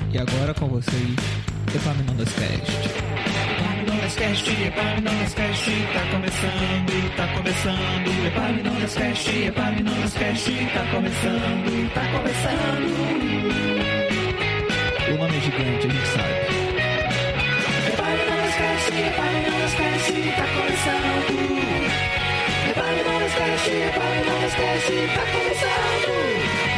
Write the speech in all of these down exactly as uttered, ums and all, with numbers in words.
E agora com vocês, Epaminondas Cast. Epaminondas Cast, Epaminondas Cast, tá começando, tá começando. Epaminondas Cast, Epaminondas Cast, tá começando, tá começando. O nome é gigante, a gente sabe. Epaminondas Cast, Epaminondas Cast, tá começando. Epaminondas Cast, Epaminondas Cast, tá começando.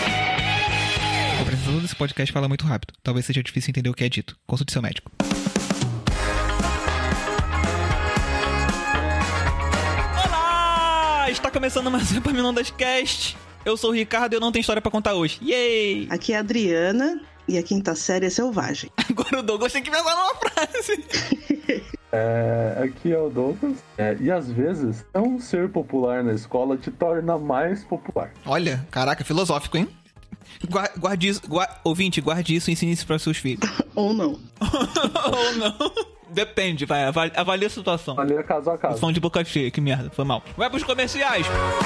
O apresentador desse podcast fala muito rápido. Talvez seja difícil entender o que é dito. Consulte seu médico. Olá! Está começando mais um Epaminondas Cast. Eu sou o Ricardo e eu não tenho história pra contar hoje. Yay! Aqui é a Adriana e a quinta série é selvagem. Agora o Douglas tem que pensar numa frase. É, aqui é o Douglas. É, e às vezes, não ser popular na escola te torna mais popular. Olha, caraca, filosófico, hein? Guarde, guarde isso, guarde, ouvinte, guarde isso e ensine isso para seus filhos. Ou não. Ou não. Depende, vai, avalia, avalia a situação. Avalia caso a caso. Som de boca cheia, que merda, foi mal. Vai pros comerciais.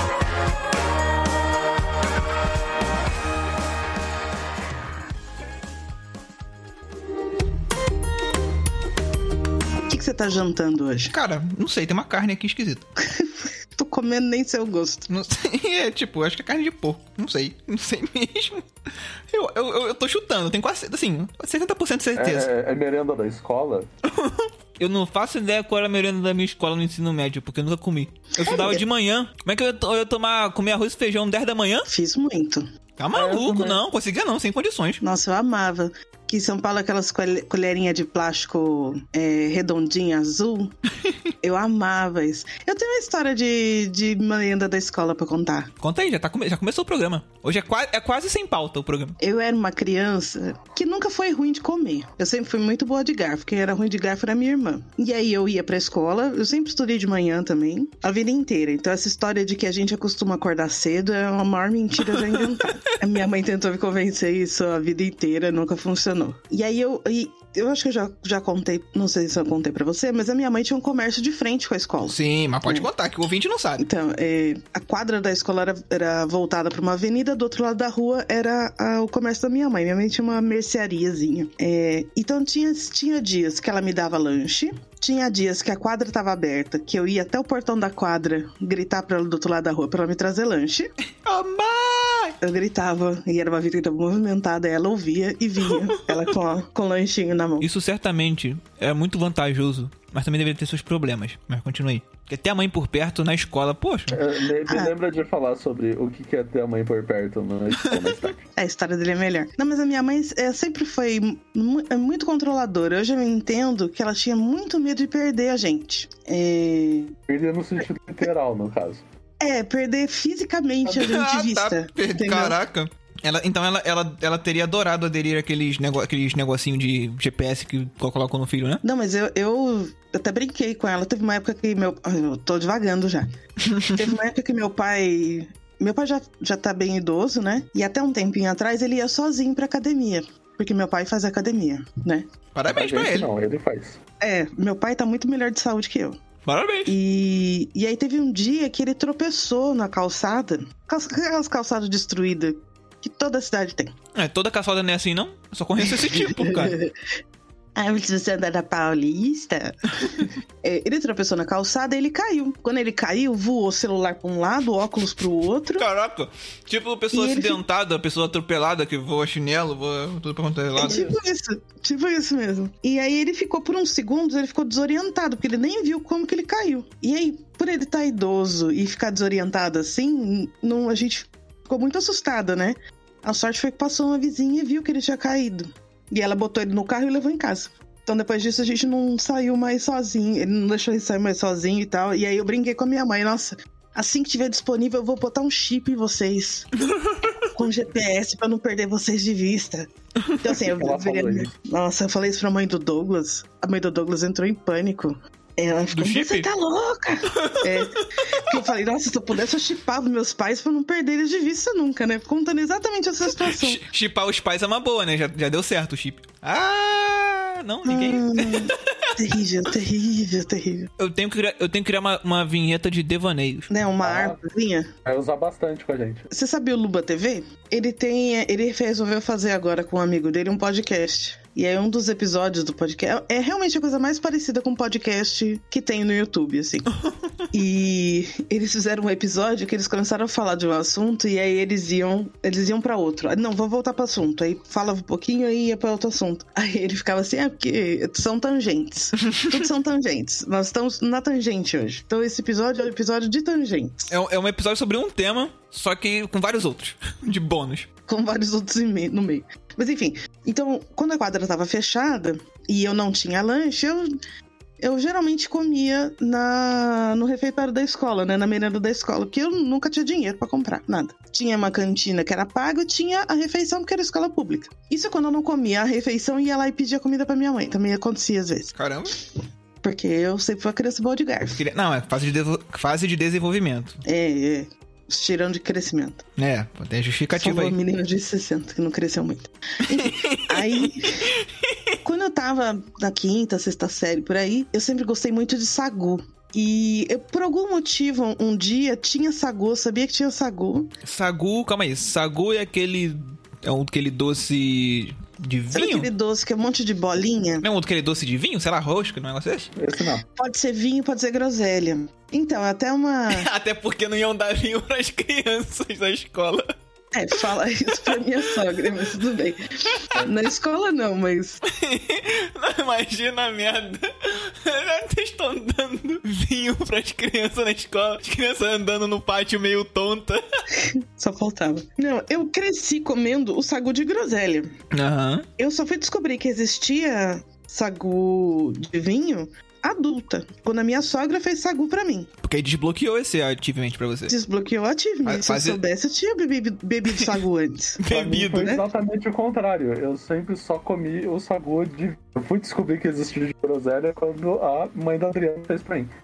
O que, que você tá jantando hoje? Cara, não sei, tem uma carne aqui esquisita. Tô comendo nem seu gosto. Não sei, é tipo, acho que é carne de porco. Não sei, não sei mesmo. Eu, eu, eu, eu tô chutando, tenho quase, assim, setenta por cento de certeza. É, é merenda da escola? Eu não faço ideia qual era a merenda da minha escola no ensino médio, porque eu nunca comi. Eu estudava de manhã. Como é que eu ia, eu ia tomar, comer arroz e feijão dez da manhã? Fiz muito. Tá maluco, é, não, conseguia não, sem condições. Nossa, eu amava. Aqui em São Paulo, aquelas colherinhas de plástico é, redondinha, azul. Eu amava isso. Eu tenho uma história de, de merenda da escola pra contar. Conta aí, já, tá come... já começou o programa. Hoje é, qua... é quase sem pauta o programa. Eu era uma criança que nunca foi ruim de comer. Eu sempre fui muito boa de garfo. Quem era ruim de garfo era minha irmã. E aí eu ia pra escola, eu sempre estudei de manhã também, a vida inteira. Então essa história de que a gente acostuma acordar cedo é uma maior mentira já inventada. A minha mãe tentou me convencer isso a vida inteira, nunca funcionou. E aí eu, e eu acho que eu já, já contei, não sei se eu contei pra você, mas a minha mãe tinha um comércio de frente com a escola. Sim, mas pode é. contar, que o ouvinte não sabe. Então, é, a quadra da escola era, era voltada pra uma avenida, do outro lado da rua era a, o comércio da minha mãe. Minha mãe tinha uma merceariazinha. É, então tinha, tinha dias que ela me dava lanche, tinha dias que a quadra tava aberta, que eu ia até o portão da quadra gritar pra ela do outro lado da rua pra ela me trazer lanche. Oh, mãe! Eu gritava, e era uma vida movimentada, ela ouvia e vinha, ela com, a, com o lanchinho na mão. Isso certamente é muito vantajoso, mas também deveria ter seus problemas. Mas continue aí. Porque ter a mãe por perto na escola, poxa. É, me, me ah. lembra de falar sobre o que é ter a mãe por perto na escola mais tarde. A história dele é melhor. Não, mas a minha mãe é, sempre foi mu- muito controladora. Hoje eu entendo que ela tinha muito medo de perder a gente. É... Perder no sentido literal, no caso. É, perder fisicamente a gente de vista. Ah, tá. Caraca. Ela, então ela, ela, ela teria adorado aderir àqueles, nego, aqueles negocinho de G P S que colocou no filho, né? Não, mas eu, eu até brinquei com ela. Teve uma época que meu... Eu tô devagando já. Teve uma época que meu pai... Meu pai já, já tá bem idoso, né? E até um tempinho atrás ele ia sozinho pra academia. Porque meu pai faz academia, né? Parabéns pra ele. Não, ele faz. É, meu pai tá muito melhor de saúde que eu. Parabéns. E, e aí teve um dia que ele tropeçou na calçada. Aquelas calçadas destruídas que toda cidade tem. É, toda calçada não é assim, não? Eu só conheço esse tipo, cara. Ah, mas se você andar na Paulista... é, ele tropeçou na calçada e ele caiu. Quando ele caiu, voou o celular pra um lado, o óculos pro outro. Caraca, tipo pessoa E ele acidentada, fica... pessoa atropelada que voa chinelo, voa tudo pra quanto é lado. É tipo isso, tipo isso mesmo. E aí ele ficou, por uns segundos, ele ficou desorientado, porque ele nem viu como que ele caiu. E aí, por ele estar idoso e ficar desorientado assim, não, a gente ficou muito assustada, né? A sorte foi que passou uma vizinha e viu que ele tinha caído. E ela botou ele no carro e levou em casa. Então depois disso a gente não saiu mais sozinho. Ele não deixou ele sair mais sozinho e tal. E aí eu brinquei com a minha mãe. Nossa, assim que tiver disponível eu vou botar um chip em vocês. Com G P S pra não perder vocês de vista. Então assim, eu virei... Nossa, eu falei isso pra mãe do Douglas. A mãe do Douglas entrou em pânico. Ela ficou, você tá louca? É. Porque eu falei, nossa, se eu pudesse eu chipava meus pais pra não perder eles de vista nunca, né? Contando exatamente essa situação. Chipar os pais é uma boa, né? Já, já deu certo o chip. Ah, não, ninguém... Terrível, terrível, terrível. Eu tenho que criar, eu tenho que criar uma, uma vinheta de devaneios. Né, uma Ah. árvorezinha. Vai usar bastante com a gente. Você sabia o Luba T V? Ele tem. Ele resolveu fazer agora com um amigo dele um podcast. E aí um dos episódios do podcast é realmente a coisa mais parecida com um podcast que tem no YouTube, assim. E eles fizeram um episódio que eles começaram a falar de um assunto e aí eles iam, eles iam pra outro. Não, vamos voltar pro assunto. Aí falava um pouquinho e ia pra outro assunto. Aí ele ficava assim, é porque são tangentes. Tudo são tangentes. Nós estamos na tangente hoje. Então esse episódio é um episódio de tangentes. É, um- é um episódio sobre um tema, só que com vários outros, de bônus. Com vários outros em meio- no meio. Mas enfim, então, quando a quadra tava fechada e eu não tinha lanche, eu, eu geralmente comia na, no refeitório da escola, né? Na merenda da escola, porque eu nunca tinha dinheiro pra comprar, nada. Tinha uma cantina que era paga e tinha a refeição porque era escola pública. Isso quando eu não comia a refeição e ia lá e pedia comida pra minha mãe. Também acontecia às vezes. Caramba. Porque eu sempre fui uma criança boa de garfo. Queria- Não, é fase de, devo- fase de desenvolvimento. É, é. Tirando de crescimento. É, tem a justificativa Sou aí. uma menina de sessenta, que não cresceu muito. Enfim, aí, quando eu tava na quinta, sexta série, por aí, eu sempre gostei muito de sagu. E eu, por algum motivo, um dia tinha sagu, eu sabia que tinha sagu. Sagu, calma aí. Sagu é aquele. É um, aquele doce de Sabe vinho? aquele doce que é um monte de bolinha? Não é um aquele doce de vinho? Sei lá, rosca, não é um negócio desse? Esse não. Pode ser vinho, pode ser groselha. Então, até uma... Até porque não iam dar vinho pras crianças da escola. É, fala isso pra minha sogra, mas tudo bem. Na escola não, mas... Não, imagina a merda. Vocês estão dando vinho pras crianças na escola. As crianças andando no pátio meio tonta. Só faltava. Não, eu cresci comendo o sagu de groselha. Aham. Eu só fui descobrir que existia sagu de vinho adulta, quando a minha sogra fez sagu pra mim. Porque aí desbloqueou esse ativamente pra você. Desbloqueou ativo, mas se Fazer- eu soubesse, eu tinha bebido, bebido sagu antes. Pra mim Bebido, foi né? exatamente o contrário. Eu sempre só comi o sagu de... Eu fui descobrir que existia de groselha quando a mãe da Adriana fez pra mim.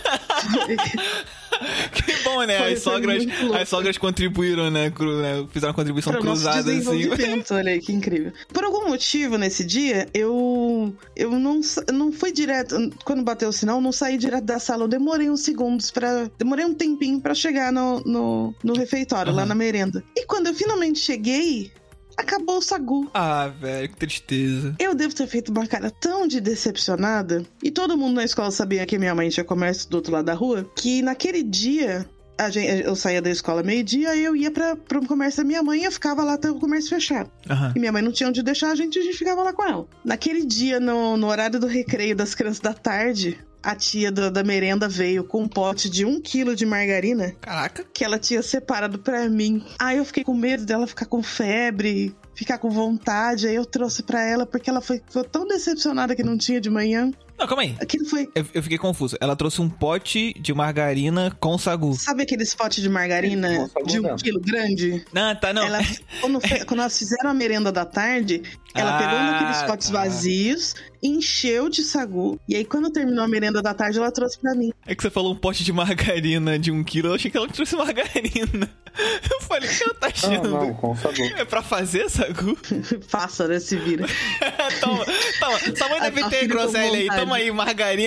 Que bom, né? Foi- As foi sogras, muito louco. as sogras contribuíram, né? Cru- né? Fizeram uma contribuição Para o nosso cruzada, assim. desenvolvimento, olha aí, que incrível. Por algum motivo, nesse dia, eu eu não, sa- não fui direto, quando bateu o sinal, eu não saí direto da sala, eu demorei uns segundos pra, demorei um tempinho pra chegar no, no, no refeitório, lá Aham. na merenda. E quando eu finalmente cheguei, acabou o sagu. Ah, velho, que tristeza. Eu devo ter feito uma cara tão de decepcionada, e todo mundo na escola sabia que minha mãe tinha comércio do outro lado da rua, que naquele dia, a gente, eu saía da escola meio-dia, eu ia pra, pro comércio da minha mãe e eu ficava lá até o comércio fechado. Aham. E minha mãe não tinha onde deixar a gente, a gente ficava lá com ela. Naquele dia, no, no horário do recreio das crianças da tarde, a tia da, da merenda veio com um pote de um quilo de margarina Caraca. que ela tinha separado pra mim. Aí eu fiquei com medo dela ficar com febre, ficar com vontade. Aí eu trouxe pra ela porque ela foi, ficou tão decepcionada que não tinha de manhã. Não, calma aí. Aquilo foi... Eu, eu fiquei confuso. Ela trouxe um pote de margarina com sagu. Sabe aqueles potes de margarina Com sagu de um dentro. quilo grande? Não, tá, não. Ela, quando, fe- quando elas fizeram a merenda da tarde, ela Ah, pegou um daqueles potes tá. vazios, encheu de sagu. E aí, quando terminou a merenda da tarde, ela trouxe pra mim. É que você falou um pote de margarina de um quilo. Eu achei que ela trouxe margarina. Eu falei, o que ela tá Não, achando? não, com sagu. É pra fazer sagu? Faça, né? Se vira. toma, toma. Sua mãe deve A- a ter filha com groselha aí. vontade. Toma aí margarina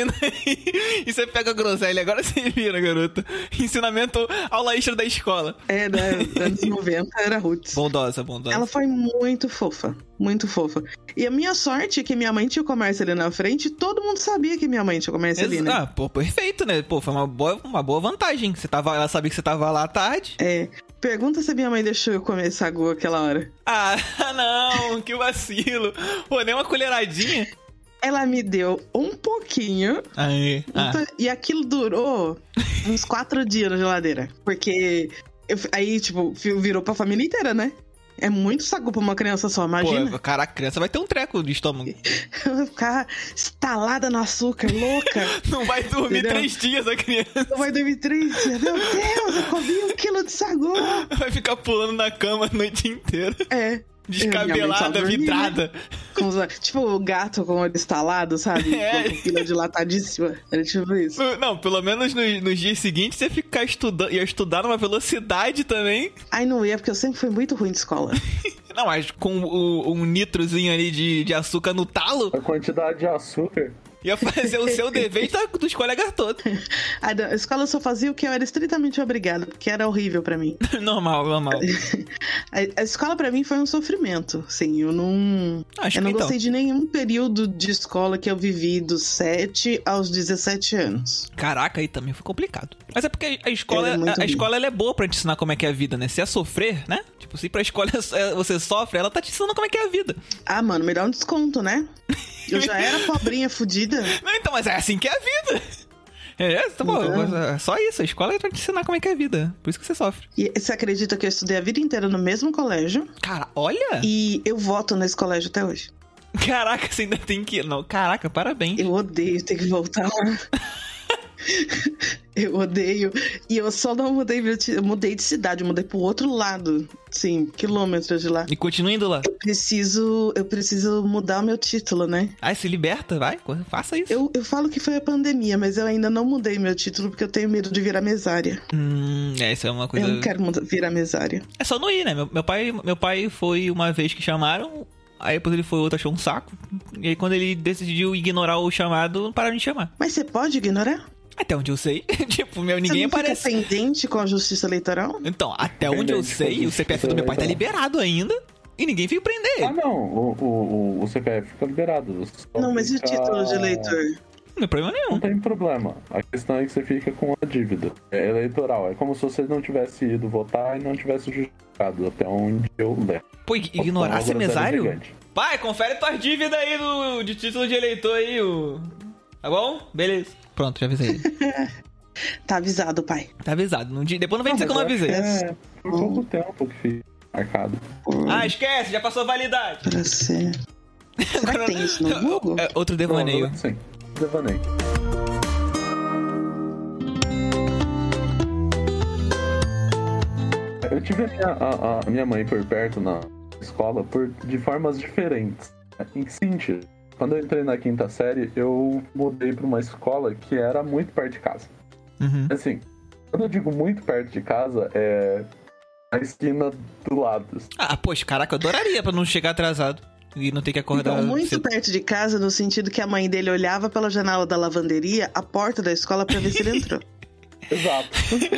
e, e você pega a groselha. Agora você vira, garota. Ensinamento aula extra da escola. É, né? Anos noventa era roots. Bondosa, bondosa. Ela foi muito fofa. Muito fofa. E a minha sorte é que minha mãe tinha o comércio ali na frente e todo mundo sabia que minha mãe tinha o comércio ali, né? Ah, pô, perfeito, né? Pô, foi uma boa, uma boa vantagem. Você tava, ela sabia que você tava lá à tarde. É. Pergunta se a minha mãe deixou eu comer sagu aquela hora. Ah, não, que vacilo. Pô, nem uma colheradinha. Ela me deu um pouquinho. Aí, ah. Então, e aquilo durou uns quatro dias na geladeira. Porque eu- aí, tipo, virou pra família inteira, né? É muito sagu pra uma criança só, imagina. Pô, caraca, a criança vai ter um treco de estômago. Eu vou ficar estalada no açúcar, louca. Não vai dormir Entendeu? três dias a criança. Não vai dormir triste. Meu Deus, eu comi um quilo de sagu. Vai ficar pulando na cama a noite inteira. É. Minha mãe só Descabelada, dormia, vidrada. Com os- tipo o gato com o olho estalado, sabe? É. Com a pupila dilatadíssima. Era tipo isso. No- Não, pelo menos nos, nos dias seguintes você ficar estudando, ia estudar numa velocidade também. Aí não ia, porque eu sempre fui muito ruim de escola. Não, mas com o, um nitrozinho ali de, de açúcar no talo, A quantidade de açúcar. Ia fazer o seu dever e tá dos colegas todos. A da- a escola só fazia o que eu era estritamente obrigada, porque era horrível pra mim. Normal, normal. A, a escola pra mim foi um sofrimento, sim. Eu não, Acho eu não que gostei então. de nenhum período de escola que eu vivi dos sete aos dezessete anos. Caraca, aí também foi complicado. Mas é porque a escola, Era a, muito a ruim. escola ela é boa pra te ensinar como é que é a vida, né? Se é sofrer, né? Tipo, se pra escola é- você sofre, ela tá te ensinando como é que é a vida. Ah, mano, me dá um desconto, né? Eu já era pobrinha, fudida. Não, então, mas é assim que é a vida. É, tá bom, Não. mas é só isso. A escola é pra te ensinar como é que é a vida. Por isso que você sofre. E você acredita que eu estudei a vida inteira no mesmo colégio? Cara, olha! E eu voto nesse colégio até hoje. Caraca, você ainda tem que... Não, caraca, parabéns. Eu odeio ter que voltar lá. Eu odeio. E eu só não mudei, meu ti- eu mudei de cidade, eu mudei pro outro lado. Sim, quilômetros de lá. E continua indo lá. Preciso, eu preciso mudar o meu título, né? Ai, se liberta, vai, faça isso. Eu, eu falo que foi a pandemia, mas eu ainda não mudei meu título porque eu tenho medo de virar mesária. Hum, é, isso é uma coisa... Eu não quero muda- virar mesária. É só não ir, né? Meu, meu, pai, meu pai foi uma vez que chamaram, aí depois ele foi outra, achou um saco. E aí quando ele decidiu ignorar o chamado, pararam de chamar. Mas você pode ignorar? Até onde eu sei, tipo, meu, ninguém você não aparece. fica pendente com a justiça eleitoral? Então, até onde eu Pendente com a sei, o C P F do meu pai tá justiça liberado ainda e ninguém veio prender Ah, ele. não. O, o, o, o C P F fica liberado. Só Não, mas e o fica- título de eleitor? Não tem problema Não nenhum. tem problema. A questão é que você fica com a dívida. É eleitoral. É como se você não tivesse ido votar e não tivesse justificado. Até onde eu levo. Pô, ignorar Então, ser agora zero mesário? gigante. Pai, confere tuas dívidas aí do, de título de eleitor aí, o... Tá bom? Beleza. Pronto, já avisei ele. Tá avisado, pai. Tá avisado. Não, di- depois não vem dizer que eu não mas avisei. É por pouco tempo que fica marcado. Ah, esquece, já passou a validade. Pra ser. Será que tem isso no Google? É, outro devaneio. Sim, devaneio. Eu tive a minha, a, a minha mãe por perto na escola por, de formas diferentes. Em que sentido? Quando eu entrei na quinta série, eu mudei para uma escola que era muito perto de casa. Uhum. Assim, quando eu digo muito perto de casa, é a esquina do lado. Ah, poxa, caraca, eu adoraria pra não chegar atrasado e não ter que acordar Então, muito cedo. perto de casa, no sentido que a mãe dele olhava pela janela da lavanderia, a porta da escola, pra ver se ele entrou. Exato.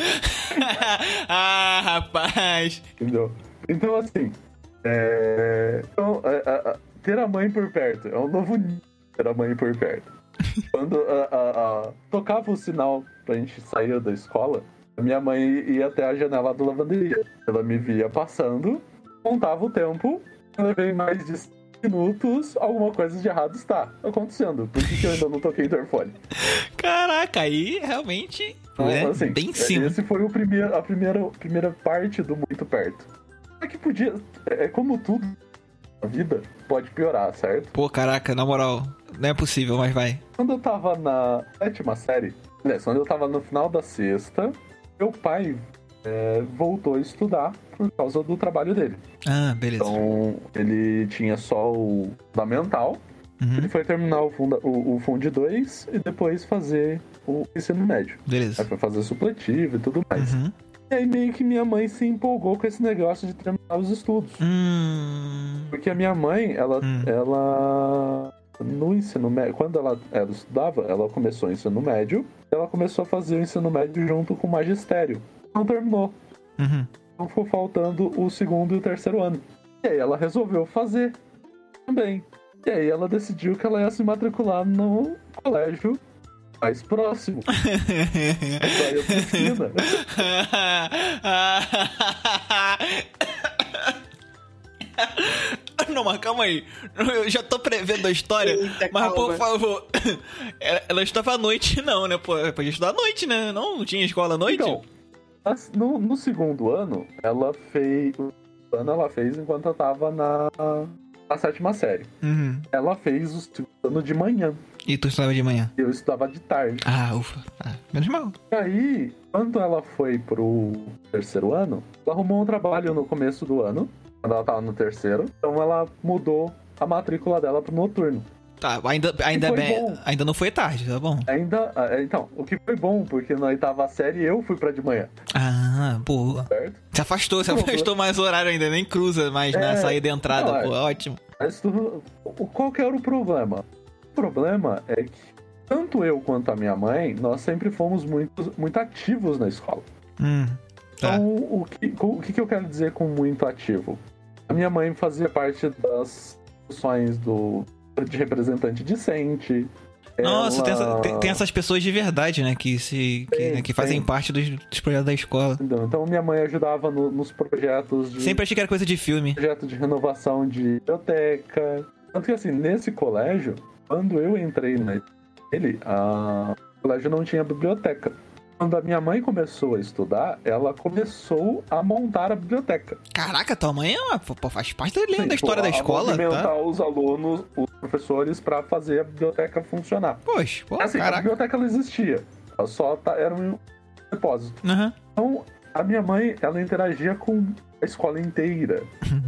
Ah, rapaz. Entendeu? Então, assim, é... Então, é, é, é, ter a mãe por perto é um novo nível ter a mãe por perto. Quando a, a, a, tocava o sinal pra gente sair da escola, a minha mãe ia até a janela da lavanderia. Ela me via passando, contava o tempo, eu levei mais de cinco minutos, alguma coisa de errado está acontecendo. Por que, que eu ainda não toquei interfone? Caraca, aí realmente Então, é assim, bem em cima. Esse foi o primeiro, a primeira, primeira parte do muito perto. É que podia. É como tudo na vida pode piorar, certo? Pô, caraca, na moral, não é possível, mas vai. Quando eu tava na sétima série, aliás, quando eu tava no final da sexta, meu pai é, voltou a estudar por causa do trabalho dele. Ah, beleza. Então, ele tinha só o fundamental, ele Uhum, foi terminar o, funda, o, o Fundi dois e depois fazer o ensino médio. Aí beleza. foi fazer supletivo e tudo mais. Uhum. E aí meio que minha mãe se empolgou com esse negócio de terminar os estudos. Hum. Porque a minha mãe, ela, Hum. ela no ensino médio, quando ela, ela estudava, ela começou o ensino médio, ela começou a fazer o ensino médio junto com o magistério. Não terminou. Uhum. Então ficou faltando o segundo e o terceiro ano. E aí ela resolveu fazer também. E aí ela decidiu que ela ia se matricular no colégio mais próximo. Daí eu piscina. Não, mas calma aí. Eu já tô prevendo a história. Eita, mas, calma. por favor. Ela, ela estava à noite, não, né? Pô, podia estudar à noite, né? Não, não tinha escola à noite? Então, as- no, no segundo ano, ela fez. O ano ela fez enquanto eu tava na, na sétima série. Uhum. Ela fez o segundo ano de manhã. E tu estudava de manhã? Eu estudava de tarde. Ah, ufa. Ah, menos mal. E aí, quando ela foi pro terceiro ano, ela arrumou um trabalho no começo do ano, quando ela tava no terceiro. Então ela mudou a matrícula dela pro noturno. Tá, ainda, ainda foi bem. bom. Ainda não foi tarde, tá bom? Ainda. ah, Então, o que foi bom, porque na oitava série eu fui pra de manhã, Ah, boa. certo? Se afastou, se Pô, afastou mais o horário ainda, nem cruza mais na É, saída e entrada, não, é. pô, ótimo. Mas tu, o- qual que era o problema? O problema é que tanto eu quanto a minha mãe, nós sempre fomos muito, muito ativos na escola. Hum, tá. Então, o que, o que eu quero dizer com muito ativo? A minha mãe fazia parte das discussões do, de representante discente. Nossa, ela... tem, essa, tem, tem essas pessoas de verdade, né? Que, se, que, tem, né, que fazem tem. parte dos, dos projetos da escola. Então, minha mãe ajudava no, nos projetos de... Sempre achei que era coisa de filme. Projeto de renovação de biblioteca. Tanto que, assim, nesse colégio, quando eu entrei nele, a... o colégio não tinha biblioteca. Quando a minha mãe começou a estudar, ela começou a montar a biblioteca. Caraca, tua mãe é uma, pô, faz parte da, Sim, da história pô, da escola, movimentar tá? os alunos, os professores, pra fazer a biblioteca funcionar. Poxa, pô, assim, caraca. A biblioteca, ela existia. Ela só tá, era um depósito. Uhum. Então, a minha mãe, ela interagia com a escola inteira.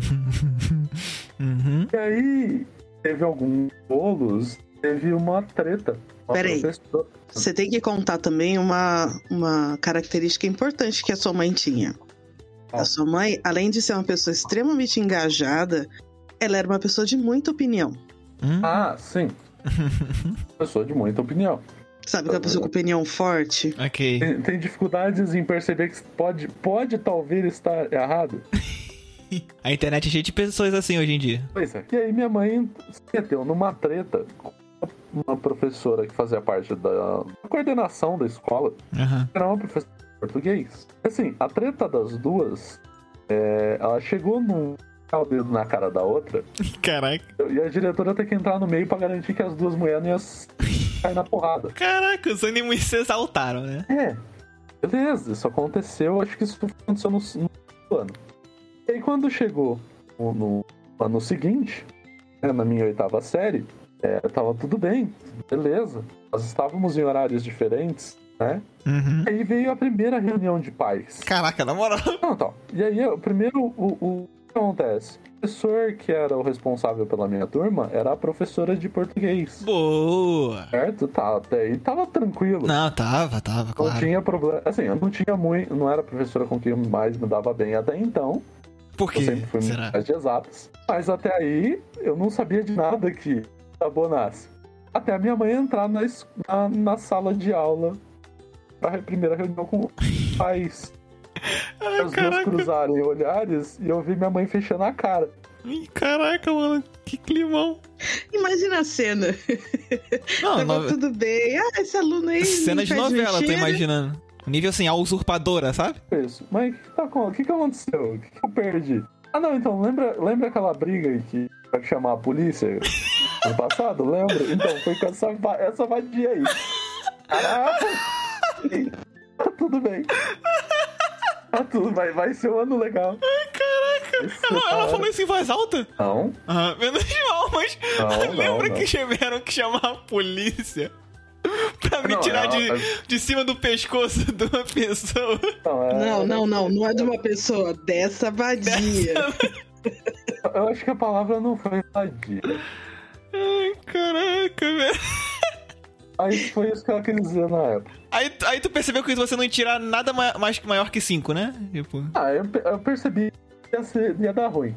Uhum. E aí, teve alguns bolos, teve uma treta. Uma Peraí. professora... Você tem que contar também uma, uma característica importante que a sua mãe tinha. Ah. A sua mãe, além de ser uma pessoa extremamente engajada, ela era uma pessoa de muita opinião. Hum? Ah, sim. Pessoa de muita opinião. Sabe que é uma pessoa com opinião forte? Ok. Tem, tem dificuldades em perceber que pode, pode talvez estar errado. A internet é cheia de pessoas assim hoje em dia. Pois é. E aí minha mãe se meteu numa treta com uma professora que fazia parte da coordenação da escola. Uhum. Era uma professora de português. Assim, a treta das duas, é, ela chegou num o dedo na cara da outra. Caraca. E a diretora tem que entrar no meio pra garantir que as duas mulheres não iam cair na porrada. Caraca, os ânimos se exaltaram, né? É, beleza, isso aconteceu, acho que isso aconteceu no, no ano. E aí quando chegou no, no ano seguinte, né, na minha oitava série, é, tava tudo bem, beleza. Nós estávamos em horários diferentes, né? Uhum. Aí veio a primeira reunião de pais. Caraca, na moral. Não, tá. E aí, o primeiro, o, o que acontece? O professor que era o responsável pela minha turma era a professora de português. Boa. Certo? Tá, até aí tava tranquilo. Não, tava, tava, claro. Não tinha problema. Assim, eu não tinha muito. Não era a professora com quem eu mais me dava bem até então. Por quê? Eu sempre fui Será? mais de exatas. Mas até aí, eu não sabia de nada que abonasse. Até a minha mãe entrar na, es- na, na sala de aula pra re- primeira reunião com os pais. Ai, As duas caraca. cruzarem olhares e eu vi minha mãe fechando a cara. Ih, caraca, mano. Que climão. Imagina a cena. Não, Tava no... tudo bem. Ah, esse aluno aí. cena me de faz novela, tô mexer. imaginando. Nível assim, a usurpadora, sabe? Isso. Mãe, o que, tá, com- o que, que aconteceu? O que, que eu perdi? Ah, não, então, lembra, lembra aquela briga aí que vai chamar a polícia no passado? Lembra? Então, foi com essa, va- essa vadia aí. Caraca! Tá tudo bem. Tá tudo, vai, vai ser um ano legal. Caraca. Isso, Ela, ela cara. falou isso em voz alta? Não, Ah, menos mal, mas Não, lembra não, que não. tiveram que chamar a polícia pra me Não, tirar ela- de, de cima do pescoço de uma pessoa. não, é, Não, não, não. Não é de uma pessoa. Dessa vadia. Eu acho que a palavra não foi vadia. Ai, caraca, velho. Aí foi isso que ela queria dizer na época. Aí, aí tu percebeu que você não ia tirar nada ma- mais, maior que cinco, né? Tipo... Ah, eu, pe- eu percebi que ia, ser, ia dar ruim.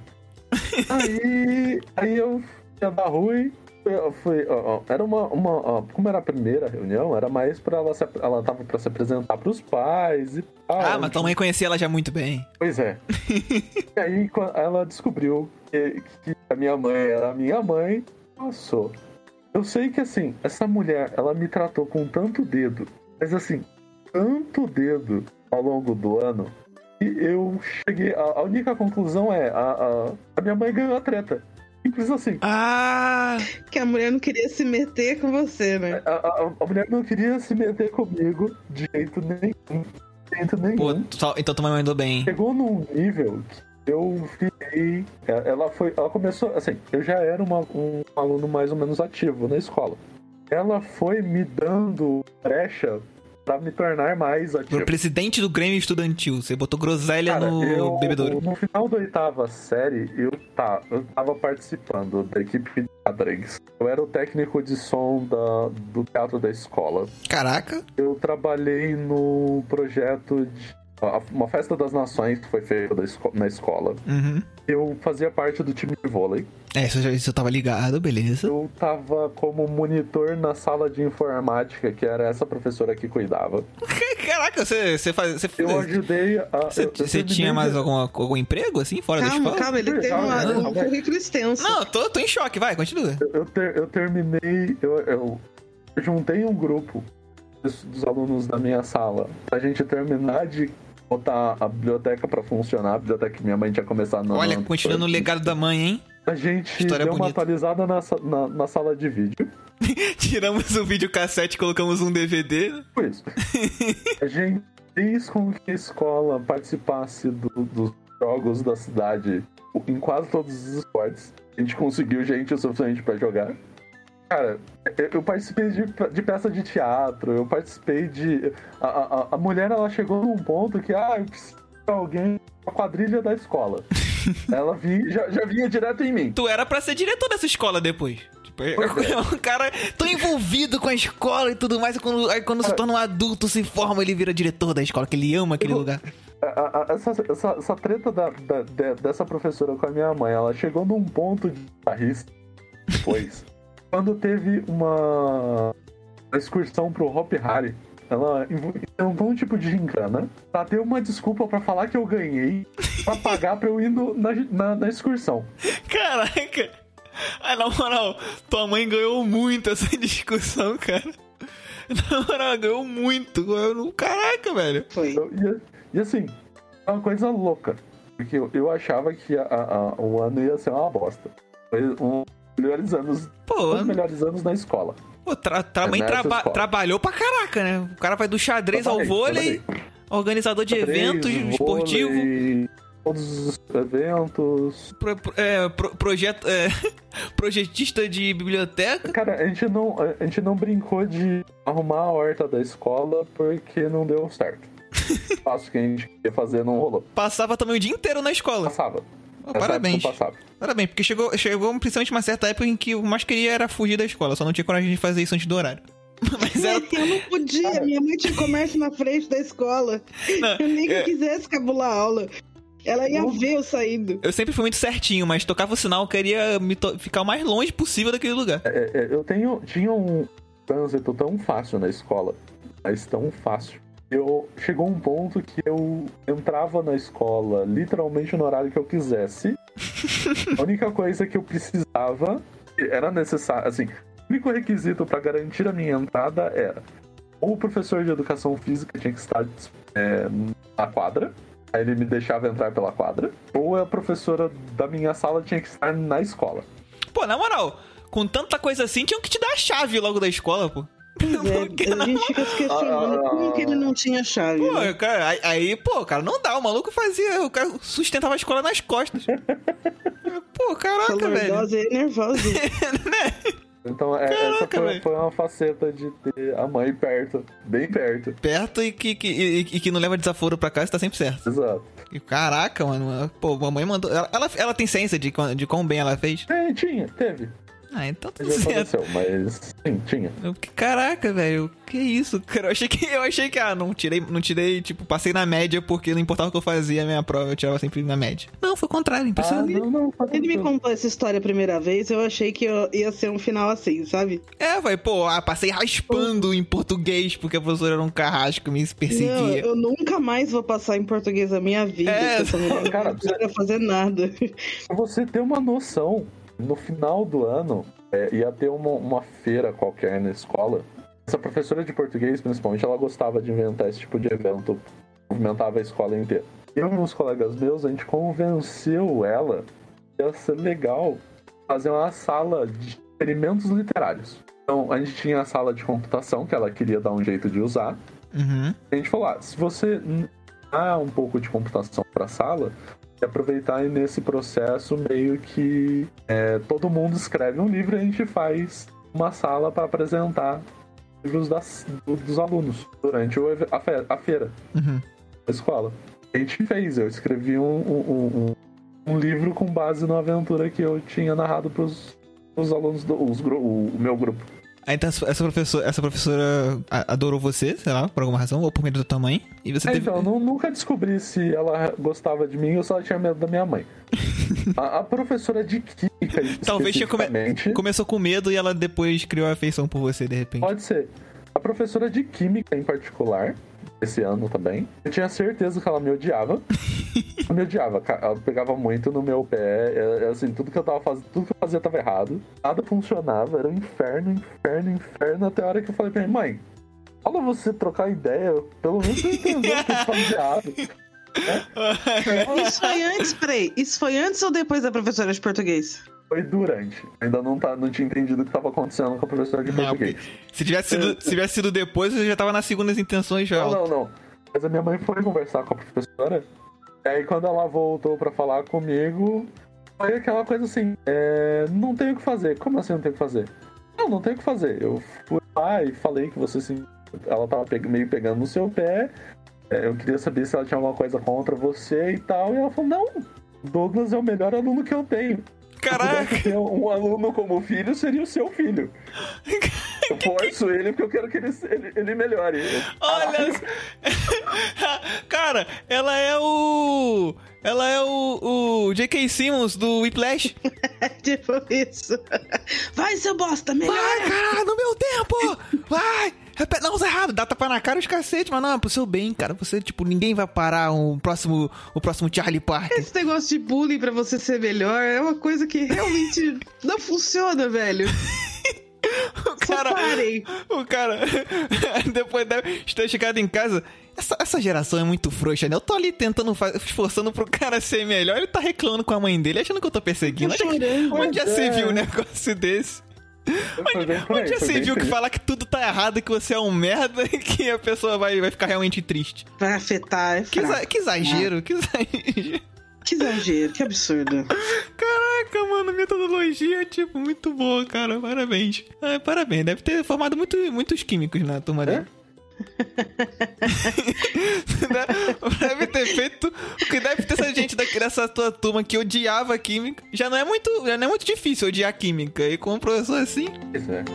aí, aí eu ia dar ruim. Eu fui, ó, ó, era uma, uma ó, como era a primeira reunião, era mais pra ela se, ap- ela tava pra se apresentar pros pais e tal. Ah, mas tua mãe conhecia ela já muito bem. Pois é. E aí quando ela descobriu que, que a minha mãe era a minha mãe, passou. Eu sei que assim, essa mulher, ela me tratou com tanto dedo, mas assim, tanto dedo ao longo do ano, que eu cheguei. A, a única conclusão é: a, a, a minha mãe ganhou a treta. Simples assim. Ah! Que a mulher não queria se meter com você, né? A, a, a mulher não queria se meter comigo de jeito nenhum. De jeito nenhum. Pô, tu- então tua mãe mandou bem. Chegou num nível que eu fiquei. Ela foi. Ela começou. Assim, eu já era uma, um aluno mais ou menos ativo na escola. Ela foi me dando brecha pra me tornar mais Pro ativo. presidente do Grêmio Estudantil. Você botou groselha Cara, no eu, bebedouro. no final da oitava série, eu, tá, eu tava participando da equipe de xadrez. Eu era o técnico de som da, do teatro da escola. Caraca. Eu trabalhei no projeto de a- uma festa das nações que foi feita da esco- na escola. Uhum. Eu fazia parte do time de vôlei. É, isso, eu já- isso eu tava ligado, beleza. Eu tava como monitor na sala de informática, que era essa professora que cuidava. Caraca, você, você faz. Você, Eu ajudei a. você, eu- eu você tinha terminei mais de- alguma, algum emprego, assim, fora da Calma, escola? calma, ele tem Calma, uma- calma, um calma. currículo extenso. Não, tô, tô em choque, vai, continua. Eu, ter- eu terminei. Eu, eu juntei um grupo dos, dos alunos da minha sala pra gente terminar de botar a biblioteca pra funcionar. A biblioteca que minha mãe tinha começado no. Olha, continuando o legado da mãe, hein? A gente História deu uma bonita. atualizada na, sa- na, na sala de vídeo. Tiramos o videocassete e colocamos um D V D. Foi isso. A gente fez com que a escola participasse do- dos jogos da cidade em quase todos os esportes. A gente conseguiu gente o suficiente pra jogar. Cara, eu, eu participei de, de peça de teatro, eu participei de... A, a, a mulher, ela chegou num ponto que, ah, eu preciso de alguém a quadrilha da escola. Ela vinha, já, já vinha direto em mim. Tu era pra ser diretor dessa escola depois. Tipo, é um cara tão envolvido com a escola e tudo mais, e quando, aí quando se torna um adulto, se forma, ele vira diretor da escola, que ele ama aquele Eu- lugar. A- a- a- Essa, essa, essa treta da, da- de- dessa professora com a minha mãe, ela chegou num ponto de barrice depois. Quando teve uma, uma excursão pro Hop Harry, ela invo- inventou um tipo de gincana pra ter uma desculpa pra falar que eu ganhei, pra pagar pra eu ir no- na, na, na excursão. Caraca! Ah, na moral, tua mãe ganhou muito essa discussão, cara. Na moral, ela ganhou muito. Eu não- Caraca, velho. Foi. Eu- e, e assim, é uma coisa louca. Porque eu, eu achava que a, a- a- o ano ia ser uma bosta. Foi um dos melhores anos, Pô, um dos melhores anos na escola. pô tra, tra, É mãe nessa traba- escola. trabalhou pra caraca, né? O cara vai do xadrez ao Trabalhei, vôlei, trabalhei. organizador de Xadrez, eventos esportivos. vôlei, todos os eventos. Pro, pro- é, pro- projeto, é, projetista de biblioteca. Cara, a gente, não, a gente não brincou de arrumar a horta da escola porque não deu certo. O passo que a gente queria fazer não rolou. Passava também o dia inteiro na escola. Passava. Pô, Nessa parabéns. época passava. Parabéns, porque chegou, chegou principalmente uma certa época em que o que mais queria era fugir da escola. Só não tinha coragem de fazer isso antes do horário. Mas era... Eu não podia, minha mãe tinha comércio na frente da escola. Não, Eu nem que é- eu quisesse cabular a aula. Ela ia ver eu saindo. Eu sempre fui muito certinho, mas tocava o sinal, eu queria me to- ficar o mais longe possível daquele lugar. É, é, eu tenho, tinha um trânsito tão fácil na escola, mas tão fácil. Eu chegou um ponto que eu entrava na escola literalmente no horário que eu quisesse. A única coisa que eu precisava era necessário, assim, o único requisito para garantir a minha entrada era ou o professor de educação física tinha que estar é, na quadra, aí ele me deixava entrar pela quadra, ou a professora da minha sala tinha que estar na escola. Pô, na moral, com tanta coisa assim, tinham que te dar a chave logo da escola, pô. Porque É, não- a gente fica se questionando Ah, como que ele não tinha chave. Pô, né? cara, aí, aí, pô, cara, não dá. O maluco fazia. O cara sustentava a escola nas costas. Pô, caraca, Essa velho. lordose aí é nervosa. Então, é, Caraca, essa foi, velho. foi uma faceta de ter a mãe perto, bem perto. Perto e que, que, e, e que não leva desaforo pra casa, tá sempre certo. Exato. E, caraca, mano. Pô, a mãe mandou. Ela, ela, ela tem ciência de, quão- de quão bem ela fez? É, tinha, teve. Ah, então tudo Já certo. aconteceu, mas sim, tinha. Eu, que- caraca, velho. Que isso, cara? Eu achei que, eu achei que, ah, não tirei, não tirei, tipo, passei na média porque não importava o que eu fazia, a minha prova eu tirava sempre na média. Não, foi o contrário, Ah, impressionante. não, não. tá Ele me tranquilo. contou essa história a primeira vez, eu achei que eu- ia ser um final assim, sabe? É, vai, pô, ah, passei raspando em português porque a professora era um carrasco, me Não, perseguia. eu nunca mais vou passar em português na minha vida. É, com essa mulher. cara, Eu não quero fazer nada. Pra você ter uma noção, no final do ano, é, ia ter uma, uma feira qualquer na escola. Essa professora de português, principalmente, ela gostava de inventar esse tipo de evento. Movimentava a escola inteira. Eu e uns colegas meus, a gente convenceu ela que ia ser legal fazer uma sala de experimentos literários. Então, a gente tinha a sala de computação, que ela queria dar um jeito de usar. Uhum. A gente falou, ah, se você dá um pouco de computação para a sala, e aproveitar e nesse processo meio que é, todo mundo escreve um livro e a gente faz uma sala para apresentar livros das, do- dos alunos durante o eve- a, fe- a feira Uhum. da escola. A gente fez, eu escrevi um, um, um, um livro com base numa aventura que eu tinha narrado para os alunos do os, gru- o, o meu grupo. Aí então essa professora, essa professora a- adorou você, sei lá, por alguma razão, ou por medo da tua mãe. E você É, teve. então, eu nu- nunca descobri se ela gostava de mim ou se ela tinha medo da minha mãe. A, a professora de química, Talvez tinha come... começou com medo e ela depois criou afeição por você, de repente. Pode ser. A professora de química, em particular, esse ano também, eu tinha certeza que ela me odiava. Ela me odiava. Ela pegava muito no meu pé. Eu, assim, tudo que eu tava fazendo, tudo que eu fazia tava errado. Nada funcionava. Era um inferno, inferno, inferno. Até a hora que eu falei pra minha mãe, fala você trocar ideia. Pelo menos eu entender o que eu tava errado. É. Isso foi antes, peraí. Isso foi antes ou depois da professora de português? Foi durante. Ainda não, tá, não tinha entendido o que estava acontecendo com a professora de não, português. Se tivesse, sido, se tivesse sido depois, eu já tava nas segundas intenções já. Não, não, não. Mas a minha mãe foi conversar com a professora. E aí, quando ela voltou pra falar comigo, foi aquela coisa assim: é, não tenho o que fazer. Como assim não tenho o que fazer? Não, não tenho o que fazer. Eu fui lá e falei que você assim, ela tava meio pegando no seu pé. É, eu queria saber se ela tinha alguma coisa contra você e tal. E ela falou: não, Douglas é o melhor aluno que eu tenho. Caraca! Se ter um aluno como filho, seria o seu filho. Eu forço ele porque eu quero que ele, ele, ele melhore. Olha! Cara, ela é o... Ela é o, o J K. Simmons do Whiplash. Tipo isso. Vai, seu bosta, melhor! Vai, cara, no meu tempo! Vai! Repete, não, usa errado, dá tapa na cara os cacete, mas não, é pro seu bem, cara. Você, tipo, ninguém vai parar o próximo, o próximo Charlie Parker. Esse negócio de bullying pra você ser melhor é uma coisa que realmente não funciona, velho. O cara, Só parem. O cara, depois de ter chegado em casa, essa, essa geração é muito frouxa, né? Eu tô ali tentando, esforçando pro cara ser melhor, ele tá reclamando com a mãe dele, achando que eu tô perseguindo. Tô onde chorando, onde já se viu um negócio desse? Onde, onde já se viu que falar que tudo tá errado, que você é um merda e que a pessoa vai, vai ficar realmente triste? Vai afetar, é que, exa, que exagero, que exagero. Que exagero, que absurdo. Caraca, mano, metodologia é, tipo, muito boa, cara. Parabéns. Ah, parabéns, deve ter formado muito, muitos químicos na turma dele. Deve ter feito o que deve ter essa gente dessa tua turma que odiava química. Já não é muito, já não é muito difícil odiar química. E com um professor assim. Isso é.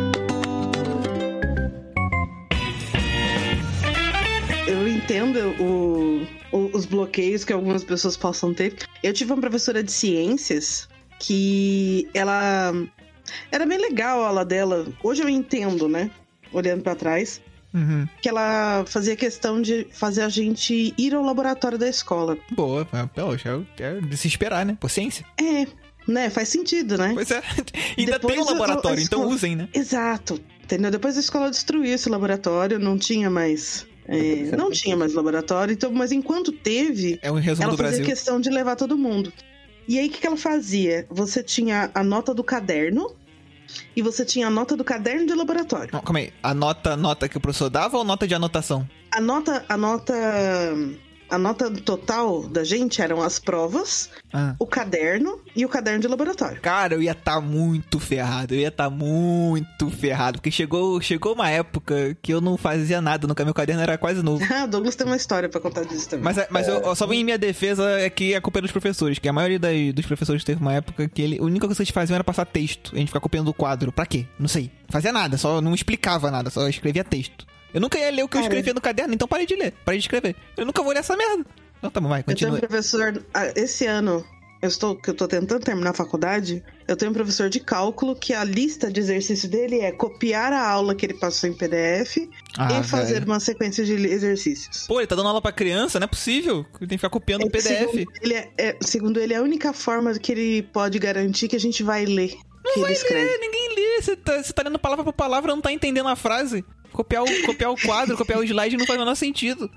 Eu entendo o, o, os bloqueios que algumas pessoas possam ter. Eu tive uma professora de ciências que ela era bem legal a aula dela. Hoje eu entendo, né? Olhando pra trás. Uhum. Que ela fazia questão de fazer a gente ir ao laboratório da escola. Boa, poxa, é de se esperar, né? Por ciência. É, né? Faz sentido, né? Pois é. Ainda Depois tem um laboratório, a, a então escola... usem, né? Exato. Entendeu? Depois a escola destruiu esse laboratório, não tinha mais... É, não tinha mais laboratório, então, mas enquanto teve, é um resumo ela do fazia Brasil. Questão de levar todo mundo. E aí, o que, que ela fazia? Você tinha a nota do caderno e você tinha a nota do caderno de laboratório. Não, calma aí. A nota, nota que o professor dava ou nota de anotação? A nota, a nota, a nota total da gente eram as provas, ah. o caderno e o caderno de laboratório. Cara, eu ia estar tá muito ferrado, eu ia estar tá muito ferrado, porque chegou, chegou uma época que eu não fazia nada, nunca meu caderno era quase novo. Ah, Douglas tem uma história pra contar disso também. Mas, mas é. eu, só em minha defesa é que a culpa é dos professores, que a maioria das, dos professores teve uma época que ele, a única coisa que eles faziam era passar texto, a gente ficava copiando o quadro. Pra quê? Não sei. Fazia nada, só não explicava nada, só escrevia texto. Eu nunca ia ler o que Cara, eu escrevia no caderno, então parei de ler, parei de escrever. Eu nunca vou ler essa merda. Então tá bom, vai, continua. Eu tenho um professor, esse ano, eu estou, que eu tô tentando terminar a faculdade, eu tenho um professor de cálculo que a lista de exercício dele é copiar a aula que ele passou em P D F ah, e fazer velho. uma sequência de exercícios. Pô, ele tá dando aula pra criança, não é possível. Ele tem que ficar copiando o P D F. Segundo ele, é, é, segundo ele, é a única forma que ele pode garantir que a gente vai ler. Não que vai ele escreve. ler, ninguém lê. Você tá, você tá lendo palavra por palavra, não tá entendendo a frase. Copiar o, copiar o quadro, copiar o slide não faz o menor sentido.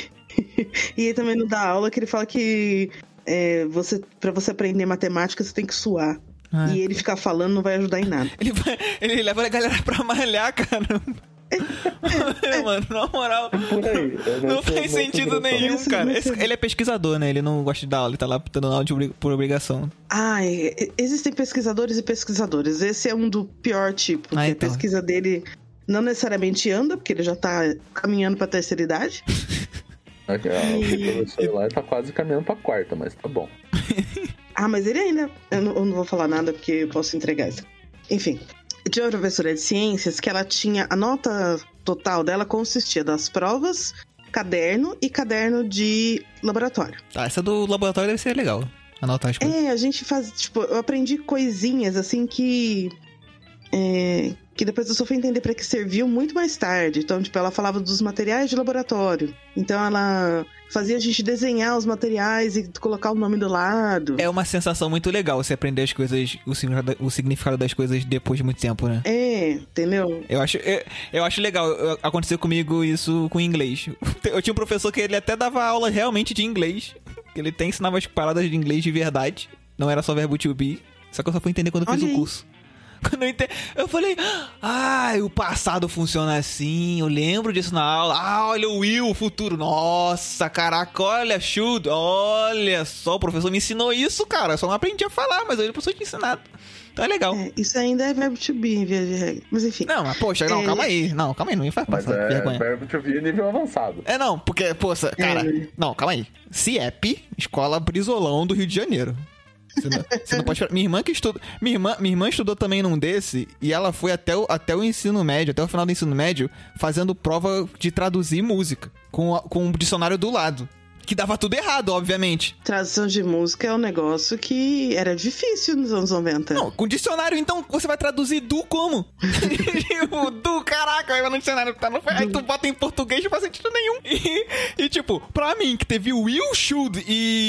E ele também não dá aula que ele fala que é, você, pra você aprender matemática você tem que suar. Ah, e ele ficar falando não vai ajudar em nada. Ele, vai, ele leva a galera pra malhar, caramba. É, é, mano, na moral, aí, não, não faz sentido nenhum, isso, cara. Esse, ele é pesquisador, né? Ele não gosta de dar aula, ele tá lá dando aula de, por obrigação. Ah, é, existem pesquisadores e pesquisadores. Esse é um do pior tipo, ah, que então. A pesquisa dele não necessariamente anda, porque ele já tá caminhando pra terceira idade. O professor lá tá quase caminhando pra quarta, mas tá bom. Ah, mas ele ainda... Eu não, eu não vou falar nada, porque eu posso entregar isso. Enfim... Eu tinha uma professora de ciências que ela tinha... A nota total dela consistia das provas, caderno e caderno de laboratório. Tá, essa do laboratório deve ser legal. Anotar as coisas. É, a gente faz, tipo, eu aprendi coisinhas, assim, que... É, que depois eu só fui entender pra que serviu muito mais tarde. Então, tipo, ela falava dos materiais de laboratório. Então, ela fazia a gente desenhar os materiais e colocar o nome do lado. É uma sensação muito legal você aprender as coisas, o significado, o significado das coisas depois de muito tempo, né? É, entendeu? Eu acho, eu, eu acho legal. Eu, aconteceu comigo isso com inglês. Eu tinha um professor que ele até dava aula realmente de inglês. Ele até ensinava as paradas de inglês de verdade. Não era só verbo to be. Só que eu só fui entender quando eu fiz o curso. Quando eu entendi, eu falei, ah, o passado funciona assim, eu lembro disso na aula. Ah, olha o will, o futuro. Nossa, caraca, olha, shoot, olha só, o professor me ensinou isso, cara. Eu só não aprendi a falar, mas ele professor tinha ensinado. Então é legal. É, isso ainda é verbo to be, em via de regra. Mas enfim. Não, mas poxa, não, é... calma aí. Não, calma aí, não me faz Mas passar é vergonha. verbo to be nível avançado. É, não, porque, poxa, cara, É. não, calma aí. C I E P, Escola Brizolão do Rio de Janeiro. Você não, você não pode esperar. Minha irmã que estuda. Minha irmã, minha irmã estudou também num desse e ela foi até o, até o ensino médio, até o final do ensino médio, fazendo prova de traduzir música. Com, a, com um dicionário do lado. Que dava tudo errado, obviamente. Tradução de música é um negócio que era difícil nos anos noventa. Não, com dicionário, então, você vai traduzir do como? Tipo, do, caraca, vai no dicionário, tá no... Aí tu bota em português, não faz sentido nenhum. E, e tipo, pra mim, que teve o will, should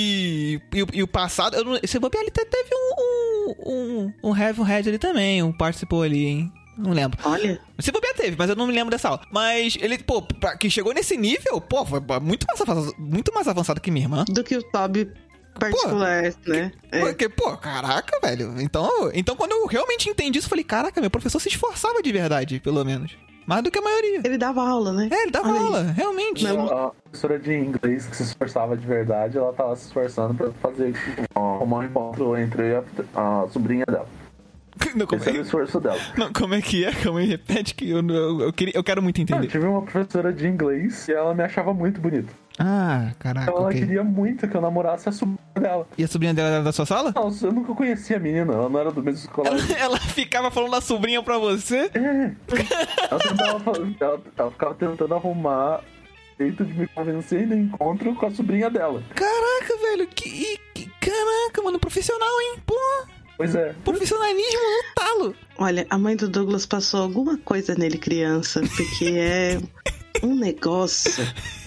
e, e, e o passado, eu não, esse bobear, ele até teve um, um, um, um have, um had ali também, um participou ali, hein? Não lembro. Olha. Se bobear teve, mas eu não me lembro dessa aula. Mas ele, pô, pra, que chegou nesse nível, pô, foi muito mais avançado, muito mais avançado que minha irmã. Do que o Toby particular, pô, né? Que, é. Porque, pô, caraca, velho. Então, então, quando eu realmente entendi isso, eu falei, caraca, meu professor se esforçava de verdade, pelo menos. Mais do que a maioria. Ele dava aula, né? É, ele dava Olha aula, isso. realmente. Não. A professora de inglês que se esforçava de verdade, ela tava se esforçando pra fazer um, um encontro entre a, a sobrinha dela. Não, como Esse é... era o esforço dela. Não, como é que é? Calma aí, repete que eu, eu, eu, queria, eu quero muito entender. Eu tive uma professora de inglês e ela me achava muito bonito. Ah, caraca, Então ela ok. queria muito que eu namorasse a sobrinha dela. E a sobrinha dela era da sua sala? Não, eu nunca conhecia a menina, ela não era do mesmo escolar. Ela, ela ficava falando da sobrinha pra você? É. Ela, tentava, ela, ela ficava tentando arrumar jeito de me convencer no encontro com a sobrinha dela. Caraca, velho, que, que... Caraca, mano, profissional, hein? Pô, Pois é. profissionalismo no talo. Olha, a mãe do Douglas passou alguma coisa nele criança, porque é um negócio.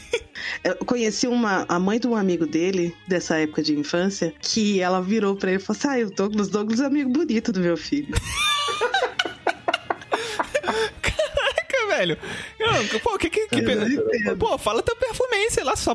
Eu conheci uma, a mãe de um amigo dele, dessa época de infância, que ela virou pra ele e falou assim: ah, o Douglas, Douglas é amigo bonito do meu filho. Caraca, velho. Não, pô, que que... que Eu pô, fala teu perfume aí, sei lá,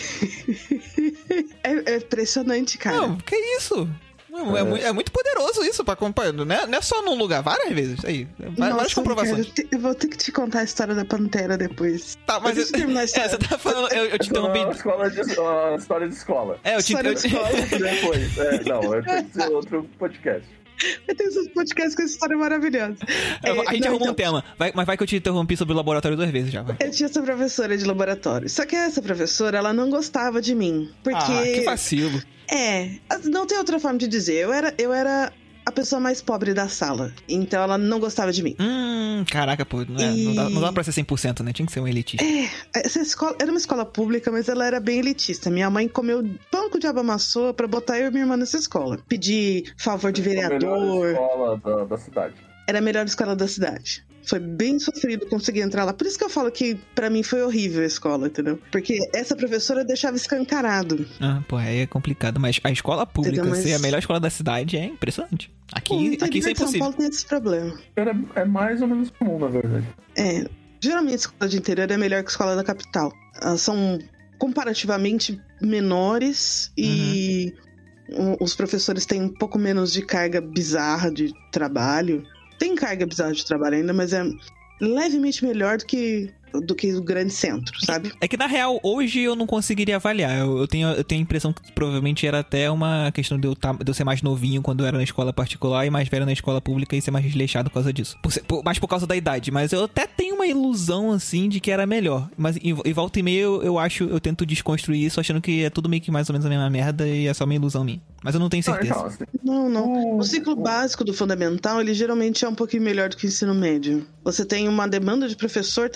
sabonete. É, é impressionante, cara. Não, que isso? Não, é, É. mu- é muito poderoso isso pra acompanhar. Não é, não é só num lugar, várias vezes. Aí, várias Nossa, comprovações. cara, eu, te- eu vou ter que te contar a história da Pantera depois. Tá, mas Deixa eu terminar a é, história. você tá falando. Eu, eu te Uma interrompi. escola de, uma história de escola. É, eu te, História eu de te- escola. Depois. É, não, é tem que ser outro podcast. Eu tenho esses podcasts com essa história maravilhosa. eu- É, a gente não, arrumou então, um tema. Vai- mas vai que eu te interrompi sobre o laboratório duas vezes já. Vai. Eu tinha essa professora de laboratório. Só que essa professora, ela não gostava de mim. Porque. Ah, que vacilo. É, não tem outra forma de dizer. Eu era, eu era a pessoa mais pobre da sala. Então ela não gostava de mim. Hum, caraca, pô. Não, é, E- não, dá, não dá pra ser cem por cento, né? Tinha que ser um elitista. Essa escola era uma escola pública, mas ela era bem elitista. Minha mãe comeu pão que o diabo amassou pra botar eu e minha irmã nessa escola. Pedi favor de A melhor vereador. escola da, da cidade. Era a melhor escola da cidade. Foi bem sofrido conseguir entrar lá. Por isso que eu falo que pra mim foi horrível a escola, entendeu? Porque essa professora deixava escancarado. Ah, pô, aí é complicado. Mas a escola pública Entendeu? Mas- ser a melhor escola da cidade é impressionante. Aqui, Pô, no aqui isso é interior de São impossível. Paulo tem esse problema. Era, é mais ou menos comum, na verdade. É, geralmente a escola de interior é melhor que a escola da capital. Elas são comparativamente menores e Uhum. o- os professores têm um pouco menos de carga bizarra de trabalho. Tem carga bizarra de trabalho ainda, mas é levemente melhor do que, do que o grande centro, sabe? É que, na real, hoje eu não conseguiria avaliar. Eu, eu, tenho, eu tenho a impressão que provavelmente era até uma questão de eu, tá, de eu ser mais novinho quando eu era na escola particular e mais velho na escola pública e ser mais desleixado por causa disso. Por ser- por- mais por causa da idade. Mas eu até tenho uma ilusão, assim, de que era melhor. Mas em, em volta e meia eu, eu acho, eu tento desconstruir isso achando que é tudo meio que mais ou menos a mesma merda e é só uma ilusão minha. Mas eu não tenho Ah, certeza. então, assim, Não, não. o- O ciclo básico do fundamental, ele geralmente é um pouquinho melhor do que o ensino médio. Você tem uma demanda de professor também menor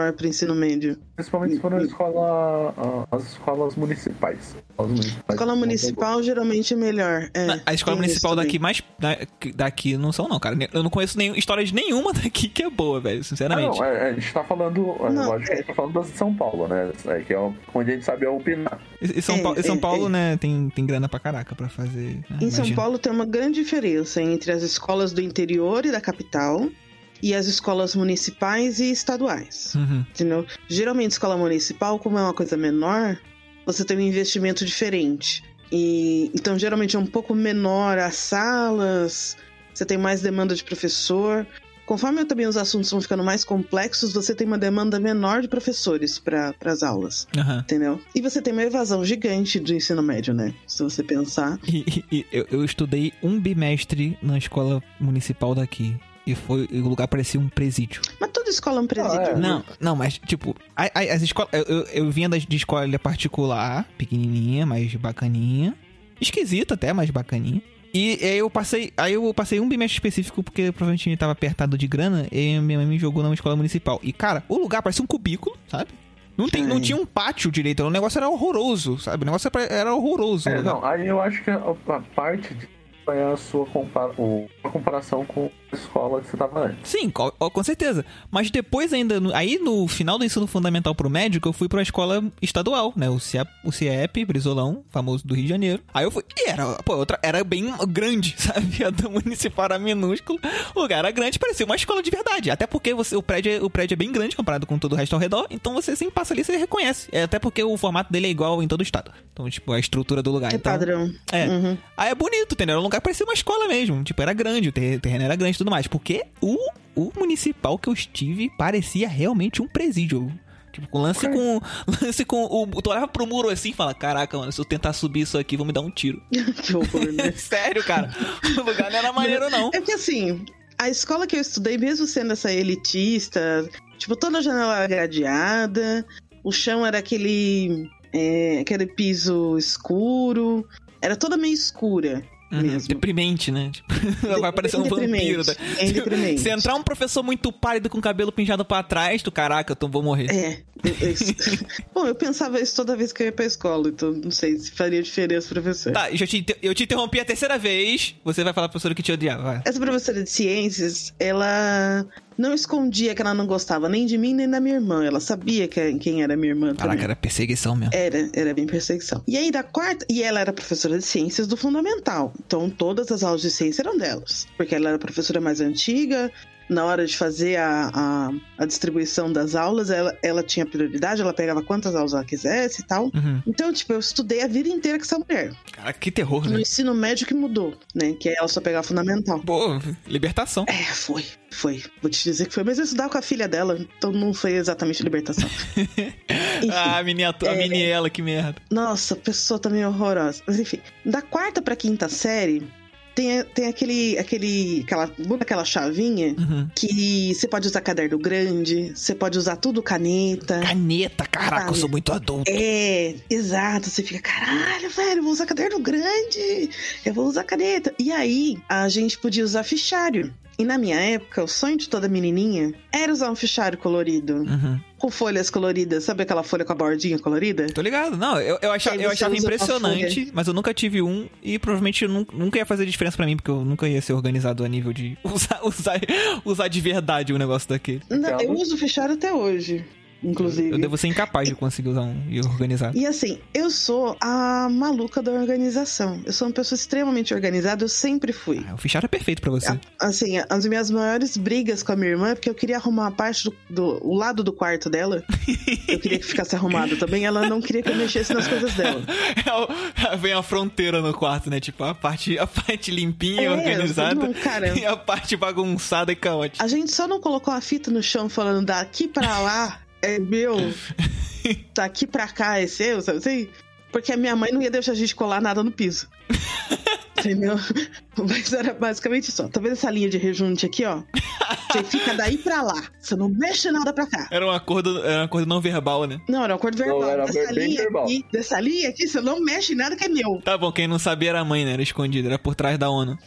menor para ensino médio. Principalmente se for na escola, as escolas municipais. As municipais Escola municipal geralmente é melhor. É, não, a escola municipal daqui mais daqui não são não, cara. Eu não conheço nem, história de nenhuma daqui que é boa, velho, sinceramente. Ah, não, é, a gente tá falando, não, lógico é... que a gente tá falando das de São Paulo, né? É, que é onde a gente sabe é opinar. E São, é, Paulo, é, São Paulo, é. né, tem, tem grana pra caraca pra fazer. Né? Em Imagina. São Paulo tem uma grande diferença entre as escolas do interior e da capital e as escolas municipais e estaduais. Uhum. Entendeu? Geralmente, escola municipal, como é uma coisa menor, você tem um investimento diferente. E, então, geralmente, é um pouco menor as salas, você tem mais demanda de professor. Conforme também os assuntos vão ficando mais complexos, você tem uma demanda menor de professores para as aulas. Uhum. Entendeu? E você tem uma evasão gigante do ensino médio, né? Se você pensar. E, e, e eu, eu estudei um bimestre na escola municipal daqui. E foi, o lugar parecia um presídio. Mas toda escola é um presídio. Ah, é. Não, não, mas, tipo, a, a, as escolas. Eu, eu, eu vinha de escola particular, pequenininha, mais bacaninha. Esquisita até, mas bacaninha. E aí eu passei. Aí eu passei um bimestre específico, porque provavelmente ele tava apertado de grana, e minha mãe me jogou numa escola municipal. E, cara, o lugar parecia um cubículo, sabe? Não, tem, não tinha um pátio direito, o negócio era horroroso, sabe? O negócio era horroroso. É, não, aí eu acho que a, a parte de. É a sua compara- o, a comparação com a escola que você estava antes. Sim, com, com certeza. Mas depois ainda, no, aí no final do ensino fundamental pro médico, eu fui pra escola estadual, né? O C I E P, o C I E P, Brizolão, famoso do Rio de Janeiro. Aí eu fui, e era, pô, outra, era bem grande, sabe? A do municipal era minúsculo, o lugar era grande, parecia uma escola de verdade. Até porque você, o, prédio, o prédio é bem grande comparado com todo o resto ao redor, então você sempre passa ali e você reconhece. É, até porque o formato dele é igual em todo o estado. Então, tipo, a estrutura do lugar. É então, padrão. É. Uhum. Aí é bonito, entendeu? Era um lugar que parecia uma escola mesmo. Tipo, era grande, o terreno era grande e tudo mais. Porque o, o municipal que eu estive parecia realmente um presídio. Tipo, com lance com... Lance com... O, tu olhava pro muro assim e fala, caraca, mano, se eu tentar subir isso aqui, vão me dar um tiro. Que horror, né? Sério, cara. O lugar não era maneiro, não. É que assim, a escola que eu estudei, mesmo sendo essa elitista, tipo, toda a janela gradeada, o chão era aquele... É, aquele piso escuro, era toda meio escura. Uhum, deprimente, né? Tipo, vai parecer um vampiro. Da... É deprimente. Se entrar um professor muito pálido com o cabelo pinjado pra trás, tu, caraca, eu vou morrer. É. Bom, eu pensava isso toda vez que eu ia pra escola, então não sei se faria diferença pro professor. Tá, eu te, eu te interrompi a terceira vez, você vai falar pra professora que te odiava, vai. Essa professora de ciências, ela não escondia que ela não gostava nem de mim nem da minha irmã. Ela sabia que, quem era minha irmã também. Caraca, era perseguição mesmo. Era, era bem perseguição. E aí, da quarta... E ela era professora de ciências do fundamental. Então, todas as aulas de ciência eram delas. Porque ela era a professora mais antiga. Na hora de fazer a, a, a distribuição das aulas, ela, ela tinha prioridade. Ela pegava quantas aulas ela quisesse e tal. Uhum. Então, tipo, eu estudei a vida inteira com essa mulher. Caraca, que terror, né? No ensino médio que mudou, né? Que aí ela só pegava fundamental. Pô, libertação. É, foi. Foi. Vou te dizer que foi. Mas eu estudava com a filha dela, então não foi exatamente libertação. Enfim, ah, a miniatura, é... a mini ela, que merda. Nossa, a pessoa também horrorosa. Mas enfim, da quarta pra quinta série, tem, tem aquele, aquele, aquela, aquela chavinha uhum. que você pode usar caderno grande, você pode usar tudo caneta. Caneta, caraca, sabe? Eu sou muito adulto. É, exato. Você fica, caralho, velho, eu vou usar caderno grande, eu vou usar caneta. E aí, a gente podia usar fichário. E na minha época, o sonho de toda menininha era usar um fichário colorido. Uhum. Com folhas coloridas. Sabe aquela folha com a bordinha colorida? Tô ligado. Não, eu, eu achava, eu achava impressionante, mas eu nunca tive um. E provavelmente eu nunca, nunca ia fazer diferença pra mim, porque eu nunca ia ser organizado a nível de usar, usar, usar de verdade o negócio daquele. Não, eu uso fichário até hoje. Inclusive. Eu devo ser incapaz de conseguir usar um e organizar. E assim, eu sou a maluca da organização. Eu sou uma pessoa extremamente organizada, eu sempre fui. Ah, o fichário é perfeito pra você. Assim, as minhas maiores brigas com a minha irmã é porque eu queria arrumar a parte do, do o lado do quarto dela. Eu queria que ficasse arrumado também. Ela não queria que eu mexesse nas coisas dela. É, vem a fronteira no quarto, né? Tipo, a parte, a parte limpinha e é, organizada. Não, cara, e a parte bagunçada e caótica. A gente só não colocou a fita no chão falando daqui pra lá. É meu, daqui pra cá é seu, sabe assim? Porque a minha mãe não ia deixar a gente colar nada no piso. Entendeu? Mas era basicamente isso. Tá vendo essa linha de rejunte aqui, ó? Você fica daí pra lá. Você não mexe nada pra cá. Era um acordo, era um acordo não verbal, né? Não, era um acordo verbal. Não, era dessa, bem linha verbal. Aqui, dessa linha aqui, você não mexe em nada que é meu. Tá bom, quem não sabia era a mãe, né? Era escondido, era por trás da ONU. É.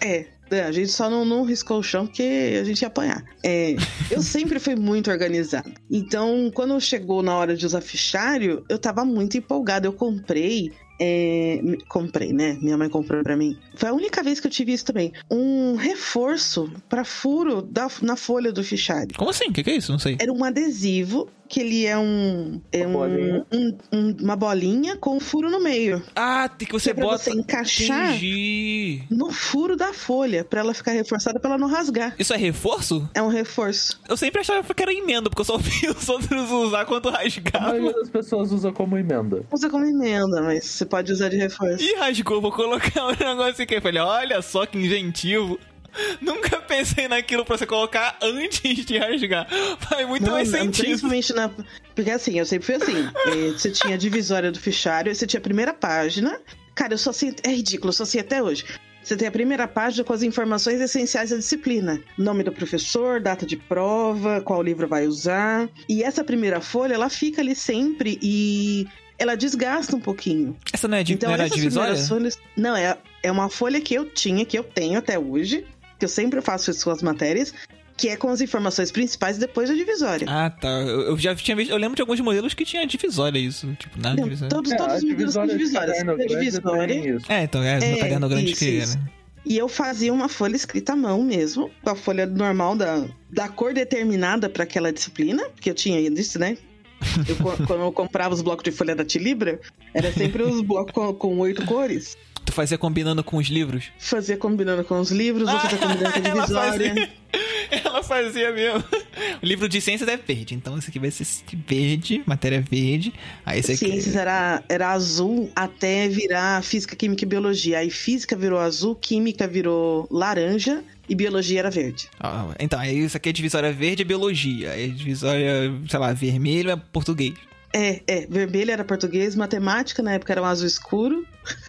É, a gente só não, não riscou o chão porque a gente ia apanhar. É, eu sempre fui muito organizada. Então, quando chegou na hora de usar fichário, eu tava muito empolgada. Eu comprei... É, comprei, né? Minha mãe comprou pra mim. Foi a única vez que eu tive isso também. Um reforço pra furo da, na folha do fichário. Como assim? O que, que é isso? Não sei. Era um adesivo que ele é um... É um, um, um uma bolinha com um furo no meio. Ah, tem que você que é bota... pra você encaixar Entendi. no furo da folha, pra ela ficar reforçada, pra ela não rasgar. Isso é reforço? É um reforço. Eu sempre achava que era emenda, porque eu só vi os outros usar quando A rasgava. maioria das pessoas usa como emenda. Usa como emenda, mas você pode usar de reforço. Ih, rasgou, vou colocar um negócio aqui. Eu falei, olha só que inventivo. Nunca pensei naquilo pra você colocar antes de rasgar. Faz muito Não, mais não, sentido. Principalmente na... Porque assim, eu sempre fui assim. É, você tinha a divisória do fichário, você tinha a primeira página. Cara, eu só sei... É ridículo, eu só sei até hoje. Você tem a primeira página com as informações essenciais da disciplina. Nome do professor, data de prova, qual livro vai usar. E essa primeira folha, ela fica ali sempre e... ela desgasta um pouquinho. Essa não é de, então, não era essas divisória? primeiras folhas... Não, é, é uma folha que eu tinha, que eu tenho até hoje, que eu sempre faço as suas matérias, que é com as informações principais depois da divisória. Ah, tá. Eu, eu já tinha visto... Eu lembro de alguns modelos que tinha divisória isso. Tipo, na Não, divisória. todos, É, todos a os modelos com divisória divisória. de caderno A grande divisória... tem isso. É, então, é, no É, caderno grande isso, que isso. né? E eu fazia uma folha escrita à mão mesmo, com a folha normal da, da cor determinada para aquela disciplina, porque eu tinha isso, né? Eu, quando eu comprava os blocos de folha da Tilibra, era sempre os blocos com, com oito cores. Tu fazia combinando com os livros? Fazia combinando com os livros, ou fazia combinando com a Ela divisória. fazia, ela fazia mesmo. O livro de ciências é verde, então esse aqui vai ser verde, matéria verde. Aí esse aqui... Ciências era, era azul até virar física, química e biologia. Aí física virou azul, química virou laranja e biologia era verde. Ah, então, aí isso aqui é divisória verde é biologia. Aí divisória, sei lá, vermelho é português. É, é. Vermelho era português, matemática na época era um azul escuro.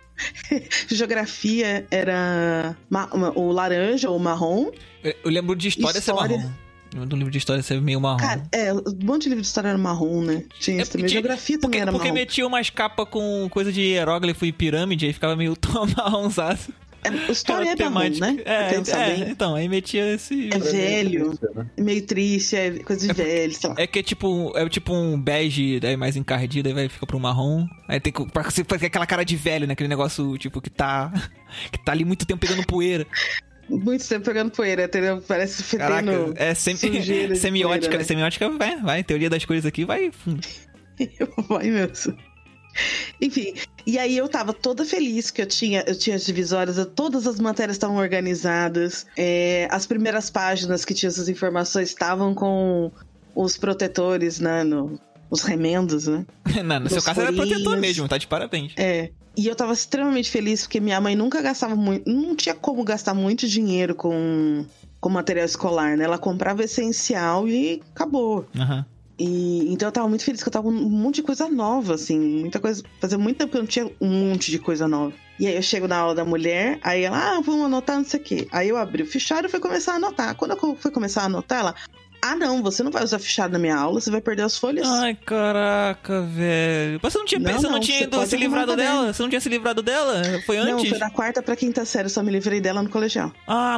Geografia era ma- o laranja ou marrom. Eu, eu lembro de história, História. ser marrom. Eu lembro do livro de história ser meio marrom. Cara, é, um monte de livro de história era marrom, né? Tinha É isso também. porque- Geografia porque, também era porque marrom. metia umas capas com coisa de hieróglifo e pirâmide, aí ficava meio tão marronzado. É, história é marrom, né? É, Pensar é, bem. então, aí metia esse... É velho, Né? meio triste, é coisa de velho, sei lá. É que é tipo, é tipo um bege, daí mais encardido, aí vai ficar pro marrom. Aí tem que pra você fazer aquela cara de velho, né? Aquele negócio, tipo, que tá. Que tá ali muito tempo pegando poeira. Muito tempo pegando poeira, entendeu? Parece fedendo. Caraca, é semi, sujeira de semiótica. poeira, né? Semiótica vai, vai. Teoria das coisas aqui vai. Vai mesmo. Enfim, e aí eu tava toda feliz que eu tinha, eu tinha as divisórias, todas as matérias estavam organizadas, é, as primeiras páginas que tinham essas informações estavam com os protetores, né, no, os remendos, né? Não, no seu Nos caso era protetor furinhos. mesmo, tá de parabéns. É, e eu tava extremamente feliz porque minha mãe nunca gastava muito, não tinha como gastar muito dinheiro com, com material escolar, né? Ela comprava essencial e acabou. Aham. E, então eu tava muito feliz que eu tava com um monte de coisa nova, assim, muita coisa. Fazia muito tempo que eu não tinha um monte de coisa nova. E aí eu chego na aula da mulher, aí ela, ah, vamos anotar, não sei o quê. Aí eu abri o fichário e fui começar a anotar. Quando eu fui começar a anotar, ela, ah, não, você não vai usar fichário na minha aula, você vai perder as folhas. Ai, caraca, velho. Mas você não tinha, Não, você não não, tinha você ido pode se arrumar livrado um caderno. dela? Você não tinha se livrado dela? Foi Não, antes? foi da quarta pra quinta série, eu só me livrei dela no colegial. Ah,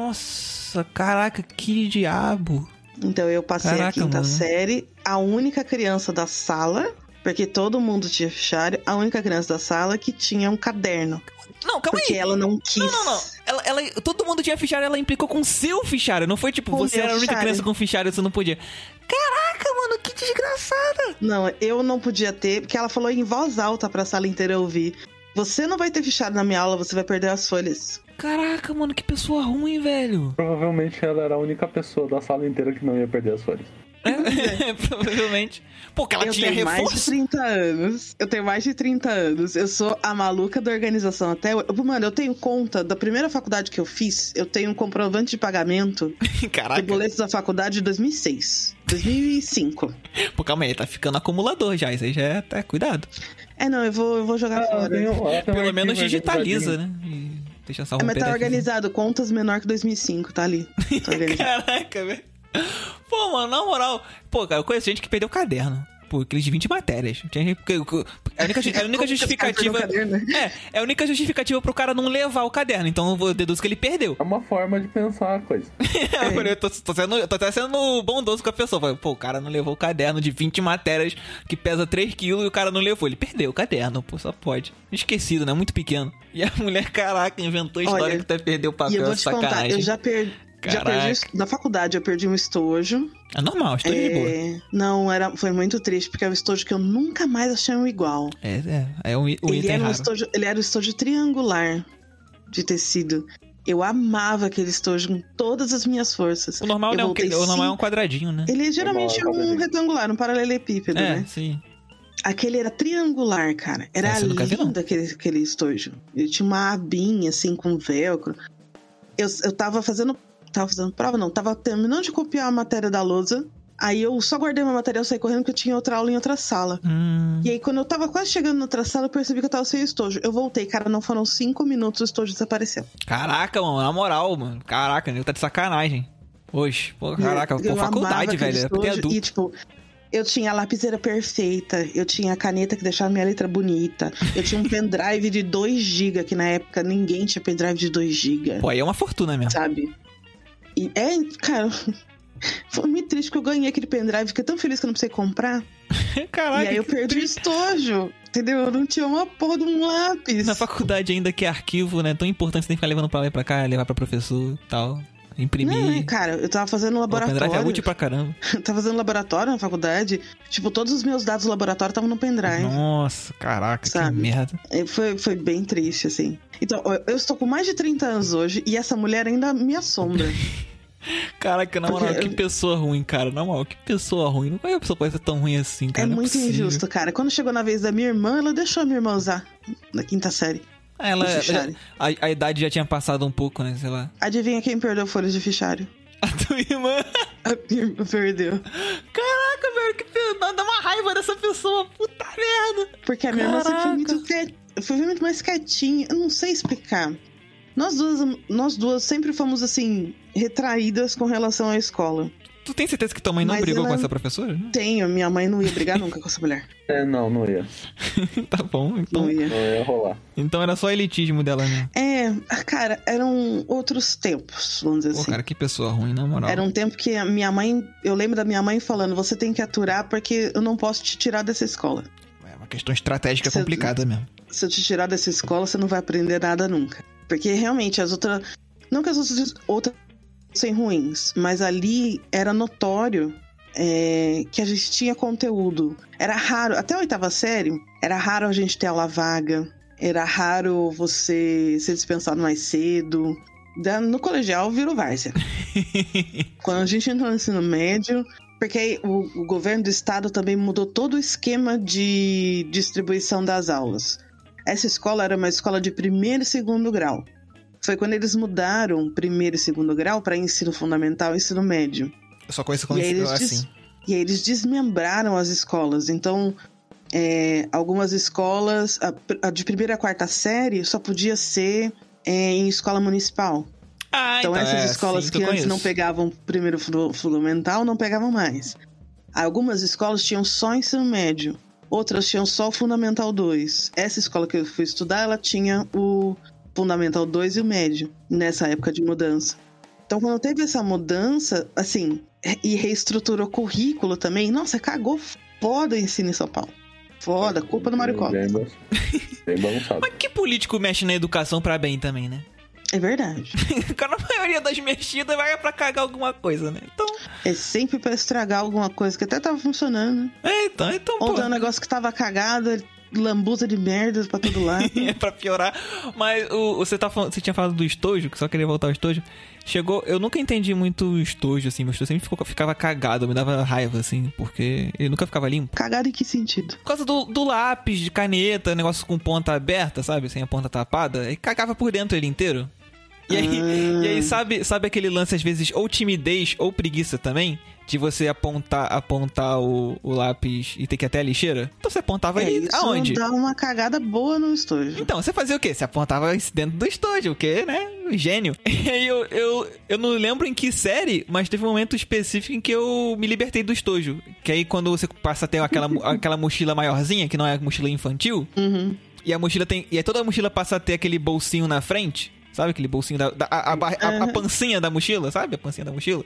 nossa, caraca, que diabo. Então eu passei Caraca, a quinta mano. série, a única criança da sala, porque todo mundo tinha fichário, a única criança da sala que tinha um caderno. Não, calma Porque aí. ela não quis. Não, não, não. Ela, ela, todo mundo tinha fichário, ela implicou com o seu fichário. Não foi tipo, Com você meu era a única fichário. criança com fichário, você não podia. Caraca, mano, que desgraçada. Não, eu não podia ter, porque ela falou em voz alta pra sala inteira ouvir. Você não vai ter fichário na minha aula, você vai perder as folhas. Caraca, mano, que pessoa ruim, velho. Provavelmente ela era a única pessoa da sala inteira que não ia perder as folhas. É, provavelmente. Porque ela eu tinha tenho mais de reforço. trinta anos. Eu tenho mais de trinta anos. Eu sou a maluca da organização até hoje. Mano, eu tenho conta da primeira faculdade que eu fiz. Eu tenho um comprovante de pagamento Caraca. do boleto da faculdade de dois mil e seis. dois mil e cinco. Pô, calma aí, tá ficando acumulador já. Isso aí já é. Tá, cuidado. É, não, eu vou, eu vou jogar Ah, fora. tem um- ela tem um Pelo menos arquivo digitaliza, organizadinho. né? E deixa só É, um mas tá P D F. organizado. Contas menor que dois mil e cinco, tá ali. Tá organizado. Caraca, velho. Pô, mano, na moral. Pô, cara, eu conheço gente que perdeu caderno. pô, aqueles de vinte matérias. Tinha, a única, a única justificativa... É, é a única justificativa pro cara não levar o caderno. Então eu deduzo que ele perdeu. É uma forma de pensar a coisa. É. Eu tô, tô, sendo, tô até sendo bondoso com a pessoa. Pô, o cara não levou o caderno de vinte matérias que pesa três quilos e o cara não levou. Ele perdeu o caderno, pô, só pode. Esquecido, né? Muito pequeno. E a mulher, caraca, inventou a história. Olha, que até perdeu o papel. E eu vou te sacanagem. contar, eu já perdi... Já perdi, na faculdade eu perdi um estojo. É normal, estojo é... de boa. Não, era, foi muito triste, porque é um estojo que eu nunca mais achei um igual. É, é, é um, um ele item era um raro. Estojo, ele era um estojo triangular de tecido. Eu amava aquele estojo com todas as minhas forças. O normal, não, voltei, o normal é um quadradinho, né? Ele geralmente é um retangular, um paralelepípedo, é, né? Sim. Aquele era triangular, cara. Era Essa lindo aquele, aquele estojo. Ele tinha uma abinha, assim, com velcro. Eu, eu tava fazendo... Tava fazendo prova, não. Tava terminando de copiar a matéria da lousa. Aí eu só guardei meu material e saí correndo porque eu tinha outra aula em outra sala. Hum. E aí, quando eu tava quase chegando na outra sala, eu percebi que eu tava sem estojo. Eu voltei, cara, não foram cinco minutos, o estojo desapareceu. Caraca, mano, na moral, mano. Caraca, ele tá de sacanagem. Hoje, pô, caraca, eu, pô, faculdade, velho. Era pra ter adulto. E, tipo, eu tinha a lapiseira perfeita, eu tinha a caneta que deixava minha letra bonita, eu tinha um pendrive de dois gigas, que na época ninguém tinha pendrive de dois gigas. Pô, aí é uma fortuna mesmo. Sabe? E é, cara, foi muito triste que eu ganhei aquele pendrive, fiquei tão feliz que eu não precisei comprar. Caraca, e aí eu perdi o estojo, entendeu? Eu não tinha uma porra de um lápis. Na faculdade ainda que é arquivo, né? Tão importante, você tem que ficar levando pra lá e pra cá, levar pra professor e tal. Imprimir. Não, cara, eu tava fazendo laboratório. O pendrive é útil pra caramba. Eu tava fazendo laboratório na faculdade. Tipo, todos os meus dados do laboratório estavam no pendrive. Nossa, caraca, sabe? Que merda. Foi, foi bem triste, assim. Então, eu estou com mais de trinta anos hoje e essa mulher ainda me assombra. Caraca, na moral, que eu... pessoa ruim, cara. Na moral, que pessoa ruim. Não é que a pessoa pode ser tão ruim assim, cara. É não muito é injusto, cara. Quando chegou na vez da minha irmã, ela deixou a minha irmã usar na quinta série. Ela, ela a, a idade já tinha passado um pouco, né? Sei lá. Adivinha quem perdeu folhas de fichário? A tua irmã. A minha irmã perdeu. Caraca, velho, que dá uma raiva dessa pessoa. Puta merda. Porque a minha Caraca. irmã sempre foi muito, quiet... foi muito mais quietinha. Eu não sei explicar. Nós duas, nós duas sempre fomos, assim, retraídas com relação à escola. Tu tem certeza que tua mãe não Mas brigou ela... com essa professora? Tenho, minha mãe não ia brigar nunca com essa mulher. É, não, não ia. Tá bom, então. Não ia. Não ia rolar. Então era só elitismo dela, né? É, cara, eram outros tempos, vamos dizer Pô, assim. Cara, que pessoa ruim, na moral. Era um tempo que a minha mãe, eu lembro da minha mãe falando, você tem que aturar porque eu não posso te tirar dessa escola. É uma questão estratégica se complicada eu, mesmo. Se eu te tirar dessa escola, você não vai aprender nada nunca. Porque realmente as outras... Não que as outras, outras fossem ruins, mas ali era notório é, que a gente tinha conteúdo. Era raro, até a oitava série, era raro a gente ter aula vaga, era raro você ser dispensado mais cedo. No colegial virou várzea. Quando a gente entrou no ensino médio... Porque o, o governo do estado também mudou todo o esquema de distribuição das aulas. Essa escola era uma escola de primeiro e segundo grau. Foi quando eles mudaram primeiro e segundo grau para ensino fundamental e ensino médio. Eu só conheço como ensino assim. Des... E aí eles desmembraram as escolas. Então, é, algumas escolas, a, a de primeira a quarta série só podia ser é, em escola municipal. Ah, então, então essas é, escolas sim, que que antes conheço. não pegavam primeiro fundamental, não pegavam mais. Algumas escolas tinham só ensino médio. Outras tinham só o Fundamental dois. Essa escola que eu fui estudar, ela tinha o Fundamental dois e o médio, nessa época de mudança. Então, quando teve essa mudança, assim, e reestruturou o currículo também, nossa, cagou foda o ensino em São Paulo. Foda, culpa do Mário Covas. Bem bagunçado. Mas que político mexe na educação pra bem também, né? É verdade. Cara, a maioria das mexidas vai pra cagar alguma coisa, né? Então... É sempre pra estragar alguma coisa que até tava funcionando. É, então, então, Ou pô. tem um negócio que tava cagado, lambuza de merda pra todo lado. É pra piorar. Mas o, você, tá falando, você tinha falado do estojo, que só queria voltar ao estojo. Chegou... Eu nunca entendi muito o estojo, assim. Meu estojo sempre ficou, ficava cagado, me dava raiva, assim. Porque ele nunca ficava limpo. Cagado em que sentido? Por causa do, do lápis, de caneta, negócio com ponta aberta, sabe? Sem a ponta tapada. E cagava por dentro ele inteiro. E aí, ah. e aí sabe, sabe aquele lance, às vezes, ou timidez ou preguiça também? De você apontar, apontar o, o lápis e ter que ir até a lixeira? Então você apontava é, ele isso aonde? Dá uma cagada boa no estojo. Então, você fazia o quê? Você apontava dentro do estojo, o quê, né? Gênio. E aí eu, eu, eu não lembro em que série, mas teve um momento específico em que eu me libertei do estojo. Que aí quando você passa a ter aquela, aquela mochila maiorzinha, que não é mochila infantil, uhum. e a mochila tem. E aí toda a mochila passa a ter aquele bolsinho na frente. Sabe aquele bolsinho da... da a, a, a, a pancinha da mochila, sabe? A pancinha da mochila.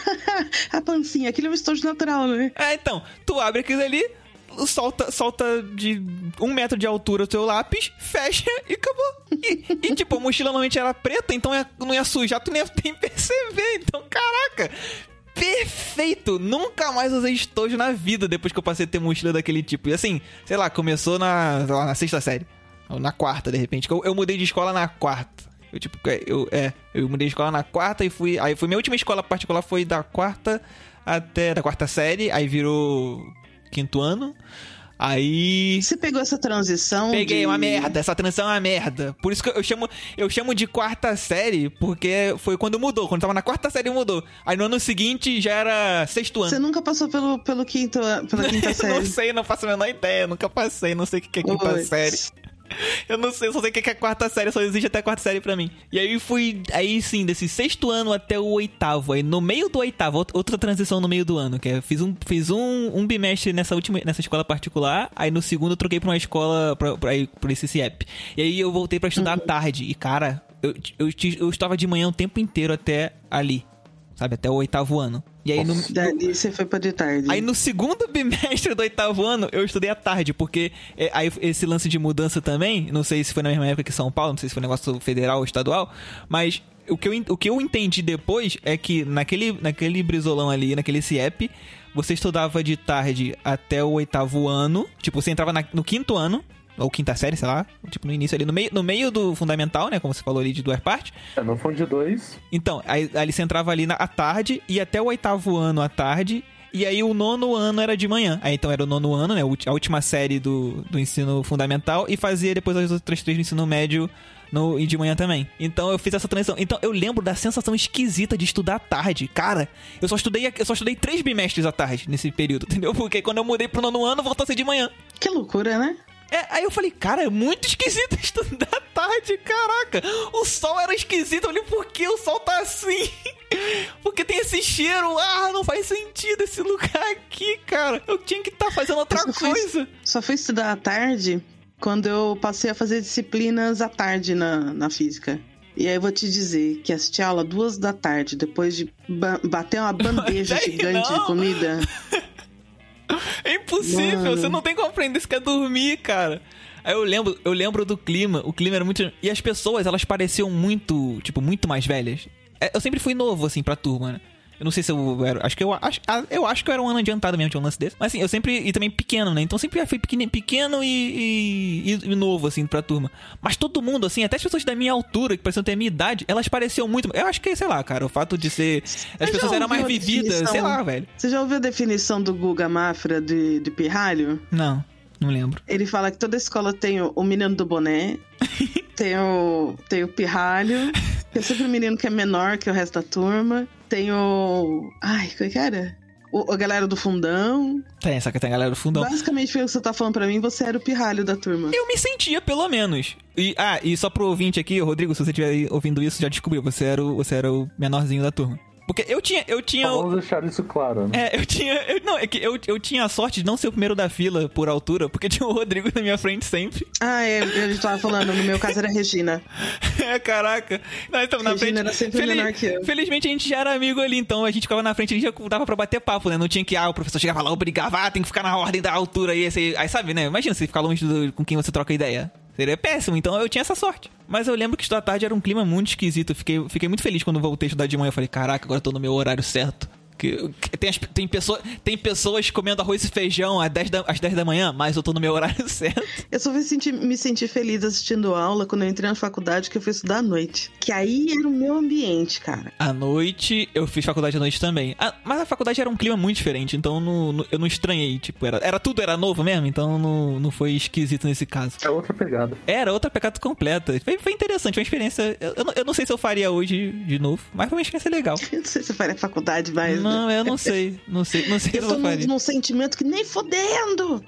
A pancinha, aquele é um estojo natural, né? É, então, tu abre aquilo ali, solta, solta de um metro de altura o teu lápis, fecha e acabou. E, e tipo, a mochila normalmente era preta, então não ia sujar, tu nem ia nem perceber. Então, caraca... Perfeito! Nunca mais usei estojo na vida depois que eu passei a ter mochila daquele tipo. E assim, sei lá, começou na, lá, na sexta série. Ou na quarta, de repente. Eu, eu mudei de escola na quarta. Eu, tipo, eu, é, eu mudei de escola na quarta e fui... Aí foi minha última escola particular, foi da quarta até... Da quarta série, aí virou quinto ano. Aí... Você pegou essa transição Peguei, de... uma merda. Essa transição é uma merda. Por isso que eu chamo, eu chamo de quarta série, porque foi quando mudou. Quando tava na quarta série, mudou. Aí no ano seguinte, já era sexto ano. Você nunca passou pelo, pelo quinto, pela quinta série? Não sei, não faço a menor ideia. Nunca passei, não sei o que é quinta Oi. série. Eu não sei, eu só sei o que é a quarta série, só existe até a quarta série pra mim. E aí fui, aí sim, desse sexto ano até o oitavo. Aí no meio do oitavo, outra transição no meio do ano, que é, fiz um, fiz um, um bimestre nessa última, nessa escola particular. Aí no segundo eu troquei pra uma escola, pra, pra, pra esse C I E P. E aí eu voltei pra estudar uhum. à tarde. E cara, eu, eu, eu estava de manhã o tempo inteiro até ali. Sabe, até o oitavo ano. E aí no, Dali você foi pra de tarde. Aí no segundo bimestre do oitavo ano, eu estudei à tarde, porque é, aí esse lance de mudança também, não sei se foi na mesma época que São Paulo, não sei se foi um negócio federal ou estadual, mas o que eu, o que eu entendi depois é que naquele, naquele brisolão ali, naquele C I E P, você estudava de tarde até o oitavo ano, tipo, você entrava na, no quinto ano, ou quinta série, sei lá, tipo no início ali, no meio, no meio do fundamental, né, como você falou ali, de duas partes. É, no fundo de dois. Então, aí, aí você entrava ali na, à tarde, e até o oitavo ano à tarde, e aí o nono ano era de manhã. Aí então era o nono ano, né, a última série do, do ensino fundamental, e fazia depois as outras três do ensino médio no, e de manhã também. Então eu fiz essa transição. Então eu lembro da sensação esquisita de estudar à tarde. Cara, eu só estudei, eu só estudei três bimestres à tarde nesse período, entendeu? Porque quando eu mudei pro nono ano, voltou a ser de manhã. Que loucura, né? É, aí eu falei, cara, é muito esquisito estudar à tarde, caraca. O sol era esquisito, eu falei, por que o sol tá assim? Porque tem esse cheiro, ah, não faz sentido esse lugar aqui, cara. Eu tinha que estar tá fazendo outra só coisa. Fui, só fui estudar à tarde quando eu passei a fazer disciplinas à tarde na, na física. E aí eu vou te dizer que assisti a aula duas da tarde, depois de ba- bater uma bandeja gigante não. de comida... É impossível, Mano. Você não tem como aprender, você quer dormir, cara. Aí eu lembro, eu lembro do clima, o clima era muito... E as pessoas, elas pareciam muito, tipo, muito mais velhas. Eu sempre fui novo, assim, pra turma, né? Eu não sei se eu era... Acho que eu acho, eu acho que eu era um ano adiantado mesmo de um lance desse. Mas assim, eu sempre... E também pequeno, né? Então sempre fui pequeno, pequeno e, e, e novo, assim, pra turma. Mas todo mundo, assim, até as pessoas da minha altura, que pareciam ter a minha idade, elas pareciam muito... Eu acho que, sei lá, cara, o fato de ser... As pessoas eram mais vividas, sei lá, velho. Você já ouviu a definição do Guga Mafra de, de pirralho? Não, não lembro. Ele fala que toda escola tem o, o menino do boné, tem o, tem o pirralho, que é sempre o menino que é menor que o resto da turma. Tem o... Ai, como é que era? O, a galera do fundão. Tem, só que tem a galera do fundão. Basicamente, pelo que você tá falando pra mim, você era o pirralho da turma. Eu me sentia, pelo menos. E, ah, e só pro ouvinte aqui, Rodrigo, se você estiver ouvindo isso, já descobriu. Você era o, você era o menorzinho da turma. Porque eu tinha... Eu tinha Vamos deixar isso claro, né? É, eu tinha... Eu, não, é que eu, eu tinha a sorte de não ser o primeiro da fila por altura, porque tinha o Rodrigo na minha frente sempre. Ah, é, a gente tava falando, no meu caso era a Regina. É, caraca. Não, então, na Regina frente, era sempre fel- menor que eu. Felizmente a gente já era amigo ali, então a gente ficava na frente, a gente já dava pra bater papo, né? Não tinha que, ah, o professor chegava lá, obrigava, ah, tem que ficar na ordem da altura aí, aí, aí sabe, né? Imagina você ficar longe do, com quem você troca ideia. Seria péssimo, então eu tinha essa sorte. Mas eu lembro que estudar à tarde era um clima muito esquisito. Eu fiquei, fiquei muito feliz quando voltei a estudar de manhã. Eu falei, caraca, agora eu tô no meu horário certo. Que, tem, as, tem, pessoa, tem pessoas comendo arroz e feijão às dez da, às dez da manhã, mas eu tô no meu horário certo. Eu só fui sentir, me sentir feliz assistindo aula quando eu entrei na faculdade, que eu fui estudar à noite. Que aí era o meu ambiente, cara. À noite, eu fiz faculdade à noite também. Ah, mas a faculdade era um clima muito diferente, então não, não, eu não estranhei. Tipo, era, era tudo era novo mesmo, então não, não foi esquisito nesse caso. É outra pegada. Era outra pegada completa. Foi, foi interessante, foi uma experiência... Eu, eu, não, eu não sei se eu faria hoje de novo, mas foi uma experiência legal. Eu não sei se eu faria faculdade mais. Não, eu não sei. Não sei, não sei eu se tô eu faria. num sentimento que nem fodendo.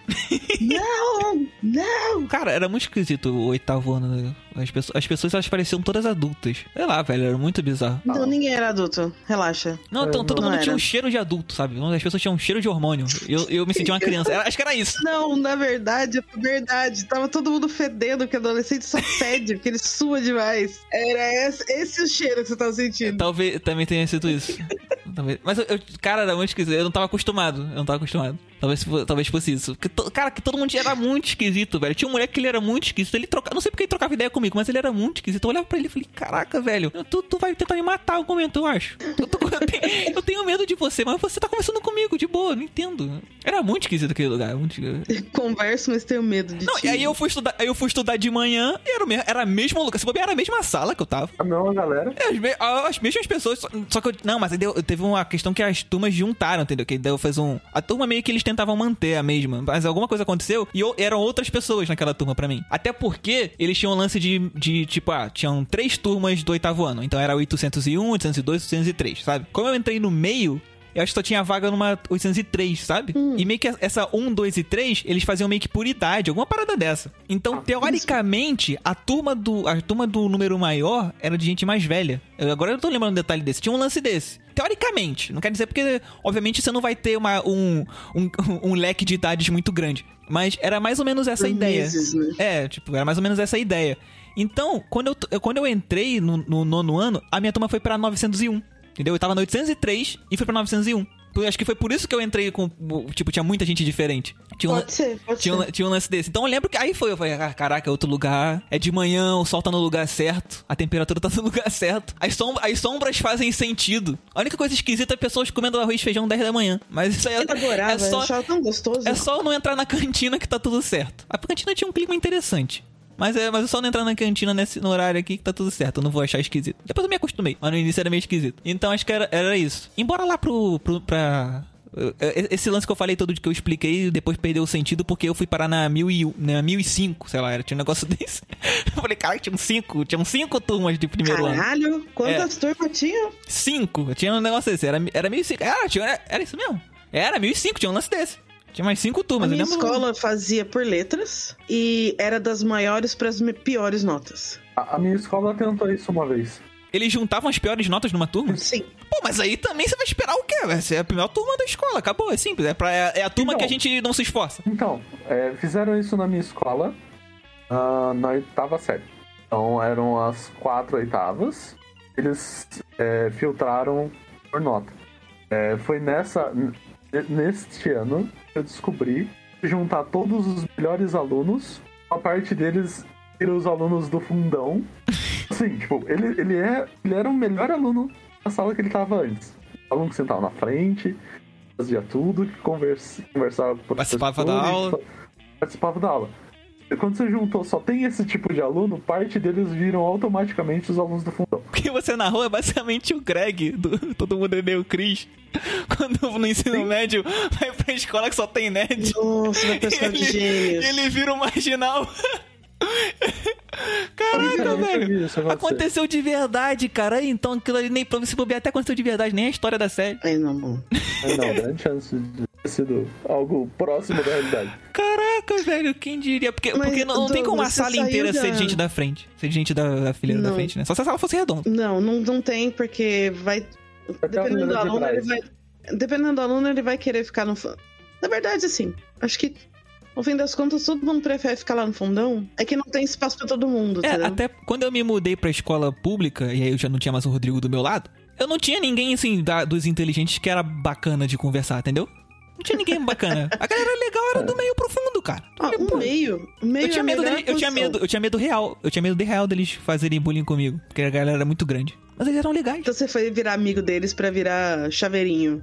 Não, não. Cara, era muito esquisito o oitavo ano. Né? As pessoas, as pessoas, elas pareciam todas adultas. Sei lá, velho, era muito bizarro. Então ninguém era adulto, relaxa. Não, então todo não mundo era. tinha um cheiro de adulto, sabe? As pessoas tinham um cheiro de hormônio. Eu, eu me sentia uma criança. Era, acho que era isso. Não, na verdade, é verdade. Tava todo mundo fedendo, porque adolescente só fede, porque ele sua demais. Era esse, esse o cheiro que você tava sentindo. Talvez também tenha sido isso. Talvez. Mas, eu, eu, cara, era muito esquisito. Eu não tava acostumado. Eu não tava acostumado. Talvez, talvez fosse isso. Porque, to, cara, que todo mundo era muito esquisito, velho. Tinha um moleque que ele era muito esquisito. Ele troca, não sei porque ele trocava ideia comigo, mas ele era muito esquisito. Eu olhava pra ele e falei, caraca, velho, tu, tu vai tentar me matar algum momento, eu acho. Eu, tô, eu, tenho, eu tenho medo de você, mas você tá conversando comigo, de boa, não entendo. Era muito esquisito aquele lugar. Muito esquisito. Converso, mas tenho medo de não, ti. E aí eu fui estudar, aí eu fui estudar de manhã e era o mesmo, era o mesmo lugar. Se bobear, era a mesma sala que eu tava. A mesma galera. É, as, me, as mesmas pessoas. Só, só que eu. Não, mas aí deu, teve uma questão que as turmas juntaram, entendeu? Que deu, fez um. A turma meio que eles tentavam manter a mesma. Mas alguma coisa aconteceu e eu, eram outras pessoas naquela turma pra mim. Até porque eles tinham um lance de, de tipo, ah, tinham três turmas do oitavo ano. Então era oitocentos e um, oitocentos e dois, oitocentos e três, sabe? Como eu entrei no meio. Eu acho que só tinha vaga numa oitocentos e três, sabe? Hum. E meio que essa um, dois e três, eles faziam meio que por idade, alguma parada dessa. Então, ah, teoricamente, a turma, do, a turma do número maior era de gente mais velha. Eu, agora eu tô lembrando um detalhe desse. Tinha um lance desse. Teoricamente. Não quer dizer porque, obviamente, você não vai ter uma, um, um, um leque de idades muito grande. Mas era mais ou menos essa Por ideia. Meses, né? É, tipo, era mais ou menos essa ideia. Então, quando eu, quando eu entrei no, no nono ano, a minha turma foi pra novecentos e um. Entendeu? Eu tava no oitocentos e três e fui pra novecentos e um. Eu acho que foi por isso que eu entrei com... Tipo, tinha muita gente diferente. Tinha um, pode ser, pode tinha ser. Um, tinha um lance desse. Então eu lembro que... Aí foi, eu falei, ah, caraca, é outro lugar. É de manhã, o sol tá no lugar certo. A temperatura tá no lugar certo. As, som, as sombras fazem sentido. A única coisa esquisita é pessoas comendo arroz e feijão dez da manhã. Mas isso aí é... Eu adorava, é só, eu achava tão gostoso. É só não entrar na cantina que tá tudo certo. A cantina tinha um clima interessante. Mas é, mas é só não entrar na cantina nesse, no horário aqui que tá tudo certo. Eu não vou achar esquisito. Depois eu me acostumei, mas no início era meio esquisito. Então acho que era, era isso. Embora lá pro, pro... pra... Esse lance que eu falei todo que eu expliquei, depois perdeu o sentido porque eu fui parar na mil e um, na mil e cinco, sei lá, era, tinha um negócio desse. Eu falei, cara, tinham cinco, tinham cinco turmas de primeiro Caralho, ano. Caralho, quantas é. turmas tinham? Cinco, tinha um negócio desse, era, era mil e cinco. Era, tinha, era, era isso mesmo. Era mil e cinco, tinha um lance desse. Tinha mais cinco turmas. A minha eu lembro... escola fazia por letras e era das maiores para as piores notas. A, a minha escola tentou isso uma vez. Eles juntavam as piores notas numa turma? Sim. Pô, mas aí também você vai esperar o quê? Essa é a primeira turma da escola, acabou, é simples. É, pra, é, é a turma então, que a gente não se esforça. Então, é, fizeram isso na minha escola uh, na oitava série. Então eram as quatro oitavas. Eles é, filtraram por nota. É, foi nessa... Neste ano, eu descobri que juntar todos os melhores alunos, uma parte deles eram os alunos do fundão. Assim, tipo, ele, ele, é, ele era o melhor aluno da sala que ele tava antes. O aluno que sentava na frente, fazia tudo, que conversa, conversava com o professor. Participava da aula. Participava da aula. E quando você juntou, só tem esse tipo de aluno, parte deles viram automaticamente os alunos do fundão. O que você narrou é basicamente o Greg, do Todo Mundo é Meio Cris. Quando no ensino Sim. médio vai pra escola que só tem nerd. Nossa, vai pessoal de gênios. Ele vira um marginal. Caraca, velho. Aconteceu de verdade, cara. Então, aquilo ali nem pra você bobear, até aconteceu de verdade, nem a história da série. Ai, não, bom. Não, grande chance de ter sido algo próximo da realidade. Caraca, velho, quem diria? Porque, Mas, porque não, não tem como a sala inteira da... ser de gente da frente. Ser de gente da, da fileira não. da frente, né? Só se a sala fosse redonda. Não, não, não tem, porque vai. Dependendo do aluno, ele vai. Dependendo do aluno, ele vai querer ficar no. Na verdade, assim, acho que. No fim das contas, todo mundo prefere ficar lá no fundão. É que não tem espaço pra todo mundo, é, entendeu? Até quando eu me mudei pra escola pública, e aí eu já não tinha mais o Rodrigo do meu lado, eu não tinha ninguém, assim, da, dos inteligentes que era bacana de conversar, entendeu? Não tinha ninguém bacana. A galera legal era do meio profundo, cara. Ah, o um meio. O meio eu tinha é medo dele, eu tinha medo, eu tinha medo real. Eu tinha medo de real deles fazerem bullying comigo. Porque a galera era muito grande. Mas eles eram legais. Então você foi virar amigo deles pra virar chaveirinho. Não, nem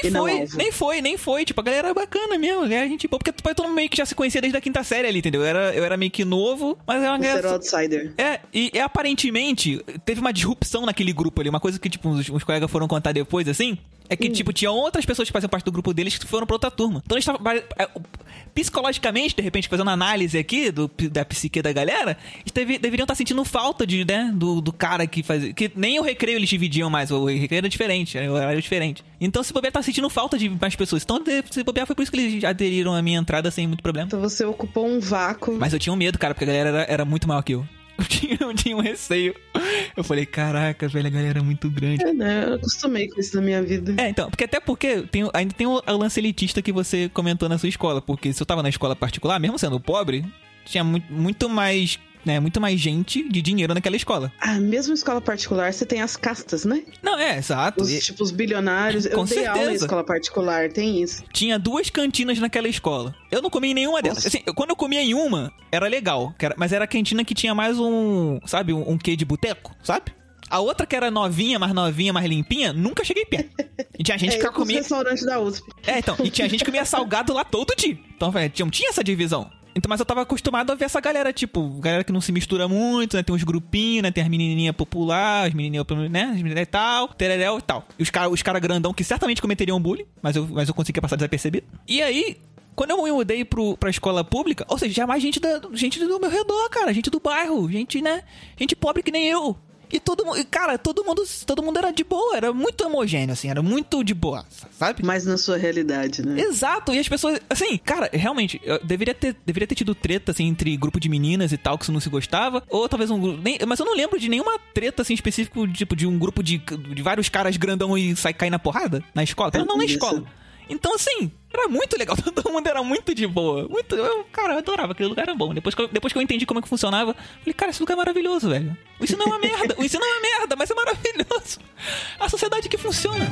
E não foi, alvo. nem foi, nem foi. Tipo, a galera era bacana mesmo. A gente, pô, porque todo mundo meio que já se conhecia desde a quinta série ali, entendeu? Eu era, eu era meio que novo, mas era uma Você era o galera. outsider. É, e, e aparentemente teve uma disrupção naquele grupo ali. Uma coisa que, tipo, os, os colegas foram contar depois, assim, é que, hum. tipo, tinha outras pessoas que faziam parte do grupo deles que foram pra outra turma. Então eles estavam. Psicologicamente, de repente, fazendo análise aqui do, da psique da galera, eles deve, deveriam estar sentindo falta de, né, do, do cara que fazia. Que nem o recreio eles dividiam mais. O recreio era diferente, o horário era diferente. Então, se bobear, tá sentindo falta de mais pessoas. Então, se bobear, foi por isso que eles aderiram à minha entrada sem muito problema. Então você ocupou um vácuo. Mas eu tinha um medo, cara, porque a galera era, era muito maior que eu. Eu tinha, eu tinha um receio. Eu falei, caraca, velho, a galera é muito grande. É, né? Eu acostumei com isso na minha vida. É, então, porque até porque tem, ainda tem o, o lance elitista que você comentou na sua escola. Porque se eu tava na escola particular, mesmo sendo pobre, tinha muito, muito mais... né, muito mais gente de dinheiro naquela escola. Ah, mesmo escola particular, você tem as castas, né? Não, é, exato. Os, e... Tipo, os bilionários. Com eu dei certeza. aula em escola particular, tem isso. Tinha duas cantinas naquela escola. Eu não comia em nenhuma Nossa. delas. Assim, eu, quando eu comia em uma, era legal. Que era, mas era a cantina que tinha mais um, sabe, um, um quê de boteco, sabe? A outra que era novinha, mais novinha, mais limpinha, nunca cheguei perto. E tinha gente é, que eu comia... restaurante da U S P. É, então, e tinha gente que comia salgado lá todo dia. Então, velho, tinha, tinha essa divisão. Então, mas eu tava acostumado a ver essa galera, tipo, galera que não se mistura muito, né? Tem uns grupinhos, né? Tem as menininhas populares, as menininhas, né? As menininhas e tal, tereréu e tal. E os caras os cara grandão que certamente cometeriam bullying, mas eu, mas eu conseguia passar desapercebido. E aí, quando eu me mudei pro, pra escola pública, ou seja, já mais gente, da, gente do meu redor, cara. Gente do bairro, gente, né? Gente pobre que nem eu. E todo mundo, cara, todo mundo, todo mundo era de boa, era muito homogêneo, assim, era muito de boa, sabe? Mas na sua realidade, né? Exato, e as pessoas, assim, cara, realmente, eu deveria ter, deveria ter tido treta, assim, entre grupo de meninas e tal, que isso não se gostava, ou talvez um grupo, nem, mas eu não lembro de nenhuma treta, assim, específico, tipo, de um grupo de, de vários caras grandão e sai cair na porrada na escola, é, não na isso. escola. Então, assim, era muito legal. Todo mundo era muito de boa. Muito, eu, cara, eu adorava. Aquele lugar era bom. Depois que, eu, depois que eu entendi como é que funcionava, falei, cara, esse lugar é maravilhoso, velho. Isso não é uma merda. Isso não é merda, mas é maravilhoso. A sociedade que funciona.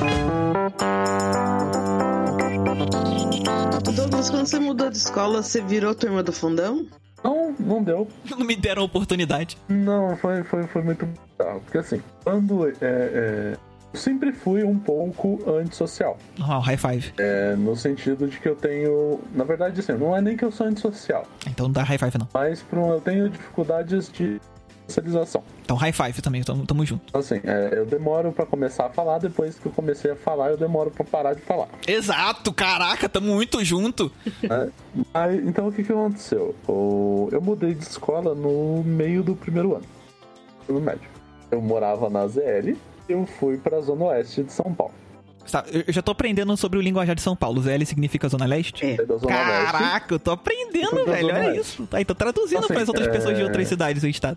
Douglas, quando você mudou de escola, você virou turma do fundão? Não, não deu. Não me deram oportunidade. Não, foi, foi, foi muito bizarro. Porque assim, quando... É, é... Eu sempre fui um pouco antissocial. Oh, high five. É, no sentido de que eu tenho... Na verdade, assim, não é nem que eu sou antissocial. Então não dá high five, não. Mas pro, eu tenho dificuldades de socialização. Então high five também, tamo, tamo junto. Assim, é, eu demoro pra começar a falar, depois que eu comecei a falar, eu demoro pra parar de falar. Exato, caraca, tamo muito junto. É, mas, então, o que que aconteceu? Eu, eu mudei de escola no meio do primeiro ano. No médio. Eu morava na Z L... Eu fui pra Zona Oeste de São Paulo. Tá, eu já tô aprendendo sobre o linguajar de São Paulo. Z L significa Zona Leste? É. Da Zona Caraca, Leste. eu tô aprendendo, velho. Olha Leste. isso. Aí tô traduzindo Assim, pras outras é... pessoas de outras cidades do estado.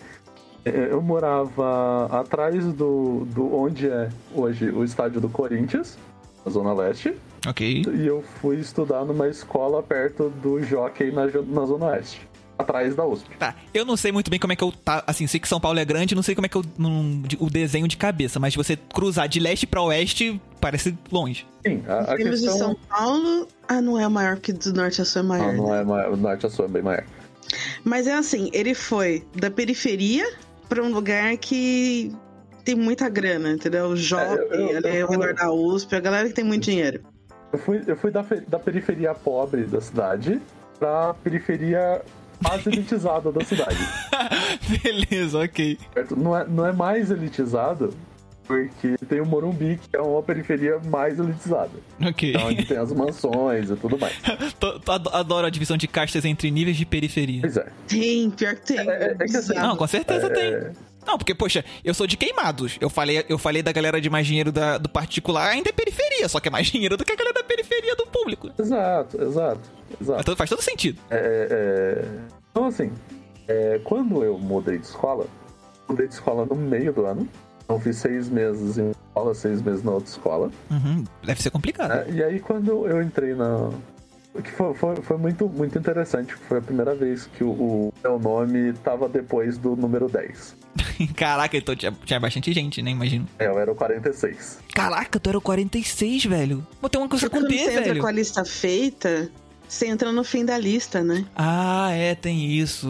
Eu morava atrás do, do onde é hoje o estádio do Corinthians, na Zona Leste. Ok. E eu fui estudar numa escola perto do Jockey na, na Zona Oeste. Atrás da U S P. Tá, eu não sei muito bem como é que eu tá, assim, sei que São Paulo é grande, não sei como é que eu não, o desenho de cabeça, mas você cruzar de leste pra oeste parece longe. Sim, a, a Temos questão... de São Paulo, ah, não é maior, porque do norte a sul é maior. Não, não né? é maior, o norte a sul é bem maior. Mas é assim, ele foi da periferia pra um lugar que tem muita grana, entendeu? O Jockey, É, eu- eu- ali eu ao redor fui- da U S P, a galera que tem muito dinheiro. Eu fui, eu fui da, fe- da periferia pobre da cidade pra periferia quase elitizada da cidade. Beleza, ok. Certo? Não é, não é mais elitizado porque tem o Morumbi, que é uma periferia mais elitizada. Ok. É onde tem as mansões e tudo mais. Tô- tô- adoro a divisão de castas entre níveis de periferia. Pois é. Tem, pior que tem. É, é, é que assim, Não, com certeza tem. Não, porque, poxa, eu sou de Queimados. Eu falei, eu falei da galera de mais dinheiro da, do particular, ainda é periferia, só que é mais dinheiro do que a galera da periferia do público. Exato, exato, exato. Então faz todo sentido. É, é... Então, assim, é, quando eu mudei de escola, mudei de escola no meio do ano. Então, fiz seis meses em escola, seis meses na outra escola. Uhum, deve ser complicado. É, e aí, quando eu entrei na... O que foi, foi, foi muito, muito interessante, foi a primeira vez que o, o meu nome tava depois do número dez. Caraca, então tinha, tinha bastante gente, né? Imagino. É, eu era o quarenta e seis. Caraca, tu era o quarenta e seis, velho. Vou ter uma coisa com Quando T, você entra velho. com a lista feita, você entra no fim da lista, né? Ah, é, tem isso.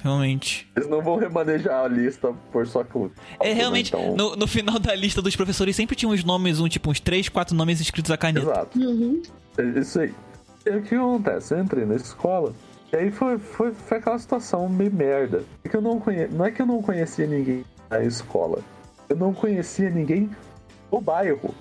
realmente. Eles não vão remanejar a lista por sua conta. É, realmente, Então... no, no final da lista dos professores sempre tinha uns nomes, um, tipo, uns três, quatro nomes escritos a caneta. Exato. Uhum. É isso aí. E aí, o que acontece? Eu entrei na escola, e aí foi, foi, foi aquela situação meio merda. Porque eu não conhe... Não é que eu não conhecia ninguém na escola. Eu não conhecia ninguém no bairro.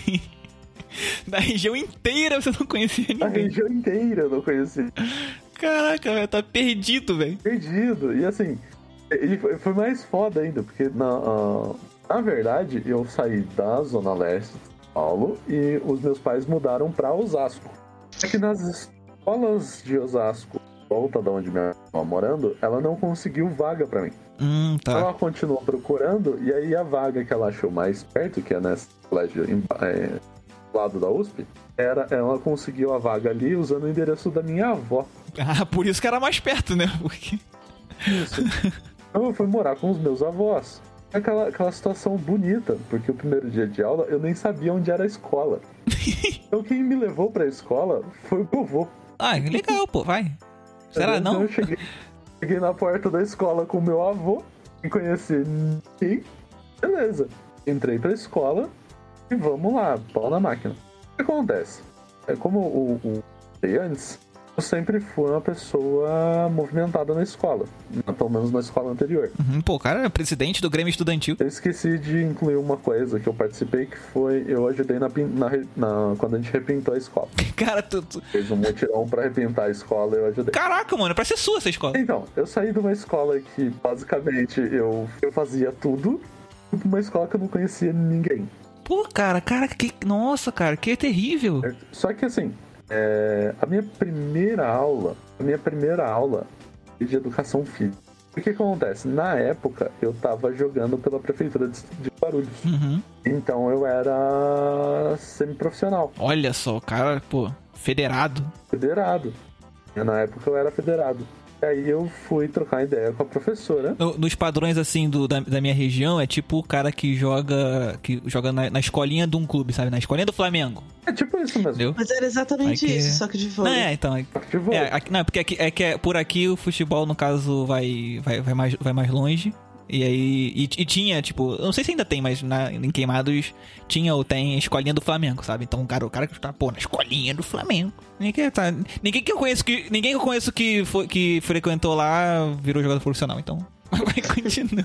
Da região inteira você não conhecia A ninguém. região inteira eu não conhecia. Caraca, velho, tá perdido, velho. Perdido. E assim, e foi, foi mais foda ainda, porque na, uh, na verdade eu saí da Zona Leste de São Paulo e os meus pais mudaram pra Osasco. É que nas escolas de Osasco, volta da onde minha mãe estava morando, ela não conseguiu vaga pra mim. Hum, tá. Ela continuou procurando, e aí a vaga que ela achou mais perto, que é nesse colégio em, é, do lado da U S P, era, ela conseguiu a vaga ali usando o endereço da minha avó. Ah, por isso que era mais perto, né? Porque... Isso. Então eu fui morar com os meus avós. Aquela, aquela situação bonita, porque o primeiro dia de aula eu nem sabia onde era a escola. Então quem me levou pra escola foi o meu avô. Ah, legal, pô, vai. Será Então não? eu cheguei, cheguei na porta da escola com o meu avô, sem conhecer ninguém. Beleza. Entrei pra escola e vamos lá, pau na máquina. O que acontece? É como o, o falei antes, eu sempre fui uma pessoa movimentada na escola. Pelo menos na escola anterior. Uhum, pô, o cara é presidente do Grêmio Estudantil. Eu esqueci de incluir uma coisa que eu participei, que foi... Eu ajudei na, pin- na, na- quando a gente repintou a escola. Cara, tu, tu... Fez um mutirão pra repintar a escola e eu ajudei. Caraca, mano, é pra ser sua essa escola. Então, eu saí de uma escola que, basicamente, eu, eu fazia tudo, pra uma escola que eu não conhecia ninguém. Pô, cara, cara, que... Nossa, cara, que terrível. Certo? Só que, assim, é, a minha primeira aula, a minha primeira aula foi de educação física. O que acontece? Na época, eu tava jogando pela prefeitura de, de Guarulhos. Uhum. Então, eu era semiprofissional, Olha só, cara, pô, federado. federado. E na época, eu era federado. E aí, eu fui trocar ideia com a professora. No- nos padrões, assim, do, da, da minha região, é tipo o cara que joga que joga na, na escolinha de um clube, sabe? Na escolinha do Flamengo, É tipo isso mesmo. entendeu? Mas era exatamente Aqui- isso, só que de Não, vôlei. é, então... É, De vôlei. é, aqui- não, porque aqui, é que é, por aqui o futebol, no caso, vai, vai, vai, mais, vai mais longe. E aí... E, e tinha, tipo... Eu não sei se ainda tem, mas na, em Queimados tinha ou tem a escolinha do Flamengo, sabe? Então o cara, o cara que tá, pô, na escolinha do Flamengo. Ninguém, tá, ninguém que eu conheço que... Ninguém que eu conheço que, foi, que frequentou lá virou jogador profissional, então... Vai continuar.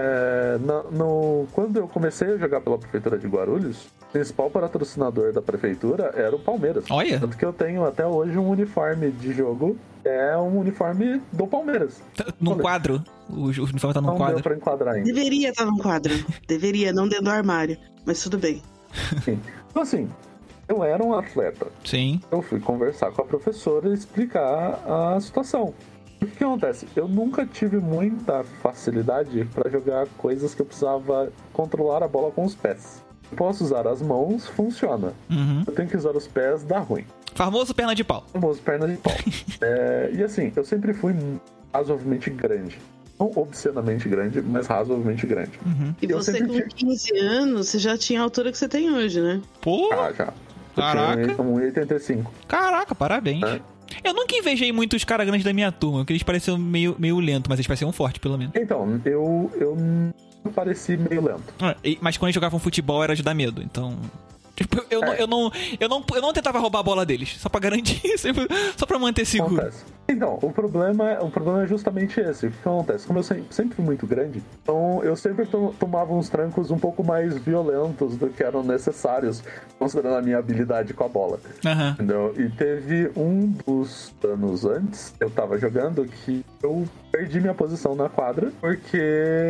É, no, no- quando eu comecei a jogar pela prefeitura de Guarulhos, o principal patrocinador da prefeitura era o Palmeiras. Olha. Tanto que eu tenho até hoje um uniforme de jogo, que é um uniforme do Palmeiras. No quadro. O, o uniforme tá no Não deu quadro. pra enquadrar ainda. Deveria estar no quadro. Deveria, não dentro do armário. Mas tudo bem. Sim. Então assim, eu era um atleta. Sim. Eu fui conversar com a professora e explicar a situação. O que, que acontece? Eu nunca tive muita facilidade para jogar coisas que eu precisava controlar a bola com os pés. Eu posso usar as mãos, funciona. Uhum. Eu tenho que usar os pés, dá ruim. Famoso perna de pau. O famoso perna de pau. É, e assim, eu sempre fui razoavelmente grande. Não obscenamente grande, mas razoavelmente grande. Uhum. E Eu você sempre com tive- quinze anos, você já tinha a altura que você tem hoje, né? Pô, Ah, já. Eu Caraca. tinha um e oitenta e cinco. caraca, parabéns. É. Eu nunca invejei muito os caras grandes da minha turma, porque eles pareciam meio, meio lento, mas eles pareciam fortes, pelo menos. Então, eu, eu não pareci meio lento. Ah, e- Mas quando eles jogavam futebol era de dar medo, então... Tipo, eu, não, É. eu, não, eu, não, eu não tentava roubar a bola deles, só pra garantir, sempre- só pra manter seguro. Acontece. Então, o problema, o problema é justamente esse. O que que acontece? Como eu sempre, sempre fui muito grande, então eu sempre to- tomava uns trancos um pouco mais violentos do que eram necessários, considerando a minha habilidade com a bola. Aham. Entendeu? E teve um dos anos antes, eu tava jogando, que eu perdi minha posição na quadra, porque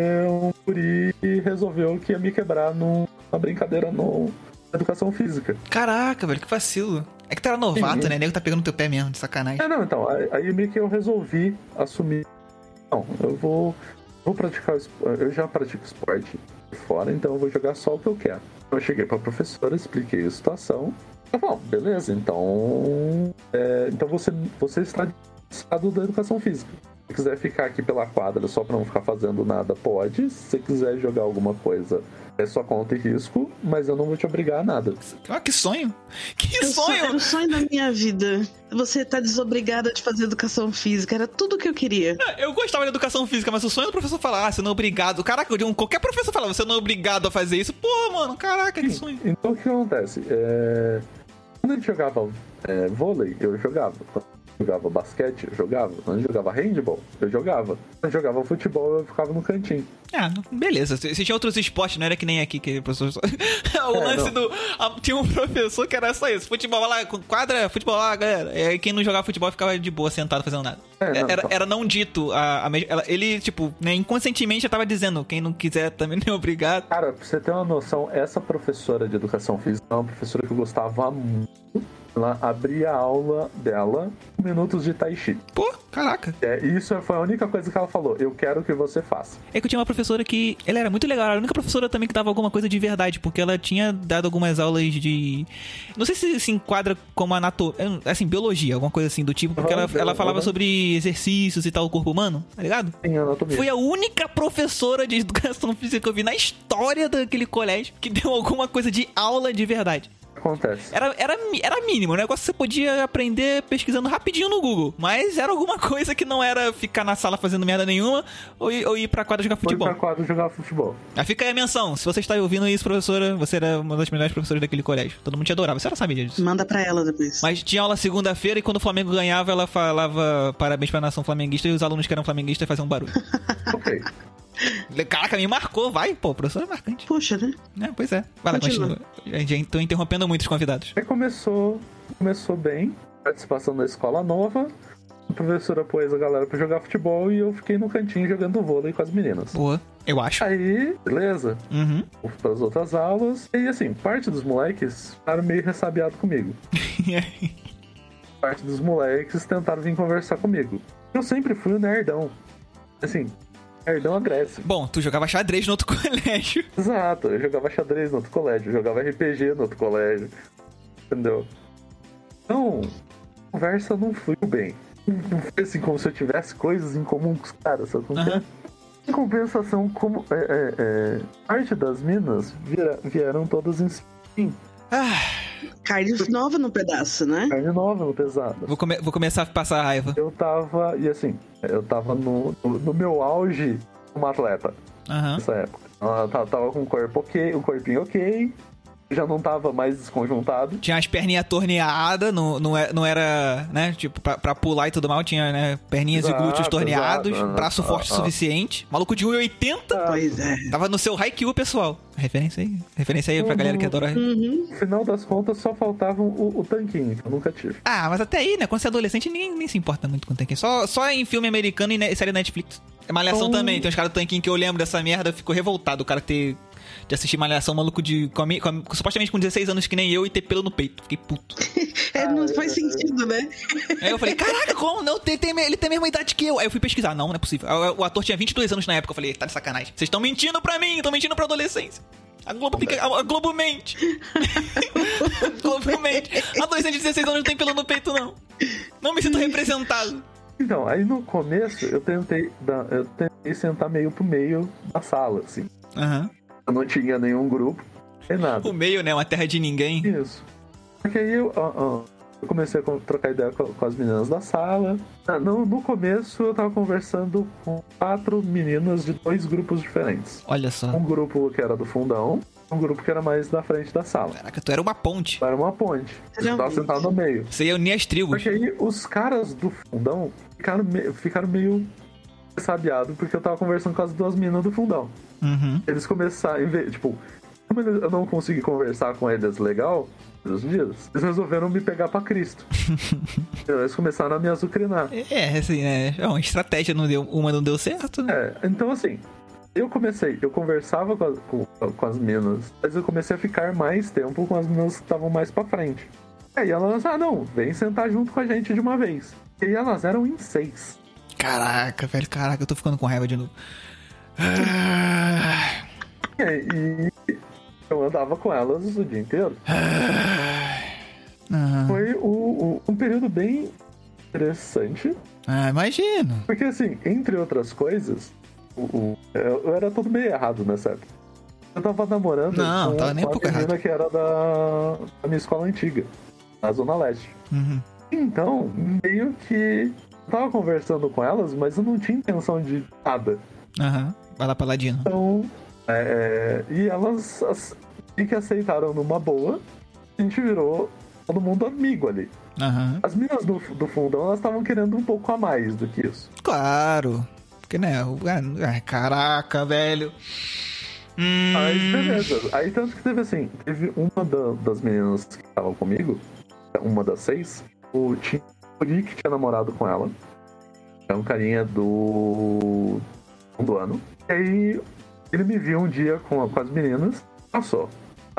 um guri resolveu que ia me quebrar numa brincadeira no educação física. Caraca, velho, que vacilo. É que tu era novato, Sim. né? Nego tá pegando teu pé mesmo, de sacanagem. É, não, então, aí, aí meio que eu resolvi assumir. Não, eu vou, vou praticar, o espo- eu já pratico esporte fora, então eu vou jogar só o que eu quero. Eu cheguei pra professora, expliquei a situação. Ela falou, beleza, então, é, então você, você está dispensado da educação física. Se quiser ficar aqui pela quadra só pra não ficar fazendo nada, pode. Se você quiser jogar alguma coisa é sua conta e risco, mas eu não vou te obrigar a nada. Ah, que sonho! Que Eu sou- sonho! Era o sonho da minha vida. Você tá desobrigada de fazer educação física. Era tudo que eu queria. Eu gostava de educação física, mas o sonho do professor falar, ah, você não é obrigado. Caraca, um- qualquer professor fala, você não é obrigado a fazer isso. Pô, mano, caraca, que sonho. Então o que acontece? É... Quando a gente jogava é, vôlei, eu jogava. Quando eu jogava basquete, eu jogava. Quando eu jogava handball, eu jogava. Quando eu jogava futebol, eu ficava no cantinho. Ah, beleza. Você tinha outros esportes, não era que nem aqui que o professor. Só... o É, lance não. do. a- Tinha um professor que era só isso. Futebol lá, quadra, futebol lá, galera. E aí quem não jogava futebol ficava de boa, sentado, fazendo nada. É, não, era, então. era não dito. A, a me- ela- ele, tipo, né, inconscientemente já tava dizendo: quem não quiser também não é obrigado. Cara, pra você ter uma noção, essa professora de educação física é uma professora que eu gostava muito. Ela abria a aula dela com minutos de tai chi. Pô, caraca. É, isso foi a única coisa que ela falou. Eu quero que você faça. É que eu tinha uma professora que. Ela era muito legal, era a única professora também que dava alguma coisa de verdade, porque ela tinha dado algumas aulas de. Não sei se se enquadra como anatomia. Assim, biologia, alguma coisa assim do tipo, porque ela, ela falava sobre exercícios e tal do corpo humano, tá ligado? Em anatomia. Foi a única professora de educação física que eu vi na história daquele colégio que deu alguma coisa de aula de verdade. Acontece. Era, era, mi- era mínimo, um negócio que você podia aprender pesquisando rapidinho no Google. Mas era alguma coisa que não era ficar na sala fazendo merda nenhuma ou ir, ou ir pra quadra jogar Foi futebol. pra quadra jogar futebol. Aí fica aí a menção. Se você está ouvindo isso, professora, você era uma das melhores professoras daquele colégio. Todo mundo te adorava, você era sabia disso. Manda pra ela depois. Mas tinha aula segunda-feira e quando o Flamengo ganhava, ela falava parabéns pra nação flamenguista e os alunos que eram flamenguistas faziam um barulho. Ok. Caraca, me marcou, vai. Pô, professora é marcante. Poxa, né? É, pois é. Vai lá, Continua. continua. Já tô interrompendo muito os convidados. Aí começou, começou bem, participação da escola nova. A professora pôs a galera pra jogar futebol e eu fiquei no cantinho jogando vôlei com as meninas. Boa, eu acho. Aí, beleza. Uhum. Fui pras outras aulas. E assim, parte dos moleques ficaram meio ressabiados comigo. Parte dos moleques tentaram vir conversar comigo. Eu sempre fui o nerdão. Assim, nerdão agressivo. Bom, tu jogava xadrez no outro colégio. Exato, eu jogava xadrez no outro colégio, eu jogava R P G no outro colégio. Entendeu? Então, a conversa não fluiu bem. Não foi assim como se eu tivesse coisas em comum com os caras, sabe? Aham. Em compensação, como é, é, é, parte das minas vira- vieram todas em sim, Ah, Carne nova no pedaço, né? carne nova no pesado. vou, come- vou começar a passar raiva. Eu tava, e assim, eu tava no, no, no meu auge como atleta Aham. nessa época. Ela tava, tava com um corpo ok, um corpinho ok, já não tava mais desconjuntado. Tinha as perninhas torneadas, não, não, é- não era, né, tipo, pra, pra pular e tudo mal, tinha, né, perninhas Exato, e glúteos torneados, exato. braço Ah, forte o ah. suficiente, maluco de um e oitenta, Pois é. tava no seu Haikyuu, pessoal. Referência aí, referência aí pra galera que adora. Uhum. No final das contas, só faltava o, o tanquinho, que eu nunca tive. Ah, mas até aí, né, quando você é adolescente, ninguém nem se importa muito com tanquinho, só, só em filme americano e ne- série Netflix. É Malhação Oh. também, tem uns caras do tanquinho que eu lembro dessa merda, eu fico revoltado, o cara ter... De assistir Malhação, maluco de. Com a mi- com a- supostamente com dezesseis anos que nem eu e ter pelo no peito. Fiquei puto. É, não faz sentido, né? Aí eu falei, caraca, como? Não, tem, tem, ele tem a mesma idade que eu. Aí eu fui pesquisar. Não, não é possível. O, o ator tinha vinte e dois anos na época. Eu falei, tá de sacanagem. Vocês estão mentindo pra mim, estão mentindo pra adolescência. A Globo tem que. A, a Globo mente. A Globo mente. Adolescente de dezesseis anos não tem pelo no peito, não. Não me sinto representado. Então, aí no começo, eu tentei, dar, eu tentei sentar meio pro meio da sala, assim. Aham. Eu não tinha nenhum grupo, nem nada. O meio, né? Uma terra de ninguém. Isso. Porque aí eu, ó, ó, eu comecei a con- trocar ideia com, com as meninas da sala. Ah, No, no começo eu tava conversando com quatro meninas de dois grupos diferentes. Olha só. Um grupo que era do fundão, um grupo que era mais da frente da sala. Caraca, tu era uma ponte. Era uma ponte. Eu tava Realmente. sentado no meio. Você ia unir as tribos. Porque aí os caras do fundão ficaram, me- ficaram meio sabiados porque eu tava conversando com as duas meninas do fundão. Uhum. Eles começaram, em vez- tipo, como eles- eu não consegui conversar com eles legal nos dias, eles resolveram me pegar pra Cristo. Eles começaram a me azucrinar. É, assim, né? É uma estratégia, não deu, uma não deu certo, né? É, então assim, eu comecei, eu conversava com, as- com, com as meninas, mas eu comecei a ficar mais tempo com as meninas que estavam mais pra frente. Aí elas, ah não, vem sentar junto com a gente de uma vez. E aí elas eram em seis. Caraca, velho, caraca, eu tô ficando com raiva de novo. Ah, E, aí, eu andava com elas o dia inteiro. ah, Foi o, o- um período bem interessante, ah, imagino. porque assim, entre outras coisas, o, o- eu, eu era todo meio errado nessa época. eu tava namorando Não, com tava nem um uma pouco menina errado. que era da, da minha escola antiga, na Zona Leste. Uhum. Então, meio que eu tava conversando com elas, mas eu não tinha intenção de nada. Aham. Vai lá pra Ladino. Então, é, e elas as, e que aceitaram numa boa, a gente virou todo mundo amigo ali. Aham. As meninas do, do fundão, elas estavam querendo um pouco a mais do que isso. Claro. Porque, né? o- ah, Caraca, velho. Hum... Aí, beleza. Aí, tanto que teve assim, teve uma da- das meninas que estavam comigo, uma das seis, o tinha o Rick que tinha namorado com ela. É um carinha do do ano. E aí, ele me viu um dia com, com as meninas, passou.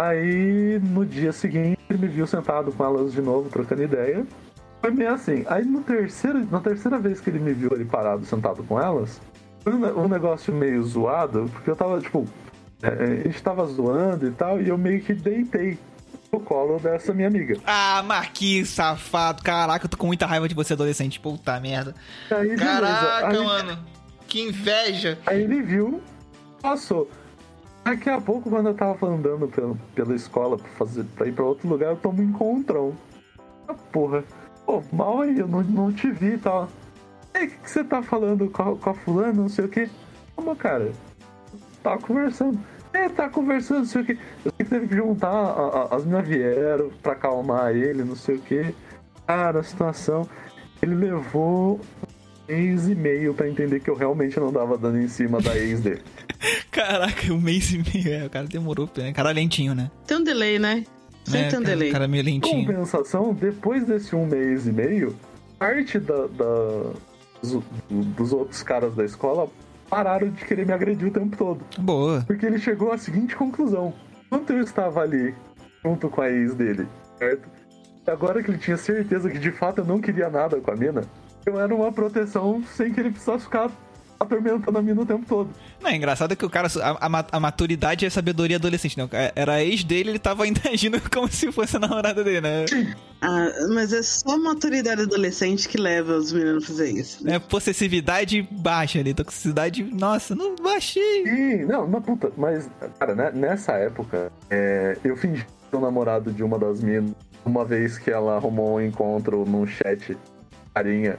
Aí, no dia seguinte, ele me viu sentado com elas de novo, trocando ideia. Foi meio assim. Aí, no terceiro, na terceira vez que ele me viu ali parado, sentado com elas, foi um, ne- um negócio meio zoado, porque eu tava, tipo, é, a gente tava zoando e tal, e eu meio que deitei no colo dessa minha amiga. Ah, Marquinhos, safado. Caraca, eu tô com muita raiva de você, adolescente. Puta merda. Aí, beleza. Caraca, Aí- mano. Que inveja. Aí ele viu, passou. Daqui a pouco, quando eu tava andando pela, pela escola pra, fazer, pra ir pra outro lugar, eu tomo um encontrão. Ah, porra. Pô, mal aí, eu não, não te vi e tal. Ei, o que, que você tá falando com a, com a fulana, não sei o quê? Calma, cara. Tava conversando. É, tá conversando, não sei o quê. Eu sei que teve que juntar, a, a, as minhas vieram pra acalmar ele, não sei o quê. Cara, a situação... Ele levou um mês e meio pra entender que eu realmente não tava dando em cima da ex dele. Caraca, um mês e meio. É, o cara demorou. Né? Cara lentinho, né? Tem um delay, né? Sempre É, tem um cara, delay. cara meio lentinho. Compensação, depois desse um mês e meio, parte da, da- dos, dos outros caras da escola pararam de querer me agredir o tempo todo. Boa. Porque ele chegou à seguinte conclusão. Enquanto eu estava ali, junto com a ex dele, certo? E agora que ele tinha certeza que de fato eu não queria nada com a mina, eu era uma proteção sem que ele precisasse ficar atormentando a mina o tempo todo. Não, é engraçado que o cara, a, a ma- a maturidade e a sabedoria adolescente, né? Era a ex dele, ele tava ainda agindo como se fosse a namorada dele, né? Ah, mas é só a maturidade adolescente que leva os meninos a fazer isso. É possessividade baixa ali, toxicidade, nossa, não baixei. Sim, não, uma puta. Mas, cara, né, nessa época, é, eu fingi ser o namorado de uma das minas, uma vez que ela arrumou um encontro num chat, carinha.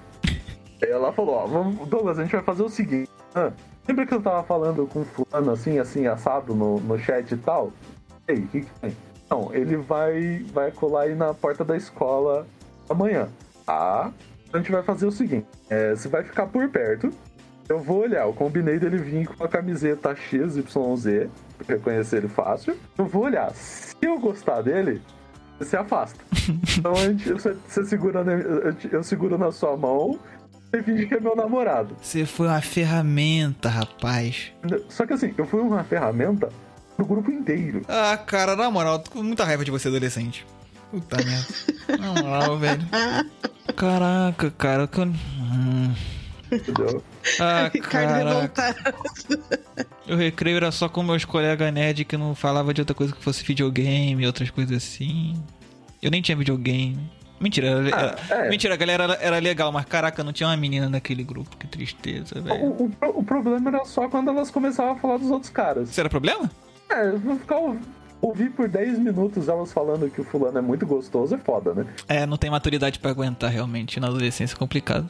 Aí ela falou, ó, vamos, Douglas, a gente vai fazer o seguinte. Ah, lembra que eu tava falando com fulano assim, assim, assado no, no chat e tal? Ei, o que que tem? Não, ele vai, vai colar aí na porta da escola amanhã. Tá? A gente vai fazer o seguinte, é, você vai ficar por perto. Eu vou olhar, eu combinei dele vir com a camiseta X Y Z, pra reconhecer ele fácil. Eu vou olhar, se eu gostar dele, você se afasta. Então a gente, você, você segura, na- eu, eu seguro na sua mão, você finge que é meu namorado. Você foi uma ferramenta, rapaz. Só que assim, eu fui uma ferramenta pro grupo inteiro. Ah, cara, na moral, tô com muita raiva de você, adolescente. Puta merda. Na moral, velho. Caraca, cara. Que... eu- Hum. Entendeu? Ah, Ricardo caraca. revoltado. O recreio era só com meus colegas nerd que não falava de outra coisa que fosse videogame, outras coisas assim. Eu nem tinha videogame. Mentira, era, era- Ah, é. mentira, a galera era, era legal, mas caraca, não tinha uma menina naquele grupo. Que tristeza, velho. O, o, pro- o problema era só quando elas começavam a falar dos outros caras. Isso era problema? É, eu vou ficar ouv- ouvir por dez minutos elas falando que o fulano é muito gostoso, é foda, né? É, não tem maturidade pra aguentar, realmente. Na adolescência é complicado.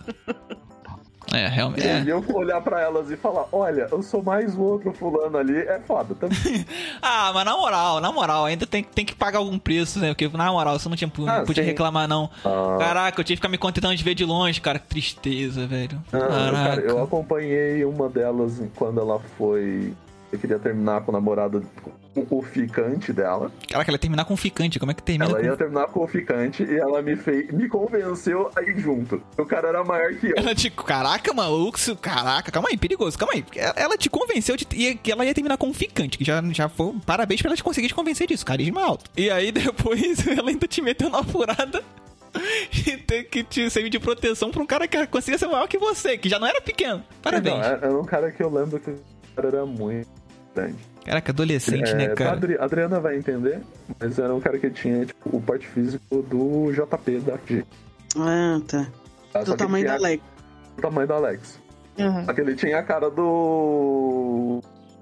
É, realmente. É. E eu olhar pra elas e falar, olha, eu sou mais o outro fulano ali, é foda também. Ah, mas na moral, na moral, ainda tem, tem que pagar algum preço, né? Porque, na moral, você não tinha, não Ah, podia sim. reclamar, não. Ah. Caraca, eu tinha que ficar me contentando de ver de longe, cara. Que tristeza, velho. Ah, Caraca. cara, eu acompanhei uma delas quando ela foi... Eu queria terminar com o namorado, com o ficante dela. Caraca, ela ia terminar com um ficante. Como é que termina Ela com... ia terminar com o ficante e ela me fez, me convenceu a ir junto. O cara era maior que eu. Ela te... Caraca, maluco. isso- Caraca, calma aí, perigoso. Calma aí. Ela- Ela te convenceu de... e que ela ia terminar com um ficante, que já, já foi... Parabéns pra ela te conseguir te convencer disso. Carisma alto. E aí, depois, ela ainda te meteu na furada e ter que te servir de proteção pra um cara que conseguia ser maior que você, que já não era pequeno. Parabéns. Não, era um cara que eu lembro que o cara era muito grande. Caraca, adolescente, né, É, cara? a Adri- a Adriana vai entender, mas era um cara que tinha tipo, o porte físico do J P da G. Ah, tá. Tá? Só Do que tamanho tinha da Alex. O tamanho do Alex. Uhum. Só que ele tinha a cara do...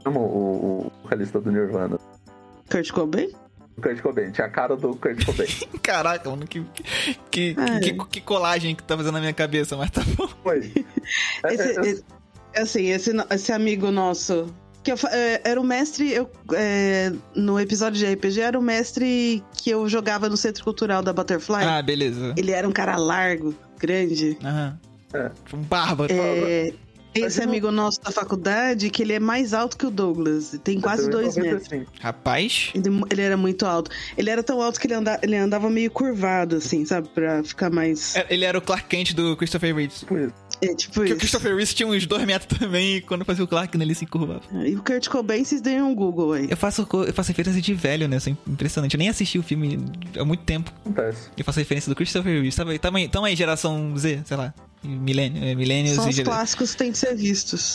amo o, o vocalista do Nirvana. Kurt Cobain? O Kurt Cobain, tinha a cara do Kurt Cobain. Caraca, mano, que, que, Ai. que, que colagem que tá fazendo na minha cabeça, mas tá bom. Foi. É, Esse, é, esse- assim, esse, no- esse amigo nosso, que eu fa- é, era o mestre, eu, é, no episódio de R P G, era o mestre que eu jogava no Centro Cultural da Butterfly. Ah, beleza. Ele era um cara largo, grande. Aham. É. Um bárbaro. É, esse Mas eu- amigo nosso da faculdade, que ele é mais alto que o Douglas, tem quase eu dois também metros. assim. Rapaz. Ele, ele era muito alto. Ele era tão alto que ele, anda, ele andava meio curvado, assim, sabe? Pra ficar mais. É, Ele era o Clark Kent do Christopher Reeve. Tipo isso. É, tipo Porque o isso. Christopher Reeve tinha uns dois metros também, e quando fazia o Clark, ele se curvava. E o Kurt Cobain, vocês deem um Google aí. Eu faço, co- eu faço referência de velho, né? Isso é impressionante. Eu nem assisti o filme há muito tempo. Acontece. Eu faço referência do Christopher Reeve. Tamo aí, tamo aí, tamo aí geração Z, sei lá. Milênio, é, millennials Só e os gera- clássicos têm de ser vistos.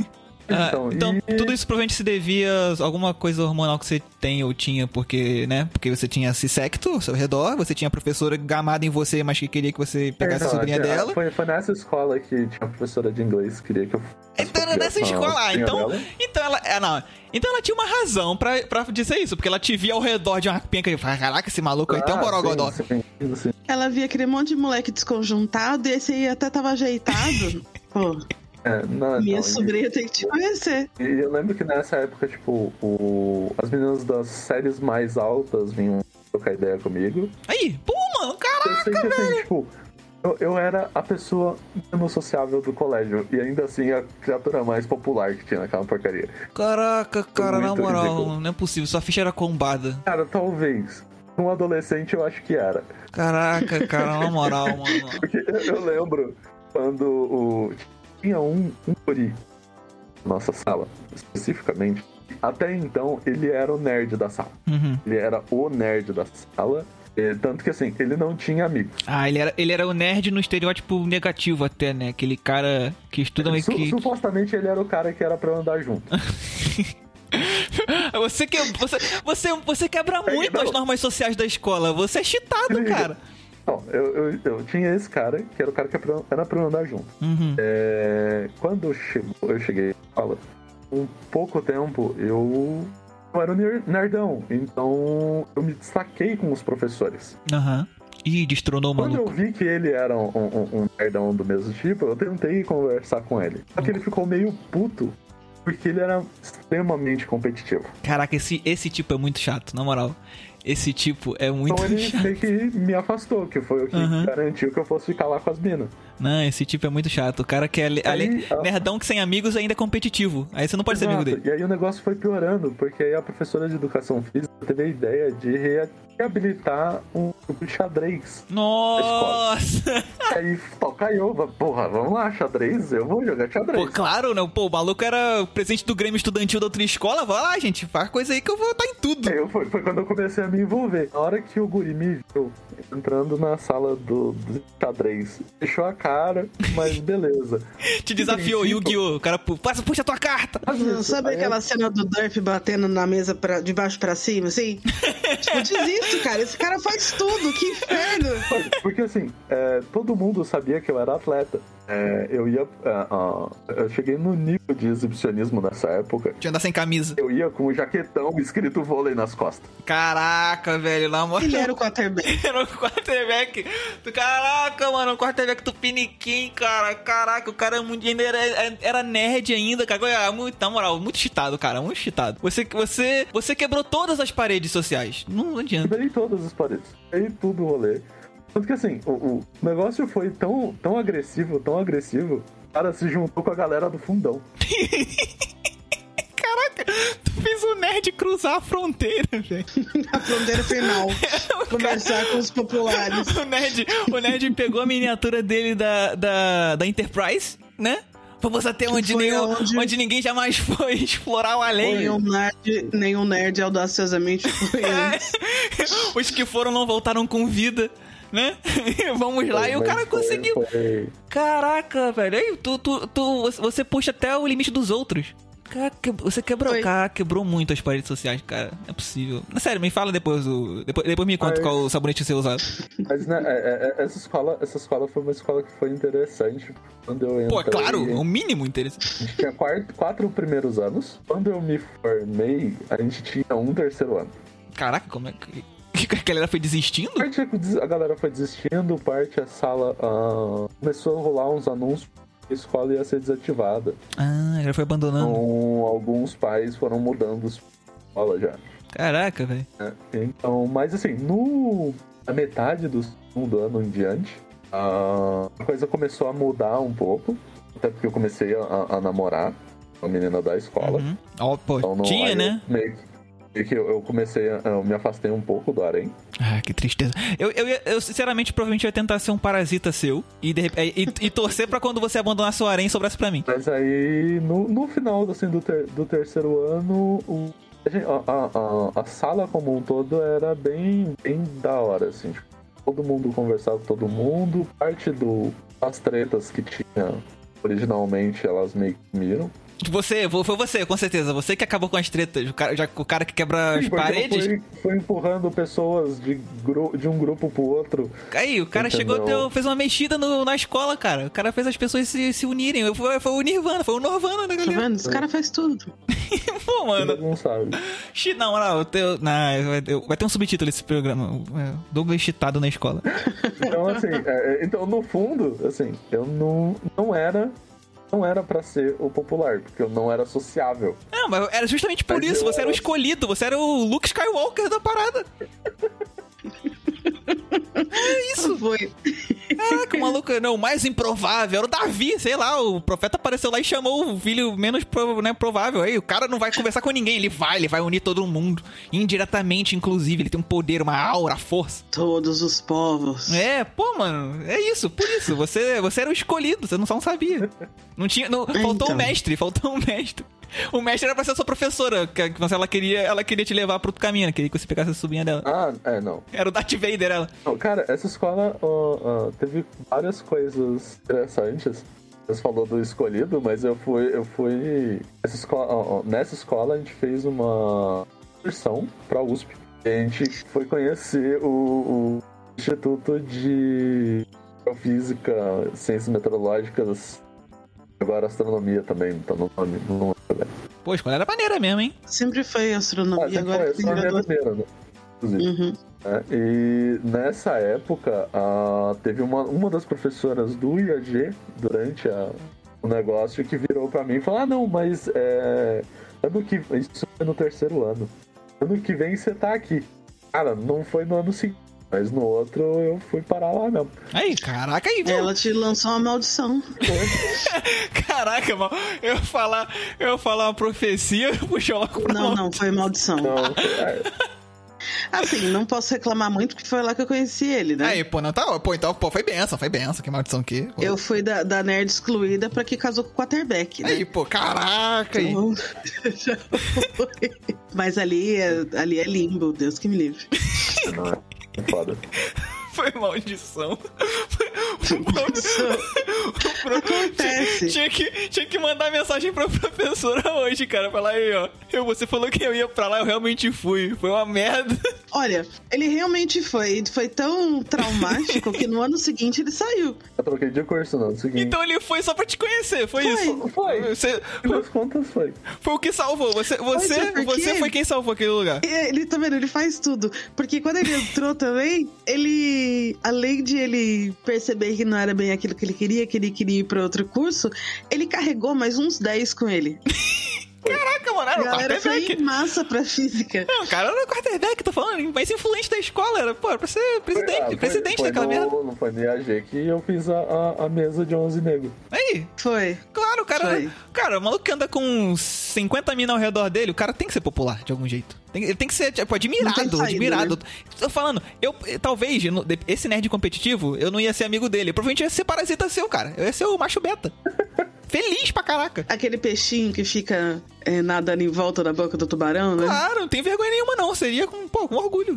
Ah, Então, então, e- tudo isso provavelmente se devia a alguma coisa hormonal que você tem ou tinha, porque, né? Porque você tinha cissecto ao seu redor, você tinha a professora gamada em você, mas que queria que você pegasse a Então, sobrinha tinha- dela. Foi, foi nessa escola que tinha uma professora de inglês que queria que eu fosse Então era nessa com a escola, ah, sobrinha então, dela. então ela, é, não, então ela tinha uma razão pra, pra dizer isso, porque ela te via ao redor de uma penca e falava, caraca, esse maluco aí tem um Ah, borogodó. sim, sim, sim. Ela via aquele monte de moleque desconjuntado e esse aí até tava ajeitado. Pô, É, não, minha não, sobrinha tem que te conhecer. E, e eu lembro que nessa época, tipo, o, as meninas das séries mais altas vinham trocar ideia comigo. Aí, pô, mano, caraca, Eu sei que assim, tipo, eu, eu era a pessoa menos sociável do colégio. E ainda assim a criatura mais popular que tinha naquela porcaria. caraca, cara, na Muito moral, ridículo. não é possível, sua ficha era combada. Cara, talvez. Um adolescente eu acho que era. Caraca, cara, na moral, mano. Porque eu, eu lembro quando o, tinha um, um guri na nossa sala, especificamente. Até então, ele era o nerd da sala. Uhum. Ele era o nerd da sala. eh, Tanto que, assim, ele não tinha amigos. Ah, ele era, ele era o nerd no estereótipo negativo até, né? Aquele cara que estuda meio Su- que... Supostamente, ele era o cara que era pra eu andar junto. Você, que, você, você, você quebra muito não. as normas sociais da escola. Você é cheatado, Liga. cara. Não, eu, eu, eu tinha esse cara, que era o cara que era pra- era pra eu andar junto. Uhum. É, quando chegou, eu cheguei na escola, com pouco tempo, eu, eu era um ner- nerdão. Então, eu me destaquei com os professores. Aham. Ih, destronou o Quando eu maluco. vi que ele era um, um, um nerdão do mesmo tipo, eu tentei conversar com ele. Só que ele ficou meio puto, porque ele era extremamente competitivo. Caraca, esse, esse tipo é muito chato, na moral. Esse tipo é muito Então ele chato. meio que me afastou, que foi o que Uhum. garantiu que eu fosse ficar lá com as minas. Não, esse tipo é muito chato. O cara que é ale- ale- a- nerdão que sem amigos ainda é competitivo. Aí você não pode ser amigo Exato. dele. E aí o negócio foi piorando, porque aí a professora de educação física teve a ideia de rea- reabilitar um grupo de xadrez. Nossa! Aí toca eu, porra, vamos lá, xadrez, eu vou jogar xadrez. Pô, claro, né? Pô, o maluco era presidente do Grêmio Estudantil da outra escola. Vai lá, gente, faz coisa aí que eu vou estar em tudo. Aí eu, foi, foi quando eu comecei a me envolver. Na hora que o guri me viu entrando na sala do, do xadrez, fechou a cara, mas beleza. Te desafiou, Yu-Gi-Oh! O cara, pu- passa, puxa a tua carta. Faz Não, isso. sabe Aí aquela cena do Durf batendo na mesa pra, de baixo pra cima, assim? Tipo, desisto, cara. Esse cara faz tudo, que inferno. eu- Porque assim, é, todo mundo sabia que eu era atleta. É, eu ia. é, ah, eu cheguei no nível de exibicionismo nessa época. De andar sem camisa. Eu ia com o jaquetão escrito vôlei nas costas. Caraca, velho, na moral. Ele era o quarterback. Era o quarterback. Caraca, mano, o quarterback do Piniquim, cara. Caraca, o cara ainda era, era nerd ainda, cara. Era muito, na moral, muito cheatado, cara. Muito cheatado. Você, você, você quebrou todas as paredes sociais. Não adianta. Quebrei todas as paredes. Quebrei tudo o rolê. Tanto que assim, o, o negócio foi tão, tão agressivo, tão agressivo, o cara se juntou com a galera do fundão. Caraca, tu fez o nerd cruzar a fronteira, velho. A fronteira final. Conversar com os populares. O nerd, o nerd pegou a miniatura dele da, da, da Enterprise, né? Vamos até onde, foi nenhum, aonde- onde ninguém jamais foi explorar o além. Nenhum nerd, nenhum nerd audaciosamente foi antes. Os que foram não voltaram com vida, né? Vamos lá, e o Mas cara foi- conseguiu. foi- Caraca, velho. Aí, tu, tu, tu, você puxa até o limite dos outros. Cara, que- você quebrou, Foi. cara, quebrou muito as paredes sociais, cara. Não é possível. Sério, me fala depois o. Depois, depois me conta Mas- qual o sabonete você usava. Mas né, é- é- essa, escola, essa escola foi uma escola que foi interessante. Quando eu entrei, Pô, é claro, o mínimo interessante. a gente tinha quatro, quatro primeiros anos. Quando eu me formei, a gente tinha um terceiro ano. Caraca, como é que. Que a galera foi desistindo? Parte a galera foi desistindo, parte a sala ah, começou a rolar uns anúncios que a escola ia ser desativada. Ah, já foi abandonando. Então, alguns pais foram mudando a escola já. Caraca, velho. Né? Então, mas assim, no a metade do segundo ano em diante, a coisa começou a mudar um pouco. Até porque eu comecei a, a namorar com a menina da escola. Uhum. Ó, pô, Então, não- tinha, aí né? eu meio que- meio que eu, eu comecei a, eu me afastei um pouco do harém. Ah, que tristeza. Eu, eu, ia- eu, sinceramente, provavelmente ia tentar ser um parasita seu e, de rep- e, e torcer pra quando você abandonasse o harém sobrasse pra mim. Mas aí, no, no final assim, do, ter- do terceiro ano, o- a, gente- a- a- a- a sala como um todo era bem, bem da hora, assim. Tipo, todo mundo conversava com todo mundo. Parte do, das tretas que tinha originalmente, elas meio que sumiram. Você, foi você, com certeza. Você que acabou com as tretas. O cara, já, o cara que quebra as Sim, porque paredes. Foi, foi empurrando pessoas de, gru- de um grupo pro outro. Aí, o cara Entendeu? chegou, deu, fez uma mexida no- na escola, cara. O cara fez as pessoas se, se unirem. Foi, foi o Nirvana, foi o Norvana da Tá galera. vendo? Esse cara faz tudo. Pô, Todo mano. mundo sabe. Chi- Não, não, eu tenho- não, vai ter- vai ter um subtítulo esse programa. É, Douglas cheatado na escola. Então, assim, é, é, então, no fundo, assim, eu não, não era. Não era pra ser o popular, porque eu não era sociável. Não, mas era justamente por Mas isso. eu- Você era o escolhido. Você era o Luke Skywalker da parada. É isso. Foi. Caraca, o maluco, não, o mais improvável era o Davi, sei lá, o profeta apareceu lá e chamou o filho menos prov- né, provável. Aí o cara não vai conversar com ninguém, ele vai, ele vai unir todo mundo. Indiretamente, inclusive, ele tem um poder, uma aura, força. Todos os povos. É, pô, mano, é isso, por isso. Você, você era o escolhido, você não só não sabia. Não tinha. Não, faltou Então. um mestre, faltou um mestre. O mestre era pra ser sua professora, que que ela queria, ela queria te levar pro outro caminho, né? Queria que você pegasse a sobrinha dela. Ah, é, não. Era o Darth Vader, ela. Não, cara, essa escola ó, ó, teve várias coisas interessantes. Você falou do escolhido, mas eu fui. Eu fui. Essa escola, ó, ó, nessa escola a gente fez uma excursão pra U S P. E a gente foi conhecer o, o Instituto de Física, Ciências Meteorológicas, agora astronomia também, então não nome, não lembro bem. Pô, a escola era maneira mesmo, hein? Sempre foi Ah, astronomia, sempre agora foi, que tem astronomia graduação. primeira, né? Inclusive. Uhum. É, e nessa época, ah, teve uma, uma das professoras do I A G durante a- o negócio que virou pra mim e falou: Ah, não, mas é, ano que isso foi no terceiro ano. Ano que vem você tá aqui. Cara, não foi no ano seguinte, mas no outro eu fui parar lá mesmo. Aí, caraca, aí, viu? Ela te lançou uma maldição. Caraca, mano. Eu ia falar, eu ia falar uma profecia, puxou logo pra Não, mão. não, foi maldição. Não, é, Assim, não posso reclamar muito porque foi lá que eu conheci ele, né? Aí, pô, não tá. Pô, então, pô, foi benção, foi benção. Que maldição aqui. Pô. Eu fui da, da nerd excluída pra que casou com o quarterback, né? Aí, pô, caraca aí. Então, já foi. Mas ali é, ali é limbo, Deus que me livre. não é. É foda. Foi maldição. Acontece. Tinha que, tinha que mandar mensagem pra professora hoje, cara. Falar aí, ó. Eu, você falou que eu ia pra lá, eu realmente fui. Foi uma merda. Olha, ele realmente foi. Foi tão traumático que no ano seguinte ele saiu. Eu troquei de curso, não. É o seguinte. Então ele foi só pra te conhecer, foi, Foi. isso? Foi. Você, No fim das contas foi. foi o que salvou. Você, você, sabe por você quê? foi quem salvou aquele lugar. E Ele, tá vendo? Ele faz tudo. Porque quando ele entrou também, ele, além de ele perceber que não era bem aquilo que ele queria, que ele queria ir pra outro curso, ele carregou mais uns dez com ele. Caraca, mano, A era o galera foi quarterback. em massa pra física. Não, cara, era o quarterback, tô falando, mais influente da escola, era, pô, era pra ser presidente, Foi- ah, foi- presidente foi daquela no, merda. Não foi no I A G que eu fiz a, a, a mesa de onze negros. Aí, Foi. claro, o cara, Foi. cara, o maluco que anda com cinquenta mina ao redor dele, o cara tem que ser popular, de algum jeito. Tem- ele tem que ser, tipo, Não admirado, tem saída, admirado. né? Tô falando, eu, talvez, no- de- esse nerd competitivo, eu não ia ser amigo dele, eu provavelmente ia ser parasita seu, cara. Eu ia ser o macho beta. Feliz pra caraca. Aquele peixinho que fica é, nadando em volta da boca do tubarão, né? Claro, não tem vergonha nenhuma não, seria com, pô, com orgulho.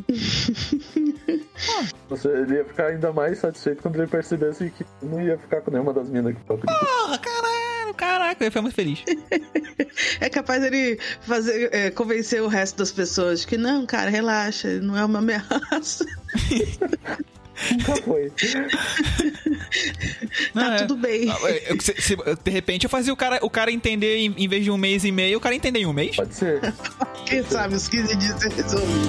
Você, ele ia ficar ainda mais satisfeito quando ele percebesse que não ia ficar com nenhuma das minas que eu acredito. Porra, caralho, Caraca, ele foi muito feliz. É capaz ele fazer, é, convencer o resto das pessoas de que não, cara, relaxa, não é uma ameaça. Nunca foi. Não, Tá é. tudo bem. Eu- se- se- de repente eu fazia o cara, o cara entender em, em vez de um mês e meio, o cara entender em um mês. Pode ser. Quem sabe os quinze dias você resolve.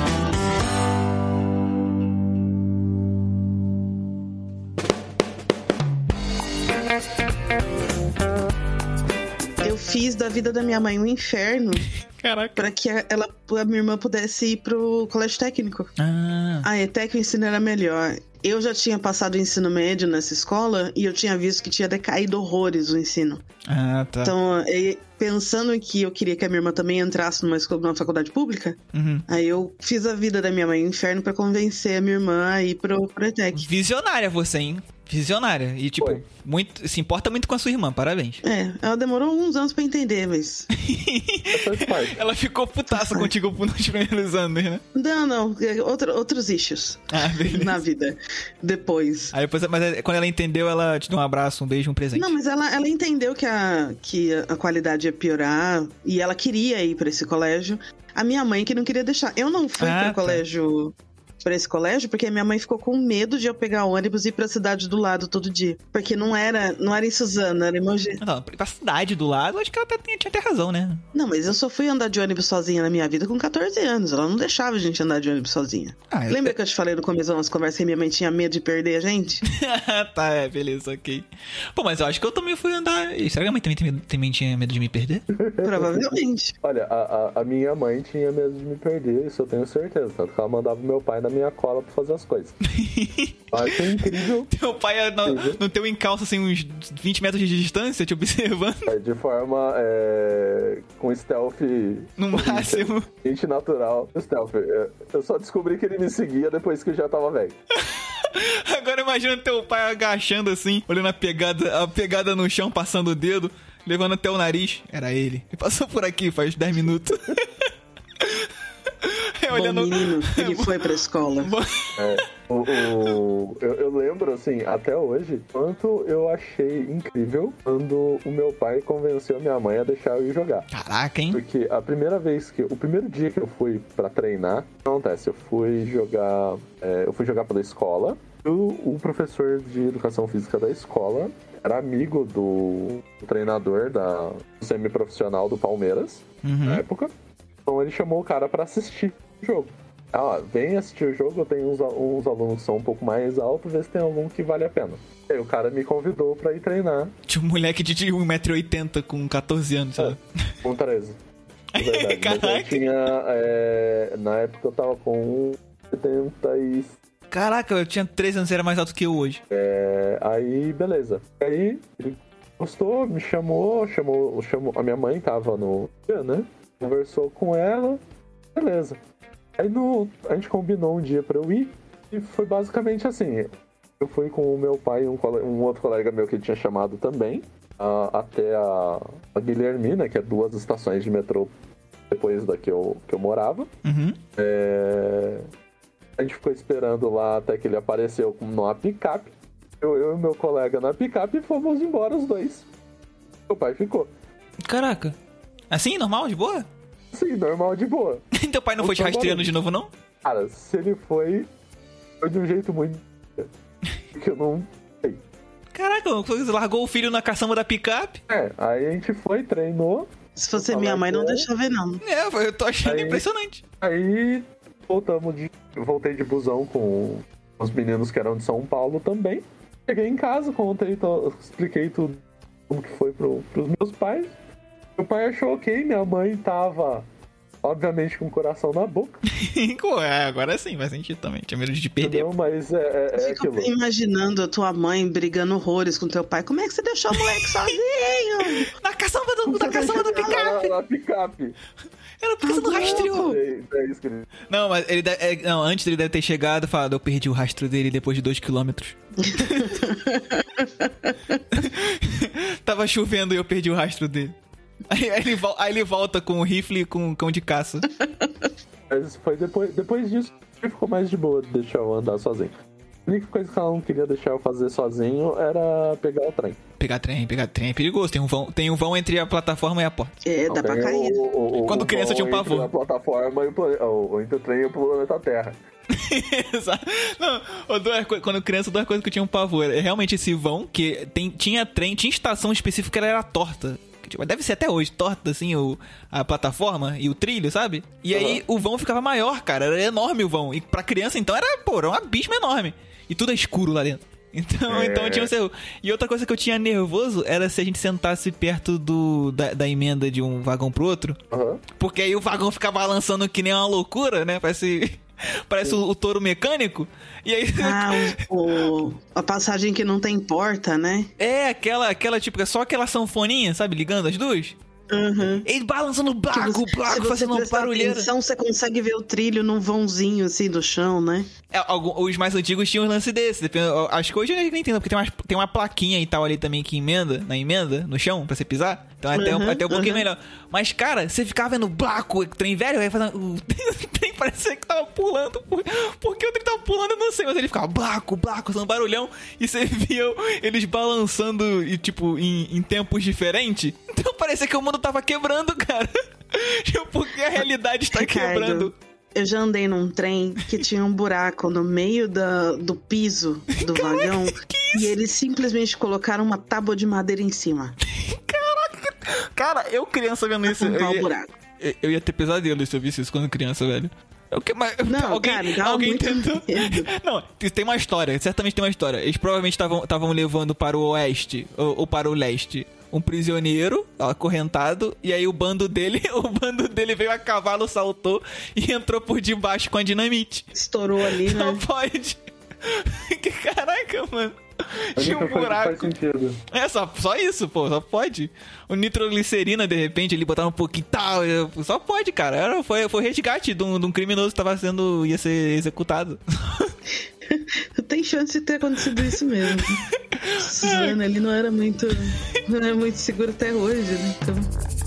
Eu fiz da vida da minha mãe um inferno Caraca. pra que a- ela, a minha irmã pudesse ir pro colégio técnico. Ah. A ETEC o ensino era melhor. Eu já tinha passado o ensino médio nessa escola e eu tinha visto que tinha decaído horrores o ensino. Ah, tá. Então, eh, pensando que eu queria que a minha irmã também entrasse numa, escola, numa faculdade pública, Uhum. aí eu fiz a vida da minha mãe um inferno pra convencer a minha irmã a ir pro, pro ETEC. Visionária você, hein? Visionária. E, tipo, Foi. muito, se importa muito com a sua irmã. Parabéns. É, ela demorou uns anos pra entender, mas... Mas faz parte. Ela ficou putaça contigo nos primeiros anos, né? Não, não, é outro, outros issues Ah, beleza. na vida, depois. Aí depois, mas é- quando ela entendeu, ela te deu um abraço, um beijo, um presente. Não, mas ela, ela entendeu que a, que a qualidade ia piorar e ela queria ir pra esse colégio. A minha mãe que não queria deixar. Eu não fui Ah, pro tá. colégio... pra esse colégio, porque a minha mãe ficou com medo de eu pegar ônibus e ir pra cidade do lado todo dia. Porque não era, não era em Suzano, era em Mogi. Não, pra cidade do lado, acho que ela até tinha, tinha até razão, né? Não, mas eu só fui andar de ônibus sozinha na minha vida com catorze anos. Ela não deixava a gente andar de ônibus sozinha. Ah, eu- Lembra que eu te falei no começo das conversas que minha mãe tinha medo de perder a gente? Tá, é, beleza, ok. Pô, mas eu acho que eu também fui andar. Ih, será que a mãe também, tem- também tinha medo de me perder? Provavelmente. Olha, a, a, a minha mãe tinha medo de me perder, isso eu tenho certeza. Tanto que ela mandava meu pai na minha cola pra fazer as coisas. Eu acho incrível, Teu pai é no, no teu encalço, assim, uns vinte metros de distância, te observando. é, de forma é, com stealth No máximo. gente natural. Stealth. é, Eu só descobri que ele me seguia depois que eu já tava velho. Agora imagina teu pai agachando assim, olhando a pegada, a pegada no chão, passando o dedo, levando até o nariz. Era ele. Ele passou por aqui faz dez minutos. É, Bom menino, ele foi pra escola. É, o, o- eu, eu lembro, assim, até hoje, quanto eu achei incrível quando o meu pai convenceu a minha mãe a deixar eu ir jogar. Caraca, hein? Porque a primeira vez que... O primeiro dia que eu fui pra treinar, o que acontece? Eu fui jogar... é, eu fui jogar pela escola. O, o professor de educação física da escola era amigo do, do treinador da, do semiprofissional do Palmeiras, Uhum. na época. Então ele chamou o cara pra assistir o jogo. Ah, ó, vem assistir o jogo, eu tenho uns, uns alunos que são um pouco mais altos, vê se tem algum que vale a pena. Aí o cara me convidou pra ir treinar Tinha um moleque de um metro e oitenta com catorze anos, sei lá. com treze. É verdade. Mas eu Caraca. tinha. é, na época eu tava com um setenta e. Caraca, eu tinha treze anos e era mais alto que eu hoje. É, aí, beleza. Aí ele gostou, me chamou, chamou, chamou. A minha mãe tava no dia, né? Conversou com ela, beleza. Aí no, a gente combinou um dia pra eu ir e foi basicamente assim. Eu fui com o meu pai e um, cole- um outro colega meu que ele tinha chamado também, a- até a, a Guilhermina, que é duas estações de metrô depois da que eu, que eu morava. Uhum. É, A gente ficou esperando lá até que ele apareceu com- numa picape. Eu, eu e meu colega na picape e fomos embora os dois. Meu pai ficou. Caraca. Assim, normal, de boa? Sim, normal, de boa. Teu pai não foi te Opa, rastreando barulho. de novo, não? Cara, se ele foi, foi de um jeito muito... que eu não sei. Caraca, você largou o filho na caçamba da picape? É, aí a gente foi, treinou. Se fosse minha mãe, não deixava ir, não. É, eu tô achando Aí- impressionante. Aí voltamos de... Voltei de busão com os meninos que eram de São Paulo também. Cheguei em casa, contei, to- expliquei tudo como que foi pro, pros meus pais. Meu pai achou ok, minha mãe tava, obviamente, com o coração na boca, é, agora sim, faz sentido também. Tinha medo de te perder. entendeu? Mas é, é, é Eu fico aquilo. imaginando a tua mãe brigando horrores com teu pai. Como é que você deixou o moleque sozinho? Na caçamba do, na caçamba do picape! Na, na picape. Era porque você não rastreou. É, é isso que ele... Não, mas ele deve, é, não, antes ele deve ter chegado e falado, eu perdi o rastro dele depois de dois quilômetros. Tava chovendo e eu perdi o rastro dele. Aí, aí ele, vol- aí ele volta com o rifle e com o cão de caça. Mas foi depois, depois disso que ficou mais de boa de deixar eu andar sozinho. A única coisa que ela não queria deixar eu fazer sozinho era pegar o trem. Pegar trem, pegar trem é perigoso. Tem um vão, tem um vão entre a plataforma e a porta. É, dá pra Tem cair. o- o- Quando o criança vão tinha um entre pavor. a plataforma e o, plane... o, entre o trem e o planeta Terra. Exato. Não, ô, duas co- quando criança, duas coisas que eu tinha um pavor. É realmente esse vão, que tem, tinha trem, tinha estação específica que ela era torta. Que, tipo, deve ser até hoje, torta, assim, o, a plataforma e o trilho, sabe? E aí o vão ficava maior, cara. Era enorme o vão. E pra criança, então, era, pô, era um abismo enorme. E tudo é escuro lá dentro. Então, É. então tinha um seu. E outra coisa que eu tinha nervoso era se a gente sentasse perto do, da, da emenda de um vagão pro outro. Aham. Porque aí o vagão fica balançando que nem uma loucura, né? Parece, parece o, o touro mecânico. E aí. Ah, o, o- a passagem que não tem porta, né? É aquela, aquela tipo, é só aquela sanfoninha, sabe? Ligando as duas. Uhum. Ele balançando Que blaco, você- blaco, se você fazendo uma prestar barulheira. atenção, você consegue ver o trilho num vãozinho assim do chão, né? É, algum- os mais antigos tinham um lance desse. depende- eu acho que hoje eu nem entendo, porque tem uma, tem uma plaquinha e tal ali também que emenda, na emenda, no chão, pra você pisar. Então é até, um- Uhum, até um pouquinho uhum. melhor. Mas, cara, você ficava vendo blaco, o trem velho, aí fazendo. O trem parecia que tava pulando. Por, porque o trem tava pulando, eu não sei, mas ele ficava blaco, blaco, fazendo barulhão. E você via eles balançando, e, tipo, em, em tempos diferentes. Então parecia que o mundo tava quebrando, cara. Porque a realidade está Ricardo, quebrando. Eu já andei num trem que tinha um buraco no meio da, do piso do vagão e eles simplesmente colocaram uma tábua de madeira em cima. Cara, eu criança vendo isso. Tampar Eu o ia, buraco. eu- eu ia ter pesadelo se eu visse isso quando criança, velho. Eu que, mas, Não, alguém, cara, dava alguém muito tentou. medo. Não, tem uma história, certamente tem uma história. Eles provavelmente estavam levando para o oeste ou, ou para o leste um prisioneiro acorrentado, e aí o bando dele, o bando dele veio a cavalo, saltou e entrou por debaixo com a dinamite. Estourou ali, Não né? pode. Que caraca, mano. A Tinha um única coisa que faz buraco. sentido. É, só, só isso, pô, só pode. O nitroglicerina, de repente, ele botaram um pouquinho e tal. eu- Só pode, cara. Era, foi, foi resgate de um, de um criminoso que tava sendo. Ia ser executado. Tem chance de ter acontecido isso mesmo. Suzana ali não era muito. Não era muito seguro até hoje, né? Então.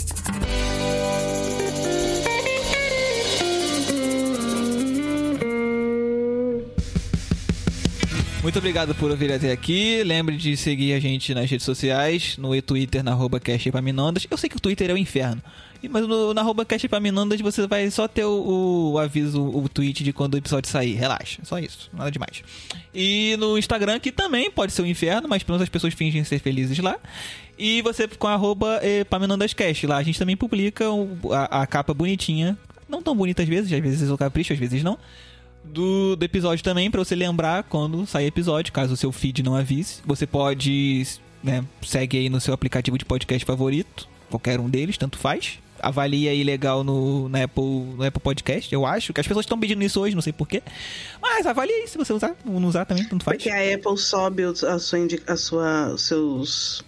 Muito obrigado por ouvir até aqui. Lembre de seguir a gente nas redes sociais, no Twitter, na arroba Cast Epaminondas. Eu sei que o Twitter é o inferno, e- mas no, na arroba Cast Epaminondas você vai só ter o, o aviso, o tweet de quando o episódio sair. Relaxa, só isso, nada demais. E no Instagram, que também pode ser o inferno, mas pelo menos as pessoas fingem ser felizes lá. E você com a arroba Epaminondascast. Lá a gente também publica o- a, a capa bonitinha. Não tão bonita às vezes, às vezes eu capricho, às vezes não. Do, do episódio também, pra você lembrar quando sair episódio, caso o seu feed não avise. Você pode, né, segue aí no seu aplicativo de podcast favorito, qualquer um deles, tanto faz. Avalia aí legal no, na Apple, no Apple Podcast, eu acho, que as pessoas estão pedindo isso hoje, não sei porquê. Mas avalia aí se você usar, ou não usar também, tanto faz. Porque a Apple sobe o- a sua, indi- a sua os seus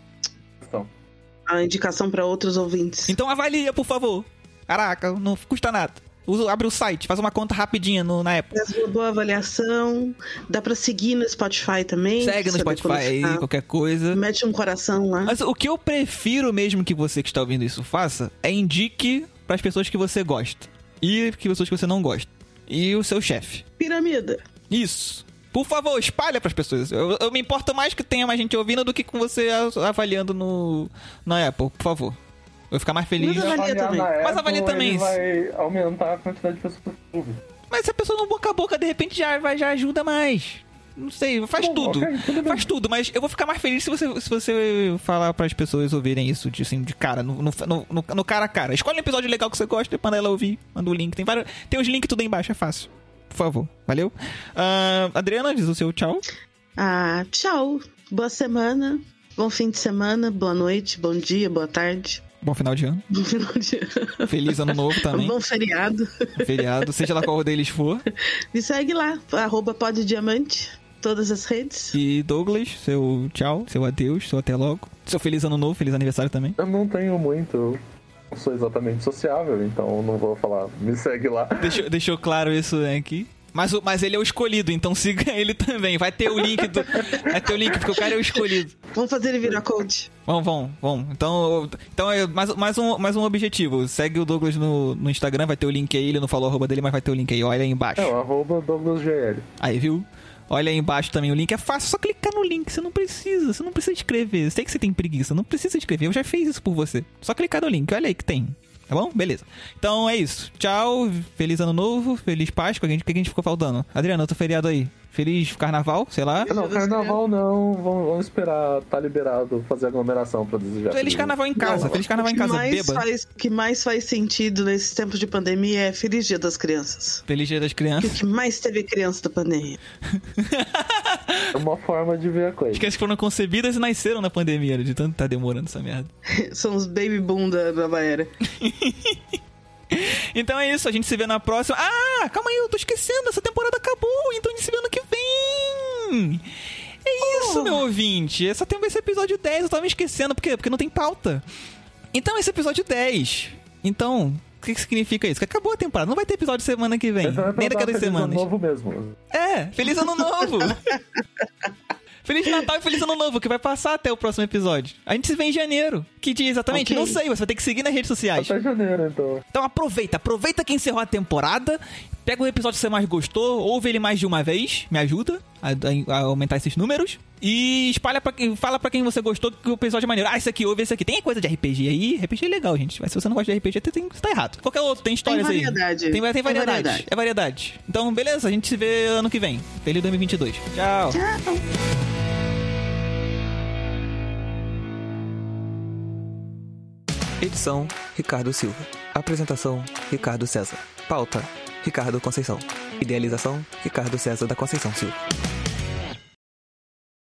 Então, a indicação para outros ouvintes. Então avalia, por favor. Caraca, não custa nada. Usa, abre o site, faz uma conta rapidinha no, na Apple. Faz uma boa avaliação. Dá pra seguir no Spotify também. Segue no saber Spotify quando aí, ficar. qualquer coisa. Mete um coração lá. Mas o que eu prefiro mesmo que você que está ouvindo isso faça é indique para as pessoas que você gosta e que pessoas que você não gosta. E o seu chefe. Piramida. Isso. Por favor, espalha para as pessoas. Eu, eu me importo mais que tenha mais gente ouvindo do que com você avaliando no na Apple, por favor. Eu vou ficar mais feliz. Mas avalia avaliar também. na Mas Apple, avalia também ele isso. vai aumentar a quantidade de pessoas que ouvem. Mas se a pessoa no boca a boca, de repente, já, vai, já ajuda mais. Não sei, faz Bom, tudo. ok, tudo bem. Faz tudo, mas eu vou ficar mais feliz se você, se você falar para as pessoas ouvirem isso de, assim, de cara, no, no, no, no cara a cara. Escolhe um episódio legal que você gosta e manda ela ouvir. Manda o link. Tem, vários, tem os links tudo aí embaixo, é fácil. Por favor, valeu? Ah, Adriana, diz o seu tchau. Ah, tchau. Boa semana. Bom fim de semana. Boa noite. Bom dia. Boa tarde. Bom final de ano. Bom final de ano. Feliz ano novo também. Bom feriado. Feriado, seja lá qual deles for. Me segue lá. Arroba Poddiamante. Todas as redes. E Douglas, seu tchau, seu adeus, seu até logo. Seu feliz ano novo, feliz aniversário também. Eu não tenho muito. Eu não sou exatamente sociável, então eu não vou falar. Me segue lá. Deixou, deixou claro isso né, aqui. Mas, o- mas ele é o escolhido, então siga ele também. Vai ter o link do. Vai ter o link, porque o cara é o escolhido. Vamos fazer ele virar coach. Vamos, vamos, vamos. Então, então é mais, mais, um, mais um objetivo. Segue o Douglas no, no Instagram, vai ter o link aí. Ele não falou a arroba dele, mas vai ter o link aí. Olha aí embaixo. É, o arroba Douglas G L. Aí, viu? Olha aí embaixo também o link. É fácil, só clicar no link. Você não precisa, você não precisa escrever. Eu sei que você tem preguiça, não precisa escrever. Eu já fiz isso por você. Só clicar no link, olha aí que tem. Tá bom? Beleza. Então é isso. Tchau, feliz ano novo, feliz Páscoa. O que a gente ficou faltando? Adriano, outro feriado aí. Feliz carnaval, sei lá. Não, carnaval não. Vamos, vamos esperar, tá liberado fazer aglomeração pra desejar. Feliz carnaval em casa, Não, feliz carnaval em casa, beba. Faz, o que mais faz sentido nesses tempos de pandemia é Feliz Dia das Crianças. Feliz Dia das Porque Crianças. o que mais teve criança da pandemia? É uma forma de ver a coisa. Acho que elas foram concebidas e nasceram na pandemia, de tanto que tá demorando essa merda. São os baby boom da nova era. Então é isso, a gente se vê na próxima. Ah, calma aí, eu tô esquecendo, essa temporada acabou, então a gente se vê ano que vem. É isso, oh. meu ouvinte. Essa tem esse episódio dez, eu tava me esquecendo, por quê? Porque não tem pauta. Então esse episódio dez. Então, o que, que significa isso? Que acabou a temporada, não vai ter episódio semana que vem, então é nem daqui a duas semanas. Feliz Ano Novo mesmo. É, Feliz Ano Novo. Feliz Natal e Feliz Ano Novo, que vai passar até o próximo episódio. A gente se vê em janeiro. Que dia exatamente? Okay. Não sei, você vai ter que seguir nas redes sociais. Até janeiro, então. Então aproveita, aproveita que encerrou a temporada. Pega o episódio que você mais gostou, ouve ele mais de uma vez, me ajuda a, a, a aumentar esses números. E espalha pra quem, fala pra quem você gostou que o episódio é maneiro. Ah, esse aqui, ouve esse aqui. Tem coisa de R P G aí, R P G é legal, gente. Mas se você não gosta de R P G, tem, você tá errado. Qualquer outro, tem histórias tem variedade. aí. Tem, tem, tem variedade. variedade. É variedade. Então, beleza, a gente se vê ano que vem. Feliz dois mil e vinte e dois. Tchau. Tchau. Edição, Ricardo Silva. Apresentação, Ricardo César. Pauta, Ricardo Conceição. Idealização, Ricardo César da Conceição Silva.